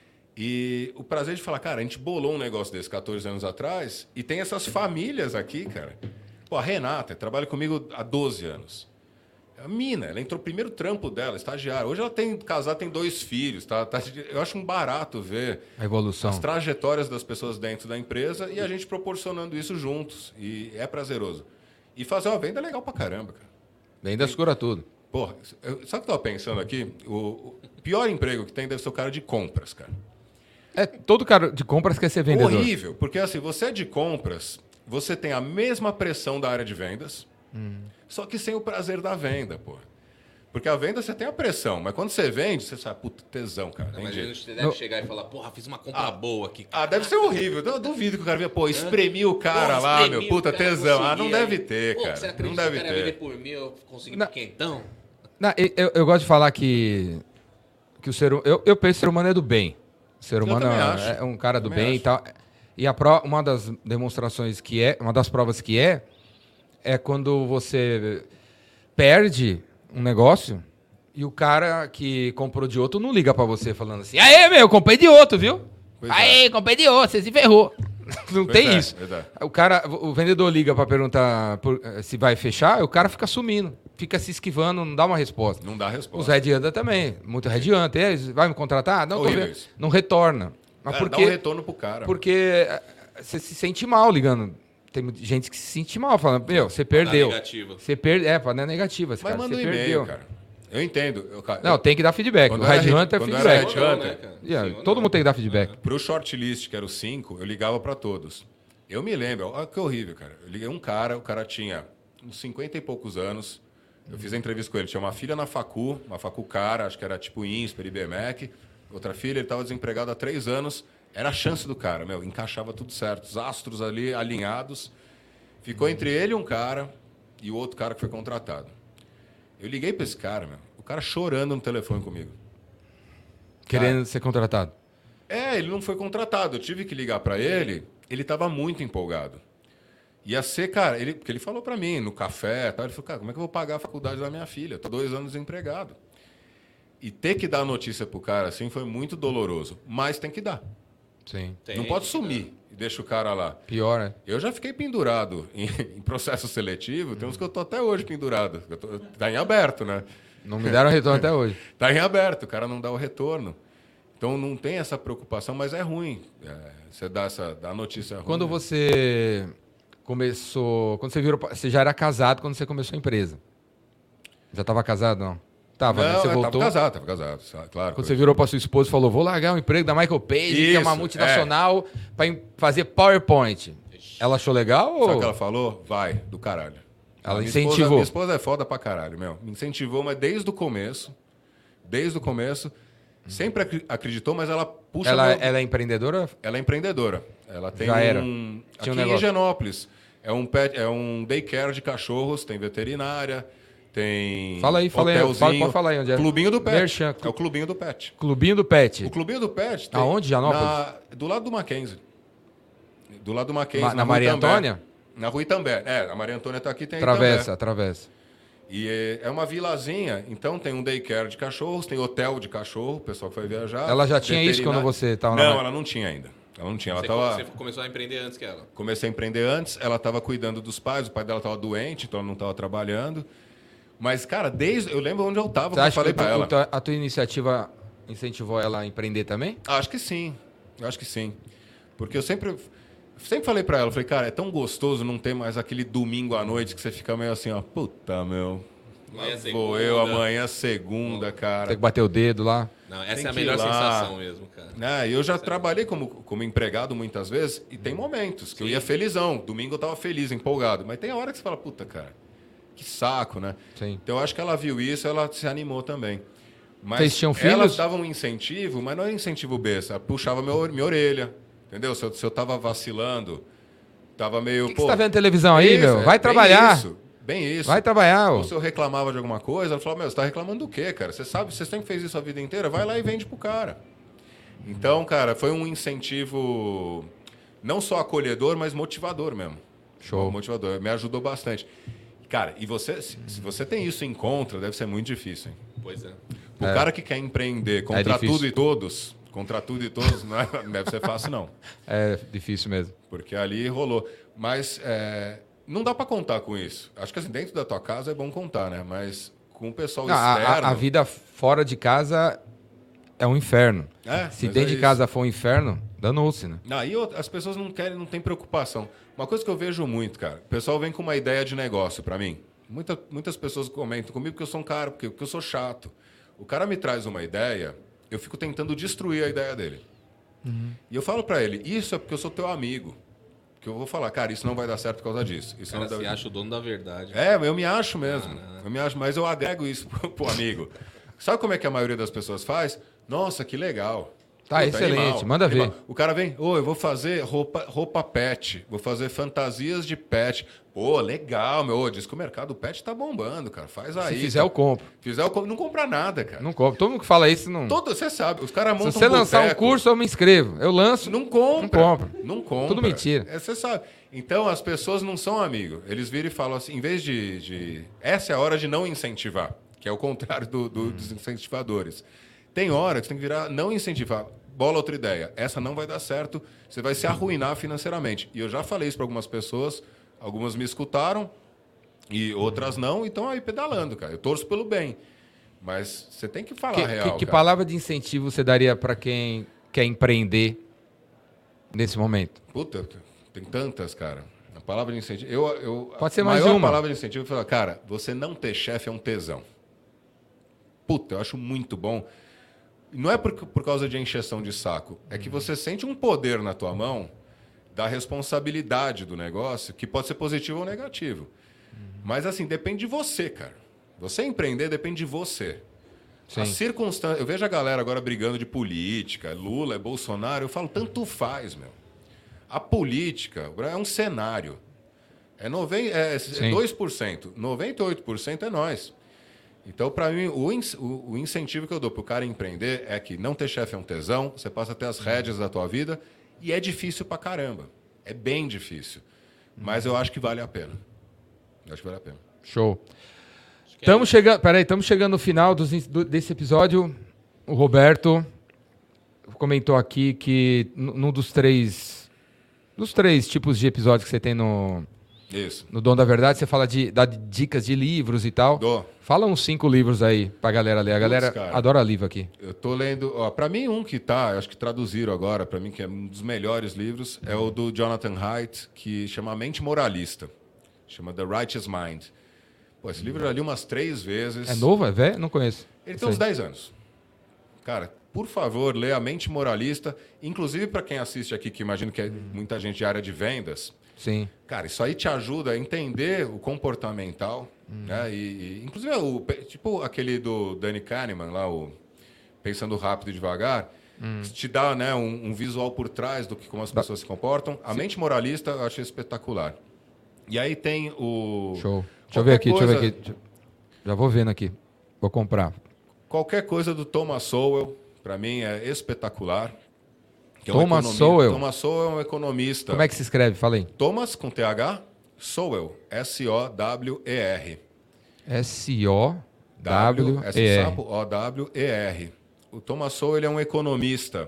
e o prazer de falar, cara, a gente bolou um negócio desse catorze anos atrás e tem essas famílias aqui, cara. Pô, a Renata trabalha comigo há doze anos. A mina, ela entrou primeiro trampo dela, estagiária. Hoje ela tem casada, tem dois filhos. Tá, tá, eu acho um barato ver A evolução. as trajetórias das pessoas dentro da empresa e a gente proporcionando isso juntos. E é prazeroso. E fazer uma venda é legal pra caramba, cara. Vendas cura tudo. Porra, eu- sabe o que eu tava pensando aqui? O, o pior emprego que tem deve ser o cara de compras, cara. É, todo cara de compras quer ser vendedor. Horrível, porque assim, você é de compras, você tem a mesma pressão da área de vendas, só que sem o prazer da venda, pô. Porque a venda você tem a pressão, mas quando você vende, você sabe, puta, tesão, cara. Não, mas vendi. você deve chegar e falar, porra, fiz uma compra boa aqui. Ah, deve ser horrível. Eu duvido que o cara venha, pô, espremi o cara Porra, lá, espremi, meu, puta, o cara tesão. Ah, não conseguia. deve ter, Pô, cara. Você acredita Não que deve o cara ia vender ter. por mil, eu consegui Não. quentão? Não, eu, eu gosto de falar que, que o ser hu- eu, eu penso que o ser humano é do bem. O ser humano também é, acho. é um cara do Também bem e acho. tal. E a pro, uma das demonstrações que é, uma das provas que é, é quando você perde um negócio e o cara que comprou de outro não liga pra você falando assim, aê, meu, comprei de outro, viu? Pois é. Aê, comprei de outro, você se ferrou. Não Pois tem é, isso. pois é. O cara, o vendedor liga pra perguntar por- eh, se vai fechar, e o cara fica sumindo. fica se esquivando, não dá uma resposta. Não dá Os resposta. Red Hunter também. Muito Red Hunter. Eles, vai me contratar? Não, tô Horrível vendo. isso. Não retorna. Mas Cara, por dá um quê? retorno pro cara. Porque eh, você se sente mal ligando. Tem muita gente que se sente mal, falando, meu, você perdeu. negativa. Você perdeu. É, para não é negativa. Mas cara, manda um você e-mail, perdeu. cara. Eu entendo. Eu, cara, Não, tem que dar feedback. Quando O era Red Red- Hunter é quando era feedback. Red Ou não, Hunter. né, cara? Yeah, Sim ou todo não. mundo tem que dar feedback. Pro shortlist, que era o cinco, eu ligava pra todos. Eu me lembro, olha que horrível, cara. Eu liguei um cara, o cara tinha uns cinquenta e poucos anos. Eu fiz a entrevista com ele. Tinha uma filha na facu, uma facu cara, acho que era tipo INSPER, I B M E C. Outra filha, ele estava desempregado há três anos. Era a chance do cara, meu. Encaixava tudo certo. Os astros ali alinhados. Ficou entre ele e um cara e o outro cara que foi contratado. Eu liguei pra esse cara, meu. O cara chorando no telefone comigo. Querendo ser contratado. É, ele não foi contratado. Eu tive que ligar pra ele. Ele estava muito empolgado. Ia ser, cara, ele, porque ele falou pra mim no café, tal, ele falou, cara, como é que eu vou pagar a faculdade da minha filha? Tô dois anos desempregado. E ter que dar a notícia pro cara assim foi muito doloroso. Mas tem que dar. Sim. Tem, não pode sumir e deixa o cara lá. Pior, né? Eu já fiquei pendurado em, em processo seletivo. Tem uns que eu tô até hoje pendurado. Eu tô, tá em aberto, né? Não me deram retorno até hoje. Tá em aberto, o cara não dá o retorno. Então não tem essa preocupação, mas é ruim. É, você dá essa dá a notícia ruim. Quando você começou... Quando você virou... Você já era casado quando você começou a empresa? Já estava casado, não? Tava, né? Não, Você eu voltou... tava casado, tava casado, sa- claro. Quando você virou para sua esposa e falou, vou largar o emprego da Michael Page, que é uma Isso, multinacional, para fazer PowerPoint. Ela achou legal Sabe ou... o que ela falou? Vai, do caralho. Ela minha incentivou. Esposa, minha esposa é foda pra caralho, meu. Me incentivou, mas desde o começo. Desde o começo. Sempre acri- acreditou, mas ela puxa... Ela, meu- ela é empreendedora? ela é empreendedora. Ela tem Já era. um... Tinha aqui um em negócio. Higienópolis. É um, pet, é um daycare de cachorros, tem veterinária, tem Fala aí, fala aí, hotelzinho. fala- pode falar aí onde é. Clubinho do Pet. Merchan. É o Clubinho do Pet. Clubinho do Pet. O Clubinho do Pet tem... Aonde, Higienópolis? Na- do lado do Mackenzie. Do lado do Mackenzie. Ma- na Rua Maria Itambé. Antônia? Na Rua Itambé. É, a Maria Antônia tá aqui, tem a Atravessa, Itambé. atravessa. E é- é uma vilazinha, então tem um daycare de cachorros, tem hotel de cachorro, o pessoal que vai viajar. Ela já tinha isso veterinário. quando você estava na... Não, ela não tinha ainda. Ela não tinha, ela Você, tava... você começou a empreender antes que ela. Comecei a empreender antes, ela estava cuidando dos pais, o pai dela estava doente, então ela não estava trabalhando. Mas, cara, desde... Eu lembro onde eu estava, Você quando eu acha falei que para o- ela. o tua- a tua iniciativa incentivou ela a empreender também? Acho que sim, eu acho que sim. Porque eu sempre... Sempre falei para ela, falei, cara, é tão gostoso não ter mais aquele domingo à noite que você fica meio assim, ó, puta, meu... Amanhã é Vou eu, segunda. amanhã segunda, cara. Tem que bater o dedo lá. Não, essa Tem é a que ir melhor lá. sensação mesmo, cara. É, eu já trabalhei como, como empregado muitas vezes e tem momentos que eu ia felizão. Domingo eu tava feliz, empolgado. Mas tem a hora que você fala, puta, cara, que saco, né? Sim. Então eu acho que ela viu isso, ela se animou também. Mas Vocês tinham ela filhos? dava um incentivo, mas não era incentivo besta. Ela puxava meu, minha orelha, entendeu? Se eu, se eu tava vacilando, tava meio... Por que, que você tá vendo televisão aí, isso, meu? é, Vai bem trabalhar. Isso, bem isso. Vai trabalhar. ô. Ou se eu reclamava de alguma coisa, ela falava, meu, você tá reclamando do quê, cara? Você sabe, você sempre fez isso a vida inteira, vai lá e vende pro cara. Então, cara, foi um incentivo não só acolhedor, mas motivador mesmo. Show. Motivador, me ajudou bastante. Cara, e você, se se você tem isso em contra, deve ser muito difícil, hein? Pois é. O É. cara que quer empreender contra difícil. tudo e todos, contra tudo e todos, não, é- não deve ser fácil, não. É difícil mesmo. Porque ali rolou. Mas é, não dá pra contar com isso. Acho que assim, dentro da tua casa é bom contar, né? Mas com o pessoal Não, a, externo... a- a vida fora de casa é um inferno. É, Se mas dentro é de isso. casa for um inferno, danou-se, né? Aí outra- as pessoas não querem, não têm preocupação. Uma coisa que eu vejo muito, cara, o pessoal vem com uma ideia de negócio pra mim. Muita, muitas pessoas comentam comigo que eu sou um cara, porque, porque eu sou chato. O cara me traz uma ideia, eu fico tentando destruir a ideia dele. E eu falo pra ele, isso é porque eu sou teu amigo. Que eu vou falar, cara, isso não vai dar certo por causa disso. Isso O cara não se dá... acha o dono da verdade. É, eu me acho mesmo. Eu me acho, mas eu agrego isso pro, pro amigo. Sabe como é que a maioria das pessoas faz? Nossa, que legal. Tá, excelente, manda ver. O cara vem, ô, eu vou fazer roupa, roupa pet, vou fazer fantasias de pet. Pô, legal, meu. Ô, diz que o mercado pet tá bombando, cara. Faz aí. Se fizer, tá? eu compro. Fizer, eu compro. Não compra nada, cara. Não compro. Todo mundo que fala isso não. Todo, você sabe, os caras Se montam você lançar um boteco. curso, eu me inscrevo. Eu lanço. Não compra. Não compra. Não compra. Tudo mentira. É, você sabe. Então, as pessoas não são amigos. Eles viram e falam assim, em vez de... de... Essa é a hora de não incentivar, que é o contrário do- do- dos incentivadores. Tem hora que você tem que virar não incentivar. Bola outra ideia. Essa não vai dar certo, você vai se arruinar financeiramente. E eu já falei isso para algumas pessoas, algumas me escutaram, E outras não, e estão aí pedalando, cara. Eu torço pelo bem. Mas você tem que falar Que, a real, que, que cara. palavra de incentivo você daria para quem quer empreender nesse momento? Puta, tem tantas, cara. A palavra de incentivo... Eu, eu, Pode ser a mais de maior uma. palavra de incentivo é falar, cara, você não ter chefe é um tesão. Puta, eu acho muito bom. Não é por, por causa de encheção de saco. É que você sente um poder na tua mão da responsabilidade do negócio, que pode ser positivo ou negativo. Mas, assim, depende de você, cara. Você empreender depende de você. Sim. A circunstância... Eu vejo a galera agora brigando de política, Lula, é Bolsonaro. Eu falo, tanto faz, meu. A política é um cenário. É, noven... é Sim. dois por cento. noventa e oito por cento é nós. Então, para mim, o, in... o incentivo que eu dou para o cara empreender é que não ter chefe é um tesão, você passa a ter as rédeas da tua vida e é difícil pra caramba. É bem difícil. Mas eu acho que vale a pena. Eu acho que vale a pena. Show. Estamos chegando, peraí, estamos chegando no final dos, in- do- desse episódio. O Roberto comentou aqui que n- num dos três, dos três tipos de episódios que você tem no, Isso. no Dom da Verdade, você fala de dá dicas de livros e tal. Dou. Fala uns cinco livros aí pra galera ler. A galera cara. adora livro aqui. Eu tô lendo... Ó, para mim, um que tá, acho que traduziram agora, para mim, que é um dos melhores livros, é o do Jonathan Haidt, que chama A Mente Moralista. Chama The Righteous Mind. Pô, esse livro eu já li umas três vezes. É novo? É velho? Não conheço. Ele Isso tem uns aí. dez anos. Cara, por favor, lê A Mente Moralista. Inclusive, para quem assiste aqui, que imagino que é muita gente de área de vendas, Sim. cara, isso aí te ajuda a entender o comportamental, né? E, e, inclusive, o, tipo aquele do Danny Kahneman, lá, o Pensando Rápido e Devagar, que te dá, né, um, um visual por trás do que como as pessoas se comportam. A Mente Moralista eu achei espetacular. E aí tem o... Show. Deixa eu ver aqui, qualquer deixa eu ver coisa- aqui. Já vou vendo aqui. Vou comprar. Qualquer coisa do Thomas Sowell, para mim, é espetacular. Que é um Thomas economi- Sowell? Thomas Sowell é um economista. Como é que se escreve? Fala aí. Thomas, com T H, Sowell, S O W E R. S O W S E de R. sapo, O W E R. O Thomas Sowell ele é um economista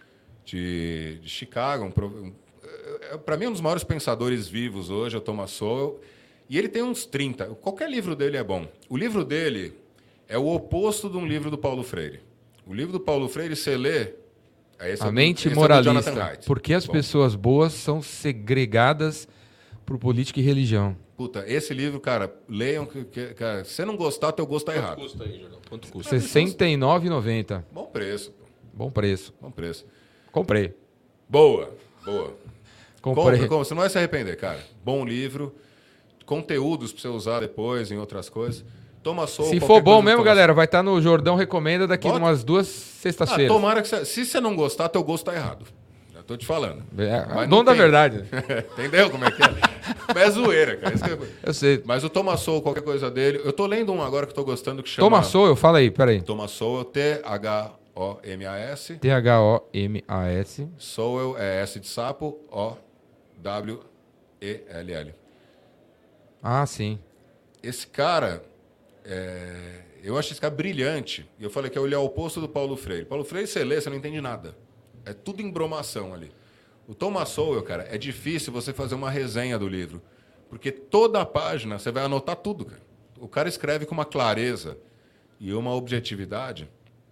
de, de Chicago. Um, para mim, um dos maiores pensadores vivos hoje é o Thomas Sowell. E ele tem uns trinta. Qualquer livro dele é bom. O livro dele é o oposto de um livro do Paulo Freire. O livro do Paulo Freire, você lê... é esse é A do- mente esse é do moralista. Jonathan Haidt. Por que as Bom, pessoas boas são segregadas por política e religião? Puta, esse livro, cara, leiam. Que, que- cara, se você não gostar, teu gosto tá Quanto errado. custa aí, Jordão? Quanto custa? sessenta e nove reais e noventa centavos. Bom preço, pô. Bom preço. Bom preço. Comprei. Boa, boa. Comprei. Compre, compre, você não vai se arrepender, cara. Bom livro, conteúdos pra você usar depois em outras coisas. Toma Sowell. Se qualquer for bom coisa do mesmo, Thomas galera, vai estar no Jordão Recomenda daqui Bota. umas duas Ah, sextas-feiras. tomara que você... Se você não gostar, teu gosto tá errado. Já tô te falando. É, Mas dono não da tem. verdade. Entendeu como é que é? Mas é zoeira, cara. Isso que é- Eu sei. Mas o Thomas Sowell, qualquer coisa dele... Eu tô lendo um agora que eu tô gostando que chama... Toma Sowell, fala aí, peraí. Thomas Sowell, T H O M A S. T H O M A S. Sowell é S de sapo, O W E L L. Ah, sim. Esse cara, é, eu acho esse cara brilhante. E eu falei que ele é o oposto do Paulo Freire. Paulo Freire, você lê, você não entende nada. É tudo embromação ali. O Thomas Sowell, cara, é difícil você fazer uma resenha do livro. Porque toda a página você vai anotar tudo, cara. O cara escreve com uma clareza e uma objetividade.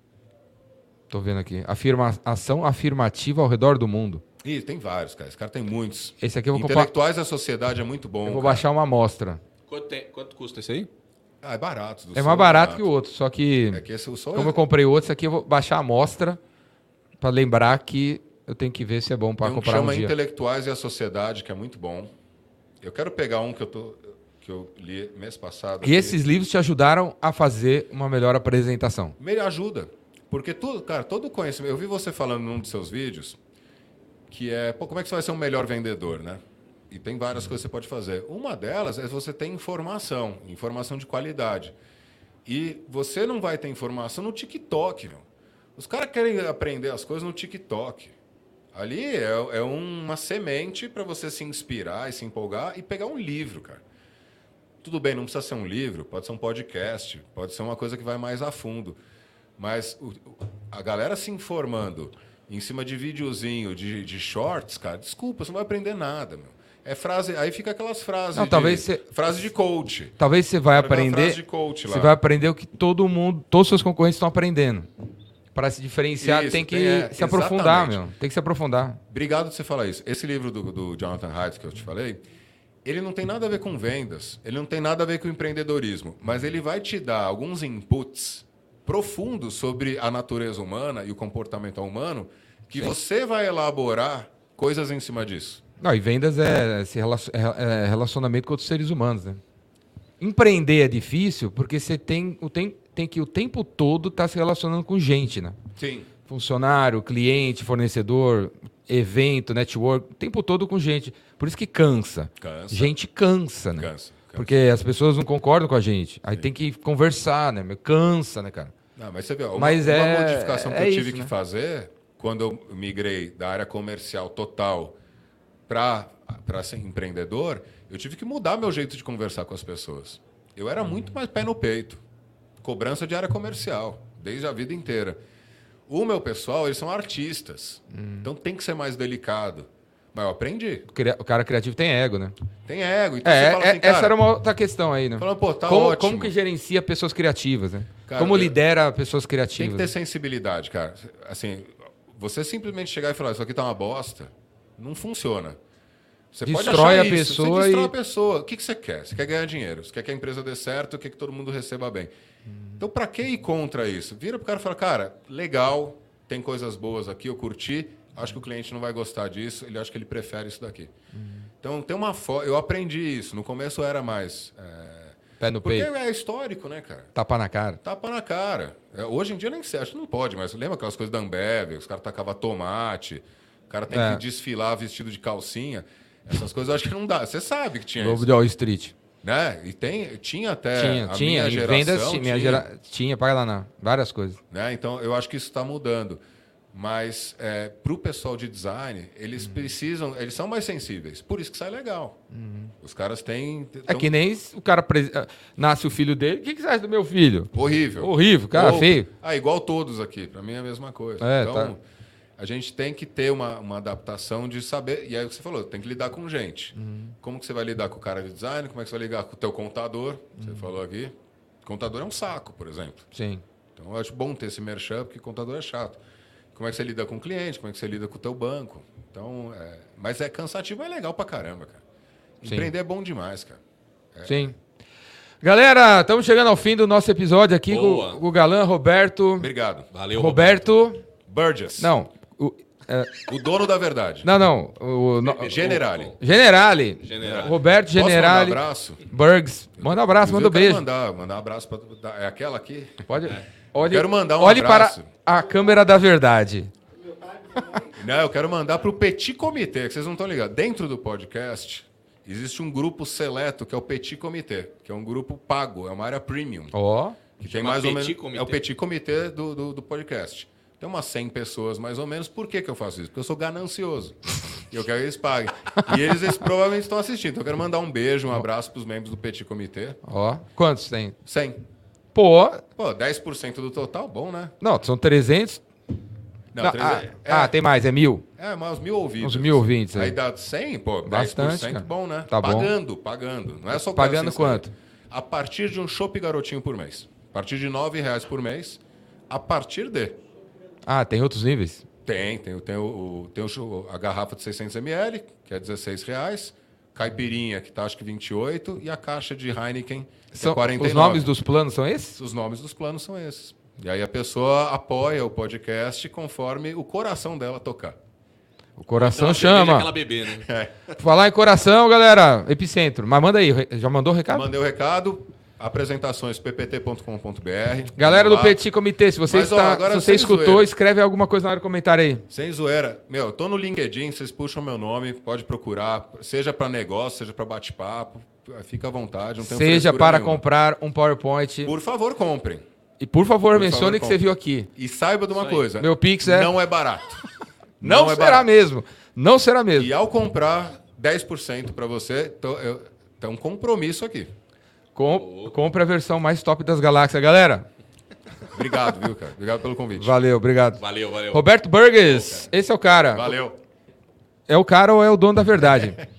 Tô vendo aqui. Afirma... Ação afirmativa ao redor do mundo. Ih, tem vários, cara. Esse cara tem muitos. Esse aqui eu vou comprar. Intelectuais da Sociedade é muito bom. Eu vou cara. baixar uma amostra. Quanto, tem- quanto custa esse aí? Ah, é barato. do É Sowell mais barato que o outro, só que, É que esse o Sowell como eu comprei outro, esse aqui eu vou baixar a amostra pra lembrar que eu tenho que ver se é bom pra tem um que comprar um chama dia. Intelectuais e a Sociedade, que é muito bom. Eu quero pegar um que eu, tô, que eu li mês passado. E aqui. esses livros te ajudaram a fazer uma melhor apresentação. Me ajuda. Porque tudo, cara, todo conhecimento. Eu vi você falando num dos seus vídeos que é, pô, como é que você vai ser um melhor vendedor, né? E tem várias coisas que você pode fazer. Uma delas é você ter informação, informação de qualidade. E você não vai ter informação no TikTok, meu. Os caras querem aprender as coisas no TikTok. Ali é, é uma semente para você se inspirar e se empolgar e pegar um livro, cara. Tudo bem, não precisa ser um livro, pode ser um podcast, pode ser uma coisa que vai mais a fundo. Mas o- a galera se informando em cima de videozinho, de, de shorts, cara, desculpa, você não vai aprender nada, meu. É frase, aí fica aquelas frases Não, de, talvez cê- frase de coach. Talvez você vai Vai ver uma aprender. frase de coach lá. Você vai aprender o que todo mundo, todos os seus concorrentes estão aprendendo. Para se diferenciar, Isso, tem que tem, é, se aprofundar, exatamente. meu. Tem que se aprofundar. Obrigado por você falar isso. Esse livro do, do Jonathan Haidt que eu te falei, ele não tem nada a ver com vendas, ele não tem nada a ver com empreendedorismo, mas ele vai te dar alguns inputs profundos sobre a natureza humana e o comportamento humano que Sim. você vai elaborar coisas em cima disso. Não, e vendas é, esse relacion- é- é relacionamento com outros seres humanos, né? Empreender é difícil porque você tem, o tem, tem que o tempo todo estar se relacionando com gente, né? Sim. Funcionário, cliente, fornecedor, evento, network, o tempo todo com gente. Por isso que cansa. Cansa. Gente cansa, né? Cansa, cansa. Porque as pessoas não concordam com a gente. Aí tem que conversar, né? Meu? Cansa, né, cara? Não, mas você vê, uma, Mas uma é- modificação que é eu tive isso, que né? fazer quando eu migrei da área comercial total para ser empreendedor, eu tive que mudar meu jeito de conversar com as pessoas. Eu era muito mais pé no peito. Cobrança de área comercial, desde a vida inteira. O meu pessoal, eles são artistas. Hum. Então tem que ser mais delicado. Mas eu aprendi. O cria- O cara criativo tem ego, né? Tem ego. Então É, você fala é- assim, cara, essa era uma outra questão aí, né? fala, pô, tá como, ótimo. como que gerencia pessoas criativas, né? Cara, como eu- lidera pessoas Tem que criativas? ter sensibilidade, cara. Assim, você simplesmente chegar e falar, isso aqui tá uma bosta, não funciona. Você pode Destrói achar a isso, pessoa você destrói e- a pessoa. O que, que você quer? Você quer ganhar dinheiro, você quer que a empresa dê certo, quer que todo mundo receba bem. Então, para que ir contra isso? Vira pro cara e fala, cara, legal, tem coisas boas aqui, eu curti, acho que o cliente não vai gostar disso, ele acha que ele prefere isso daqui. Então, tem uma fo... eu aprendi isso. No começo eu era mais... é, Pé no Porque peito, é histórico, né, cara? tapa na cara. Tapa na cara. É, hoje em dia nem sei, acho que não pode, mas lembra aquelas coisas da Ambev, os caras tacavam tomate, o cara tem É. que desfilar vestido de calcinha. Essas coisas eu acho que não dá. Você sabe que tinha Lobo isso, de Wall Street. né? E tem, tinha até tinha, a tinha. minha Em geração, vendas, tinha, minha tinha, gera... tinha, paga lá não. Várias coisas. né? Então eu acho que isso está mudando. Mas é, para o pessoal de design, eles Uhum. precisam, eles são mais sensíveis. Por isso que sai legal. Os caras têm... É tão- que nem o cara pres- ah, nasce o filho dele. O que, que você acha do meu filho? Horrível. Horrível, cara, Ou- feio. Ah, igual todos aqui. Para mim é a mesma coisa. É, então, tá. a gente tem que ter uma, uma adaptação de saber... E aí o que você falou, tem que lidar com gente. Uhum. Como que você vai lidar com o cara de design? Como é que você vai lidar com o teu contador? Uhum. Você falou aqui. Contador é um saco, por exemplo. Sim. Então eu acho bom ter esse merchan, porque contador é chato. Como é que você lida com o cliente? Como é que você lida com o teu banco? Então, é... Mas é cansativo, é legal pra caramba, cara. Sim. Empreender é bom demais, cara. Sim. Galera, estamos chegando ao fim do nosso episódio aqui com, Boa. com o Galã Roberto. Obrigado. Valeu, Roberto. Burgess. Não. O, é, O dono da verdade. não, não. O, no- Generale. Generale. Generale. Roberto Posso mandar Generale. um abraço? Burgs. Manda um abraço, manda um Inclusive, eu beijo. quero Mandar, mandar um abraço pra. da- É aquela aqui? Pode. Olhe, Quero mandar um olhe abraço. para a câmera da verdade. Não, eu quero mandar pro Petit Comitê, que vocês não estão ligados. Dentro do podcast, existe um grupo seleto que é o Petit Comitê, que é um grupo pago, é uma área premium. Ó. Que tem Chama mais ou Petit menos. Comitê. É o Petit Comitê do, do, do podcast. Tem umas cem pessoas mais ou menos. Por que, que eu faço isso? Porque eu sou ganancioso. E eu quero que eles paguem. E eles, eles provavelmente estão assistindo. Então eu quero mandar um beijo, um abraço para os membros do Petit Comitê. Ó. Quantos tem? cem. Pô. Pô, dez por cento do total, bom, né? Não, são trezentos. Não, Não, trezentos ah, ah, tem mais, é mil. É, mais uns mil ouvintes. Uns mil ouvintes, Aí é. dá cem, pô, Bastante, dez por cento cara. bom, né? Tá bom. pagando, pagando. Não é só o cara Pagando se inscrever. quanto? A partir de um chopp garotinho por mês. A partir de nove reais por mês. A partir de... Ah, tem outros níveis? Tem, tem, tem, o, o- tem o cho- a garrafa de seiscentos mililitros, que é dezesseis reais. Caipirinha, que tá acho que vinte e oito. E a caixa de Heineken, que São, é quarenta e os nove. nomes dos planos são esses? Os nomes dos planos são esses. E aí a pessoa apoia o podcast conforme o coração dela tocar. O coração Então, a cerveja chama. que ela bebê, né? Por falar em coração, galera, Epicentro. Mas manda aí, re- já mandou o recado? Mandei o recado, apresentações p p t ponto com ponto b r. Galera do Vamos lá. Petit Comitê, se você, Mas, ó, está, agora se você sem escutou, zoeira. escreve alguma coisa na área do comentário aí. Sem zoeira. Meu, eu tô no LinkedIn, vocês puxam meu nome, pode procurar, seja para negócio, seja para bate-papo, fica à vontade, não tem Seja frescura para nenhuma. comprar um PowerPoint. Por favor, comprem. E por favor, Por mencione favor, que você compre. viu aqui. E saiba de uma Isso aí. coisa. Meu Pix é- Não é barato. Não, é será barato. mesmo. Não será mesmo. E ao comprar dez por cento para você, tô- eu- tem um compromisso aqui. Com, compre a versão mais top das galáxias, galera. Obrigado, viu, cara? Obrigado pelo convite. Valeu, obrigado. Valeu, valeu. Roberto Burgess, esse é o cara. Valeu. É o cara ou é o dono da verdade?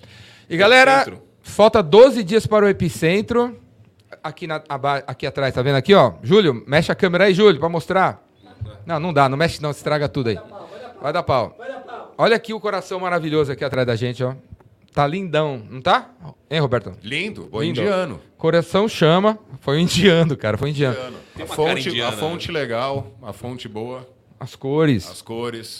E galera, Epicentro. falta doze dias para o Epicentro. Aqui, na, aba- aqui atrás, tá vendo aqui, ó? Júlio, mexe a câmera aí, Júlio, pra mostrar. Não, não dá, não mexe não, estraga tudo aí. Vai dar pau. Olha aqui o coração maravilhoso aqui atrás da gente, ó. Tá lindão, não tá? Hein, Roberto? Lindo, bom Lindo. indiano. Coração chama. Foi um indiano, cara, foi um indiano. Indiano. Tem A uma cara fonte, indiana, a fonte legal, a fonte boa, As cores. as cores.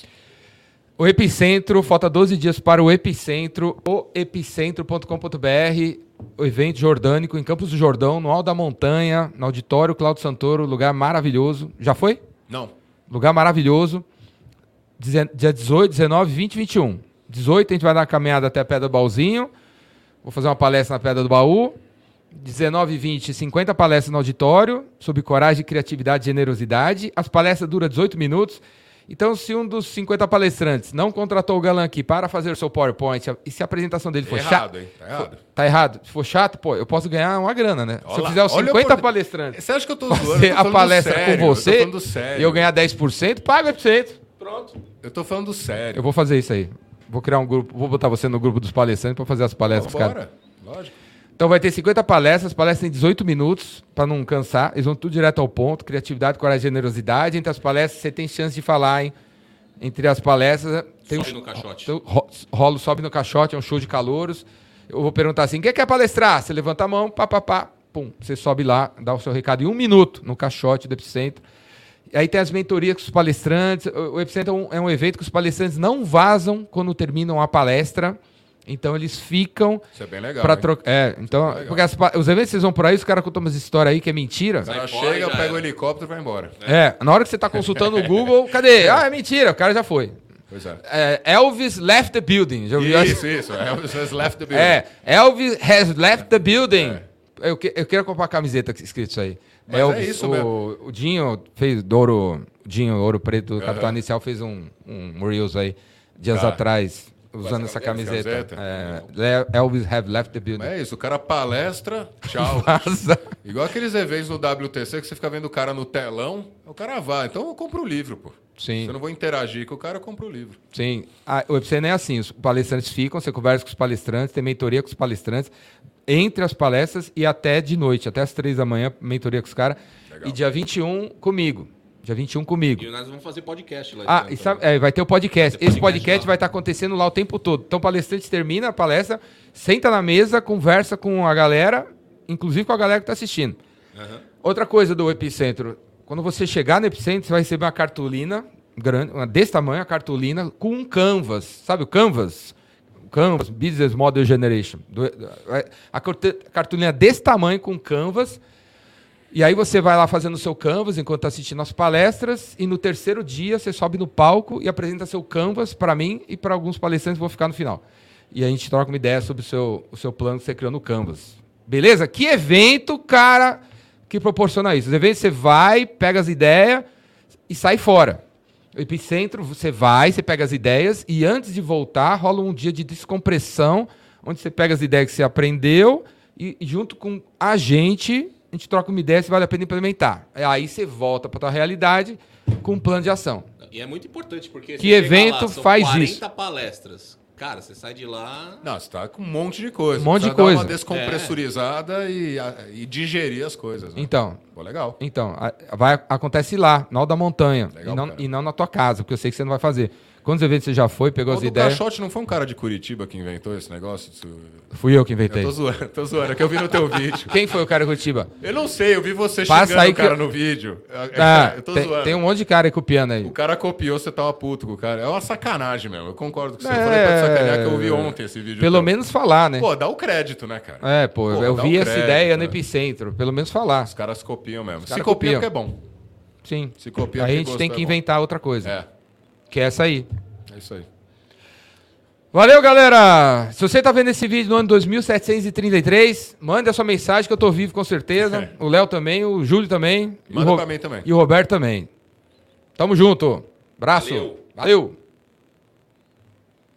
O Epicentro, falta doze dias para o Epicentro, o epicentro ponto com ponto b r, o evento jordânico em Campos do Jordão, no Alto da Montanha, no Auditório Cláudio Santoro, lugar maravilhoso. Já foi? Não. Lugar maravilhoso. Deze- Dia dezoito, dezenove, vinte e vinte e um. dezoito a gente vai dar uma caminhada até a Pedra do Baúzinho. Vou fazer uma palestra na Pedra do Baú. dezenove e vinte, cinquenta palestras no auditório, sobre coragem, criatividade e generosidade. As palestras duram dezoito minutos. Então, se um dos cinquenta palestrantes não contratou o galã aqui para fazer o seu PowerPoint e se a apresentação dele for Errado, chata... hein? Tá errado. Tá errado. Se for chato, pô, eu posso ganhar uma grana, né? se eu Olha fizer os lá, olha cinquenta por- palestrantes Você acha que eu tô zoando? fazer Eu tô a falando palestra sério, com Eu tô você falando sério. e eu ganhar dez por cento, paga dez por cento. Pronto. Eu tô falando sério. Eu vou fazer isso aí. Vou criar um grupo, vou botar você no grupo dos palestrantes para fazer as palestras, cara. Bora, lógico. Então vai ter cinquenta palestras, as palestras têm dezoito minutos, para não cansar. Eles vão tudo direto ao ponto, criatividade, coragem e generosidade. Entre as palestras, você tem chance de falar, hein? Entre as palestras... Tem Sobe um- no caixote. tem um ro- Rolo, sobe no caixote, é um show de calouros. Eu vou perguntar assim, quem quer palestrar? Você levanta a mão, pá, pá, pá, pum. Você sobe lá, dá o seu recado em um minuto no caixote do Epicentro. E aí tem as mentorias com os palestrantes. O o Epicentro é um, é um evento que os palestrantes não vazam quando terminam a palestra. Então eles ficam Isso é bem legal. para hein? trocar. É, então, legal. porque as pa- os eventos que vocês vão por aí, os caras contam umas histórias aí que é mentira. O cara Sai fora e chega, já pega o era. helicóptero e vai embora. É, na hora que você está consultando o Google, cadê? Ah, é mentira, o cara já foi. Pois é. É, Elvis left the building. Já ouviu? Isso, isso. Elvis has left the building. É, Elvis has left the building. Eu, que- eu quero comprar a camiseta escrito isso aí. Mas é isso o, mesmo. o Dinho fez do ouro, Dinho Ouro Preto, o Capitão Inicial fez um, um Reels aí, dias Tá. atrás, usando essa essa camiseta. camiseta? É, Le- Elvis have left the building. Mas é isso, o cara palestra, tchau. Vaza. Igual aqueles eventos no W T C que você fica vendo o cara no telão, o cara vai. Então eu compro o livro, pô. Sim. Se eu não vou interagir com o cara, eu compro o livro. Sim. Ah, o Epicentro é assim, os palestrantes ficam, você conversa com os palestrantes, tem mentoria com os palestrantes, entre as palestras e até de noite, até as três da manhã, mentoria com os caras. Legal. E dia vinte e um comigo. Dia vinte e um comigo. E nós vamos fazer podcast lá. Ah, então, e sabe, é, vai ter o podcast. Vai ter Esse podcast podcast lá. vai estar acontecendo lá o tempo todo. Então o palestrante termina a palestra, senta na mesa, conversa com a galera, inclusive com a galera que está assistindo. Aham. Outra coisa do Epicentro, quando você chegar no Epicentro, você vai receber uma cartolina grande, uma desse tamanho, a cartolina com um canvas, sabe o canvas? O canvas, Business Model Generation. Do- a corte- cartolina desse tamanho com canvas. E aí você vai lá fazendo o seu canvas enquanto está assistindo as palestras e no terceiro dia você sobe no palco e apresenta seu canvas para mim e para alguns palestrantes que vão ficar no final. E a gente troca uma ideia sobre o seu, o seu plano que você criou no canvas. Beleza? Que evento, cara, que proporciona isso. Os eventos você vai, pega as ideias e sai fora. O Epicentro, você vai, você pega as ideias e antes de voltar rola um dia de descompressão onde você pega as ideias que você aprendeu e, e junto com a gente... a gente troca uma ideia se vale a pena implementar. Aí você volta para a tua realidade com um plano de ação. E é muito importante, porque... Que você chega evento lá, são faz quarenta isso? palestras. Cara, você sai de lá... Não, você tá com um monte de coisa. Um monte de Precisa dar coisa. uma descompressurizada e, a- e digerir as coisas. Né? Então, Pô, legal. então a- vai, acontece lá, no alto da montanha, Legal, e, não, cara. e não na tua casa, porque eu sei que você não vai fazer. Quantos eventos você já foi, pegou O as do ideias? caixote não foi um cara de Curitiba que inventou esse negócio? Isso- Fui eu que Eu inventei. tô zoando, tô zoando, é que eu vi no teu vídeo. Quem foi o cara de Curitiba? Eu não sei, eu vi você Passa xingando aí o cara que eu- no vídeo. É- Ah, eu tô tem, zoando. tem um monte de cara aí copiando aí. O cara copiou, você tava puto com o cara. É uma sacanagem mesmo, eu concordo com você. É, Eu falei pra te sacanear que eu vi ontem esse vídeo. Pelo teu. menos falar, né? Pô, dá o crédito, né, cara? É, pô, Pô, eu dá vi o essa crédito, ideia no né? Epicentro, pelo menos falar. Os caras copiam mesmo. Se caras copia copiam. porque é bom. Sim. Se copia Aí a porque gente tem gosto que é bom. inventar outra coisa, É, que é essa aí. é isso aí. Valeu, galera! Se você tá vendo esse vídeo no ano dois mil setecentos e trinta e três, mande a sua mensagem que eu tô vivo com certeza. O Léo também, o Júlio também. e o Manda Ro- pra mim também. E o Roberto também. Tamo junto. Abraço. Valeu. Valeu.